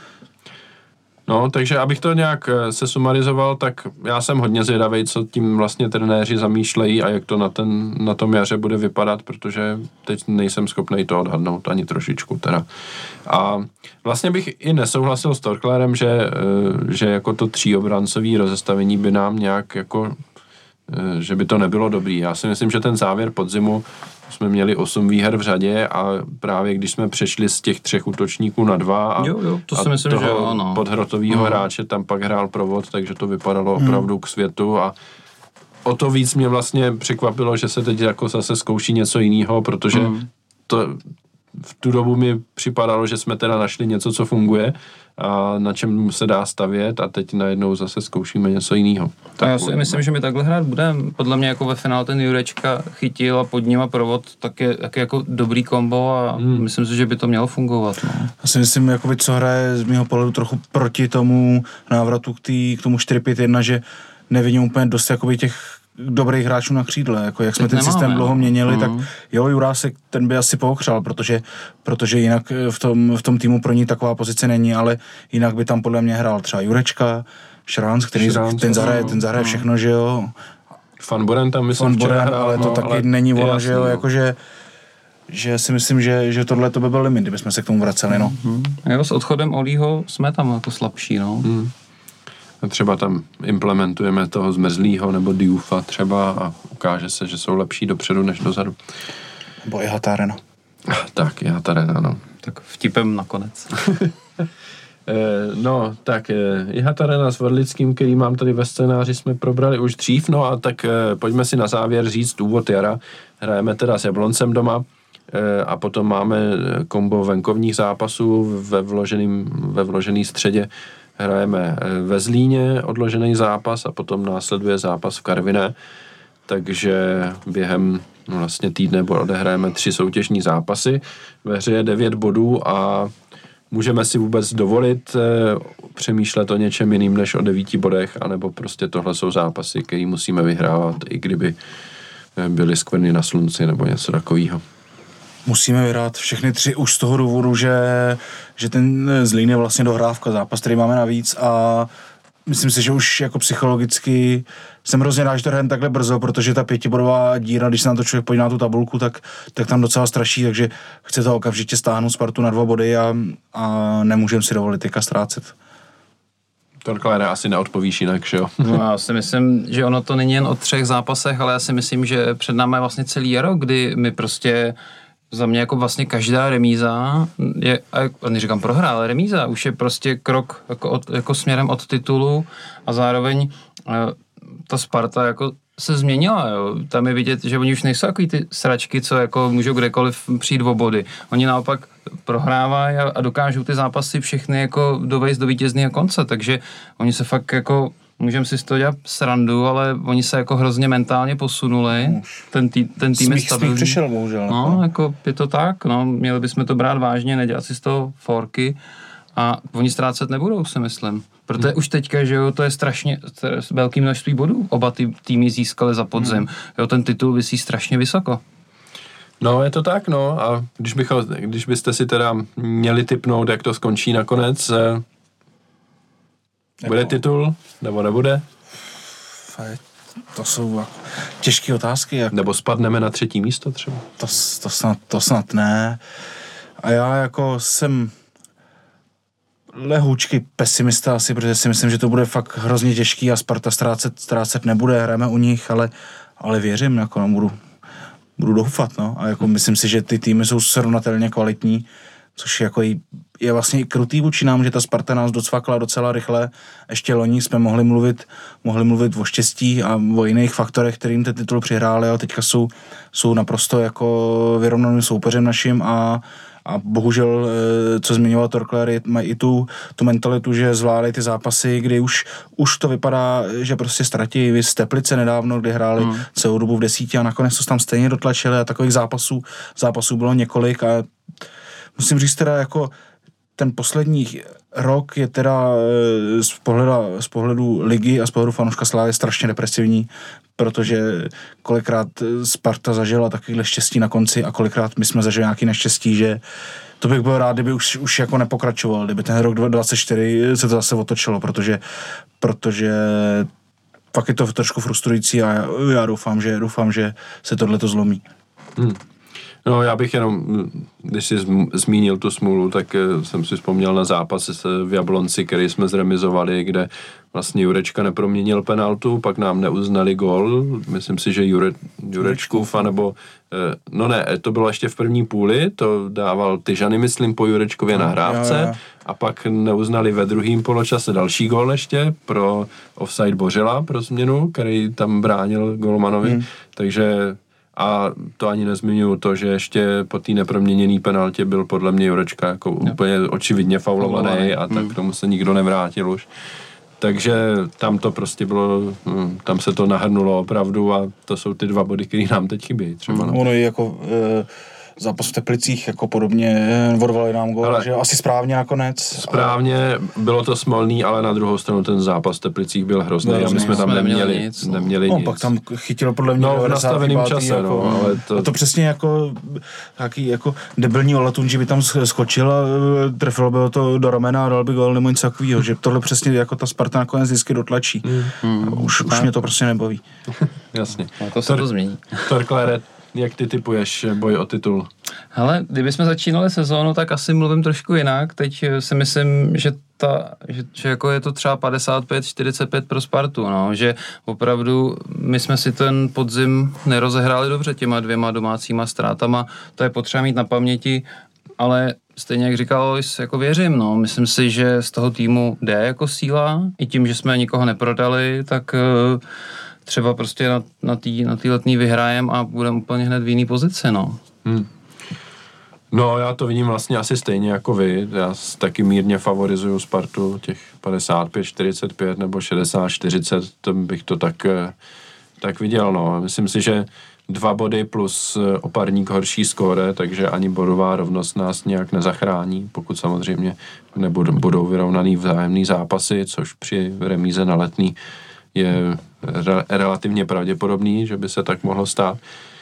No, takže abych to nějak se sumarizoval, tak já jsem hodně zvědavý, co tím vlastně trenéři zamýšlejí a jak to na, ten, na tom jaře bude vypadat, protože teď nejsem schopný to odhadnout ani trošičku teda. A vlastně bych i nesouhlasil s Torklerem, že, že jako to tříobrancový rozestavení by nám nějak jako, že by to nebylo dobrý. Já si myslím, že ten závěr podzimu jsme měli osm výher v řadě a právě když jsme přešli z těch třech útočníků na dva a, jo, jo, to si a myslím, toho že jo, no. podhrotovýho hmm. hráče tam pak hrál provod, takže to vypadalo opravdu hmm. k světu a o to víc mě vlastně překvapilo, že se teď jako zase zkouší něco jiného, protože hmm. to v tu dobu mi připadalo, že jsme teda našli něco, co funguje a na čem se dá stavět a teď najednou zase zkoušíme něco jiného. A já si myslím, že my takhle hrát budeme. Podle mě jako ve finále ten Jurečka chytil a pod ním a provod, tak je, tak je jako dobrý kombo a hmm. myslím si, že by to mělo fungovat. No. Já si myslím, jakoby, co hraje z mého pohledu trochu proti tomu návratu k, tý, k tomu čtyři pět jedna, že nevidím úplně dost jakoby, těch dobrých hráčů na křídle, jako jak jsme teď ten nemáme, systém dlouho měnili, mm. tak jo, Jurásek, ten by asi pookřál, protože, protože jinak v tom, v tom týmu pro ní taková pozice není, ale jinak by tam podle mě hrál třeba Jurečka, Šránc, který Šránc, ten zahraje, ten zahraje no. všechno, že jo. Van Boren tam myslím Van Boren, ale to no, taky ale není ono, že jo, jakože že si myslím, že, že tohle to by byl limit, kdybychom se k tomu vraceli, no. Mm. Jo, s odchodem Olího jsme tam jako slabší, no. Mm. Třeba tam implementujeme toho zmrzlýho nebo Diouffa třeba a ukáže se, že jsou lepší dopředu než dozadu. Nebo i Hatarena. Tak, i Hatarena, no. Tak vtipem nakonec. No, tak i Hatarena s Vorlickým, který mám tady ve scénáři, jsme probrali už dřív, no a tak pojďme si na závěr říct úvod jara. Hrajeme teda s Jabloncem doma a potom máme kombo venkovních zápasů ve vloženým, ve vložený středě. Hrajeme ve Zlíně odložený zápas a potom následuje zápas v Karviné, takže během no vlastně týdne odehrajeme tři soutěžní zápasy. Ve hře je devět bodů a můžeme si vůbec dovolit eh, přemýšlet o něčem jiným než o devíti bodech, anebo prostě tohle jsou zápasy, které musíme vyhrávat, i kdyby byly skvrny na slunci nebo něco takového. Musíme vyhrát všechny tři už z toho důvodu, že, že ten Zlín je vlastně dohrávka, zápas, který máme navíc a myslím si, že už jako psychologicky jsem hrozně rád, že to hrajeme takhle brzo, protože ta pětibodová díra, když se na to člověk podívá na tu tabulku, tak, tak tam docela straší, takže chce to okamžitě stáhnout Spartu na dva body a, a nemůžeme si dovolit teďka ztrácet. Torklére asi neodpovíš jinak, že jo? No, já si myslím, že ono to není jen o třech zápasech, ale já si myslím, že před námi je vlastně celý jaro, kdy my prostě za mě jako vlastně každá remíza je, a neříkám prohra, ale remíza už je prostě krok jako, od, jako směrem od titulu a zároveň ta Sparta jako se změnila, jo. Tam je vidět, že oni už nejsou takový ty sračky, co jako můžou kdekoliv přijít o body. Oni naopak prohrávají a, a dokážou ty zápasy všechny jako dovést do vítězného konce, takže oni se fakt jako můžeme si z toho dělat srandu, ale oni se jako hrozně mentálně posunuli. Ten, tý, ten tým je stabilní. Smích přišel, bohužel. No, jako je to tak, no, měli bychom to brát vážně, nedělat si z toho forky a oni ztrácet nebudou, si myslím. Protože hmm. už teďka, že jo, to je strašně to je velké množství bodů. Oba ty týmy získaly za podzim. Hmm. Jo, ten titul visí strašně vysoko. No, je to tak, no. A když, bych, když byste si teda měli tipnout, jak to skončí nakonec, eh, bude titul, nebo nebude? To jsou těžké otázky. Jak... Nebo spadneme na třetí místo třeba? To, to, snad, to snad ne. A já jako jsem lehoučky pesimista asi, protože si myslím, že to bude fakt hrozně těžký a Sparta ztrácet, ztrácet nebude, hrajeme u nich, ale, ale věřím, jako no, budu, budu doufat, no. A jako myslím si, že ty týmy jsou srovnatelně kvalitní, což jako je, je vlastně i krutý vůči nám, že ta Sparta nás docvakla docela rychle. Ještě loni jsme mohli mluvit, mohli mluvit o štěstí a o jiných faktorech, kterým ten titul přihráli, a teďka jsou, jsou naprosto jako vyrovnaným soupeřem naším a A bohužel, co zmiňoval Torkler, mají i tu, tu mentalitu, že zvládli ty zápasy, kdy už, už to vypadá, že prostě ztratí. Vy z Teplice nedávno, kdy hráli hmm. celou dobu v desíti a nakonec to tam stejně dotlačili a takových zápasů, zápasů bylo několik a musím říct teda jako ten poslední rok je teda z pohledu, z pohledu ligy a z pohledu fanouška Slávy strašně depresivní, protože kolikrát Sparta zažila takovýhle štěstí na konci a kolikrát my jsme zažili nějaký neštěstí, že to bych byl rád, kdyby už, už jako nepokračoval, kdyby ten rok dvacet čtyři se to zase otočilo, protože, protože fakt je to trošku frustrující a já, já doufám, že, doufám, že se tohleto zlomí. Hmm. No, já bych jenom, když jsi zmínil tu smůlu, tak jsem si vzpomněl na zápas v Jablonci, který jsme zremizovali, kde vlastně Jurečka neproměnil penaltu, pak nám neuznali gól, myslím si, že Jure, Jurečkův, anebo, no ne, to bylo ještě v první půli, to dával Tyžany, myslím, po Jurečkově nahrávce, a pak neuznali ve druhém poločase další gól ještě pro offside Bořila, pro změnu, který tam bránil golmanovi, hmm. takže a to ani nezmiňuju to, že ještě po té neproměněné penaltě byl podle mě Jurečka jako no. úplně očividně faulovaný a tak hmm. k tomu se nikdo nevrátil už. Takže tam to prostě bylo, tam se to nahrnulo opravdu a to jsou ty dva body, které nám teď chybí třeba. Hmm. No. Ono je jako e, zápas v Teplicích jako podobně, odvolali nám gól, že asi správně nakonec. Správně, ale... bylo to smolný, ale na druhou stranu ten zápas v Teplicích byl hrozný no, a my jsme tam jsme neměli, neměli nic. Neměli no, nic. pak tam chytilo podle mě no, v nastaveným čase, jako, no, ale to... A to přesně jako nějaký jako debilní Olatunji by tam skočil a trefilo by to do ramena a dal by gól nebo něco takového, že tohle přesně jako ta Sparta nakonec vždycky dotlačí. Mm. Už, už mě to prostě nebaví. Jasně. No, to se Tor- to změní. Torklére, jak ty tipuješ boj o titul? Hele, kdybychom začínali sezónu, tak asi mluvím trošku jinak. Teď si myslím, že, ta, že, že jako je to třeba padesát pět čtyřicet pět pro Spartu, no, že opravdu my jsme si ten podzim nerozehráli dobře těma dvěma domácíma ztrátama, to je potřeba mít na paměti, ale stejně jak říkal Alois, jako věřím, no, myslím si, že z toho týmu jde jako síla, i tím, že jsme nikoho neprodali, tak třeba prostě na, na té na letní vyhrajem a budeme úplně hned v jiný pozici, no. Hmm. No, já to vidím vlastně asi stejně jako vy. Já taky mírně favorizuju Spartu, těch padesát pět čtyřicet pět nebo šedesát čtyřicet, to bych to tak, tak viděl, no. Myslím si, že dva body plus oparník horší skóre, takže ani bodová rovnost nás nějak nezachrání, pokud samozřejmě nebudou, budou vyrovnaný vzájemný zápasy, což při remíze na Letný je re, relativně pravděpodobný, že by se tak mohlo stát.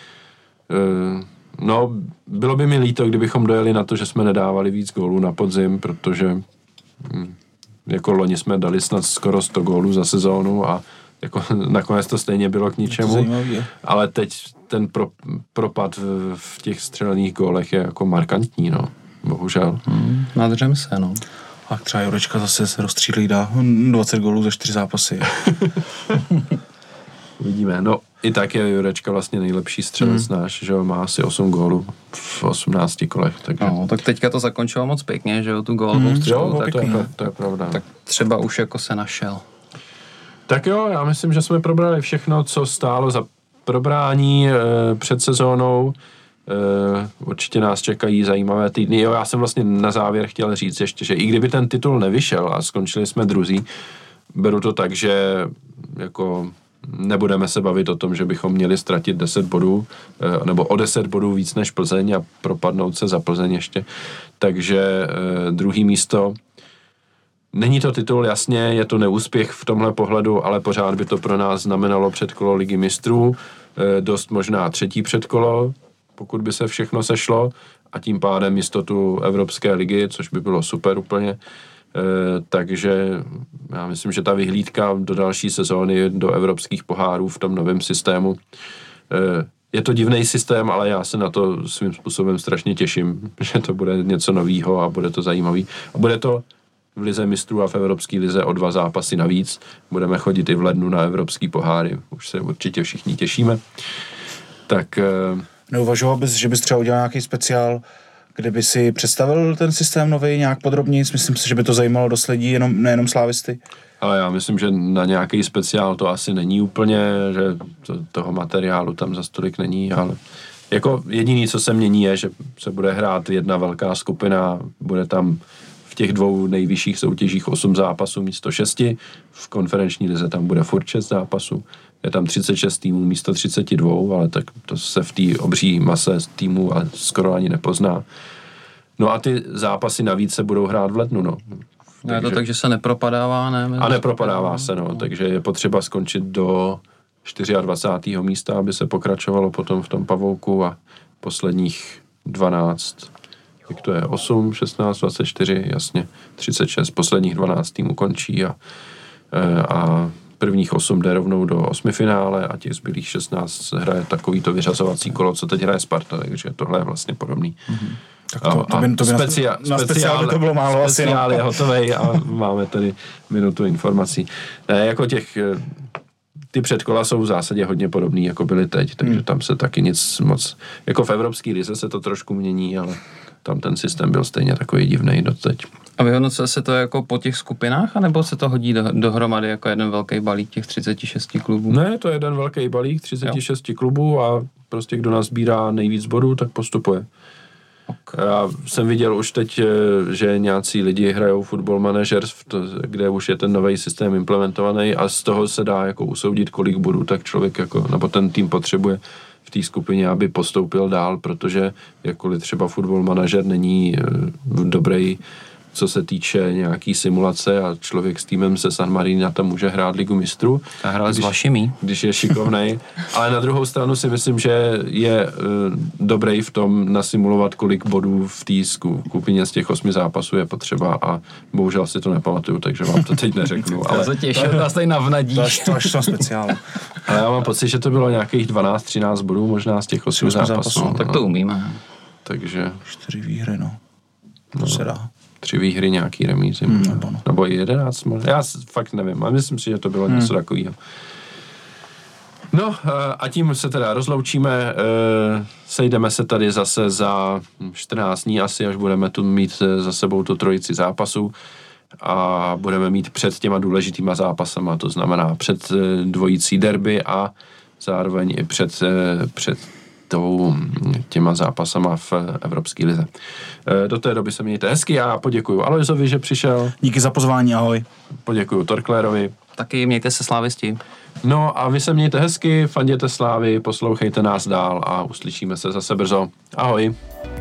E, no, bylo by mi líto, kdybychom dojeli na to, že jsme nedávali víc gólů na podzim, protože hm, jako loni jsme dali snad skoro sto gólů za sezónu a jako nakonec to stejně bylo k ničemu, ale teď ten pro, propad v, v těch střelených gólech je jako markantní, no, bohužel. Hmm, nadřem se, no. A třeba Jurečka zase se rozstřílí, dá dvacet gólů za čtyři zápasy. Vidíme, no i tak je Jurečka vlastně nejlepší střelec hmm. náš, že jo, má asi osm gólů v osmnácti kolech, takže... No, tak teďka to zakončilo moc pěkně, že jo, tu gólovou hmm, střelu. Jo, to, je, to je pravda. Tak třeba už jako se našel. Tak jo, já myslím, že jsme probrali všechno, co stálo za probrání e, před sezónou. E, určitě nás čekají zajímavé týdny. Jo, já jsem vlastně na závěr chtěl říct ještě, že i kdyby ten titul nevyšel a skončili jsme druzí, beru to tak, že jako nebudeme se bavit o tom, že bychom měli ztratit deset bodů, e, nebo o deset bodů víc než Plzeň a propadnout se za Plzeň ještě. Takže e, druhý místo Není to titul, jasně, je to neúspěch v tomhle pohledu, ale pořád by to pro nás znamenalo předkolo Ligy mistrů, e, dost možná třetí předkolo, pokud by se všechno sešlo, a tím pádem jistotu Evropské ligy, což by bylo super úplně. E, takže já myslím, že ta vyhlídka do další sezóny, do evropských pohárů v tom novém systému, e, je to divný systém, ale já se na to svým způsobem strašně těším, že to bude něco novýho a bude to zajímavý. A bude to v lize mistrů a v Evropské lize o dva zápasy navíc. Budeme chodit i v lednu na evropský poháry. Už se určitě všichni těšíme. Tak... Neuvažoval bys, že bys třeba udělal nějaký speciál, kde by si představil ten systém nový nějak podrobněji? Myslím si, že by to zajímalo dost lidí, jenom, nejenom slávisty. Ale já myslím, že na nějaký speciál to asi není úplně, že to, toho materiálu tam za stolik není, ale jako jediný, co se mění, je, že se bude hrát jedna velká skupina, bude tam v těch dvou nejvyšších soutěžích osm zápasů místo šesti, v konferenční lize tam bude furt šest zápasů, je tam třicet šest týmů místo třicet dva, ale tak to se v té obří mase týmů a skoro ani nepozná. No a ty zápasy navíc se budou hrát v lednu, no. Je to tak, že se nepropadává, ne? A nepropadává se, no, takže je potřeba skončit do dvacátého čtvrtého místa, aby se pokračovalo potom v tom pavouku a posledních dvanáct, jak to je, osm, šestnáct, dvacet čtyři, jasně, třicet šest, posledních dvanáct týmů končí a, a prvních osm jde rovnou do osmifinále a těch zbylých šestnáct hraje takovýto vyřazovací kolo, co teď hraje Sparta, takže tohle je vlastně podobný. Mm-hmm. Tak to, to, by, to by speciál, na speciál by to bylo málo asi. Speciál je hotovej a máme tady minutu informací. Ne, jako těch, ty předkola jsou v zásadě hodně podobný, jako byly teď, takže hmm. tam se taky nic moc, jako v Evropské lize se to trošku mění, ale tam ten systém byl stejně takový divnej doteď. A vyhodnocuje se to jako po těch skupinách, anebo se to hodí do, dohromady jako jeden velký balík těch třicet šest klubů? Ne, to je jeden velký balík třicet šest jo. klubů a prostě kdo nazbírá nejvíc bodů, tak postupuje. Okay. Já jsem viděl už teď, že nějací lidi hrajou Football Manager, kde už je ten nový systém implementovaný a z toho se dá jako usoudit, kolik bodů tak člověk jako, nebo ten tým potřebuje v té skupině, aby postoupil dál, protože jakkoliv třeba Football Manager není dobrý, co se týče nějaký simulace a člověk s týmem se San Marina tam může hrát Ligu mistrů. A hrál s vašimi. Když je šikovnej. Ale na druhou stranu si myslím, že je uh, dobrý v tom nasimulovat, kolik bodů v té skupině z těch osmi zápasů je potřeba a bohužel si to nepamatuju, takže vám to teď neřeknu. Ale to těším, to tady navnadíš. To až to speciál. Ale já mám pocit, že to bylo nějakých dvanáct třináct bodů možná z těch osmi zápasů. zápasů. No, tak to umíme. Takže... Čtyři výhry, no. To no. se dá. Tři výhry, nějaký remízy. Hmm, nebo, no. nebo i jedenáct možná. Já fakt nevím, ale myslím si, že to bylo hmm. něco takového. No a tím se teda rozloučíme. Sejdeme se tady zase za čtrnáct dní asi, až budeme tu mít za sebou tu trojici zápasů a budeme mít před těma důležitýma zápasama, to znamená před dvojicí derby a zároveň i před, před tou, těma zápasama v Evropské lize. Do té doby se mějte hezky, já poděkuju Alojzovi, že přišel. Díky za pozvání, ahoj. Poděkuju Torklérovi. Taky mějte se slávisti. No a vy se mějte hezky, fanděte Slávy, poslouchejte nás dál a uslyšíme se zase brzo. Ahoj.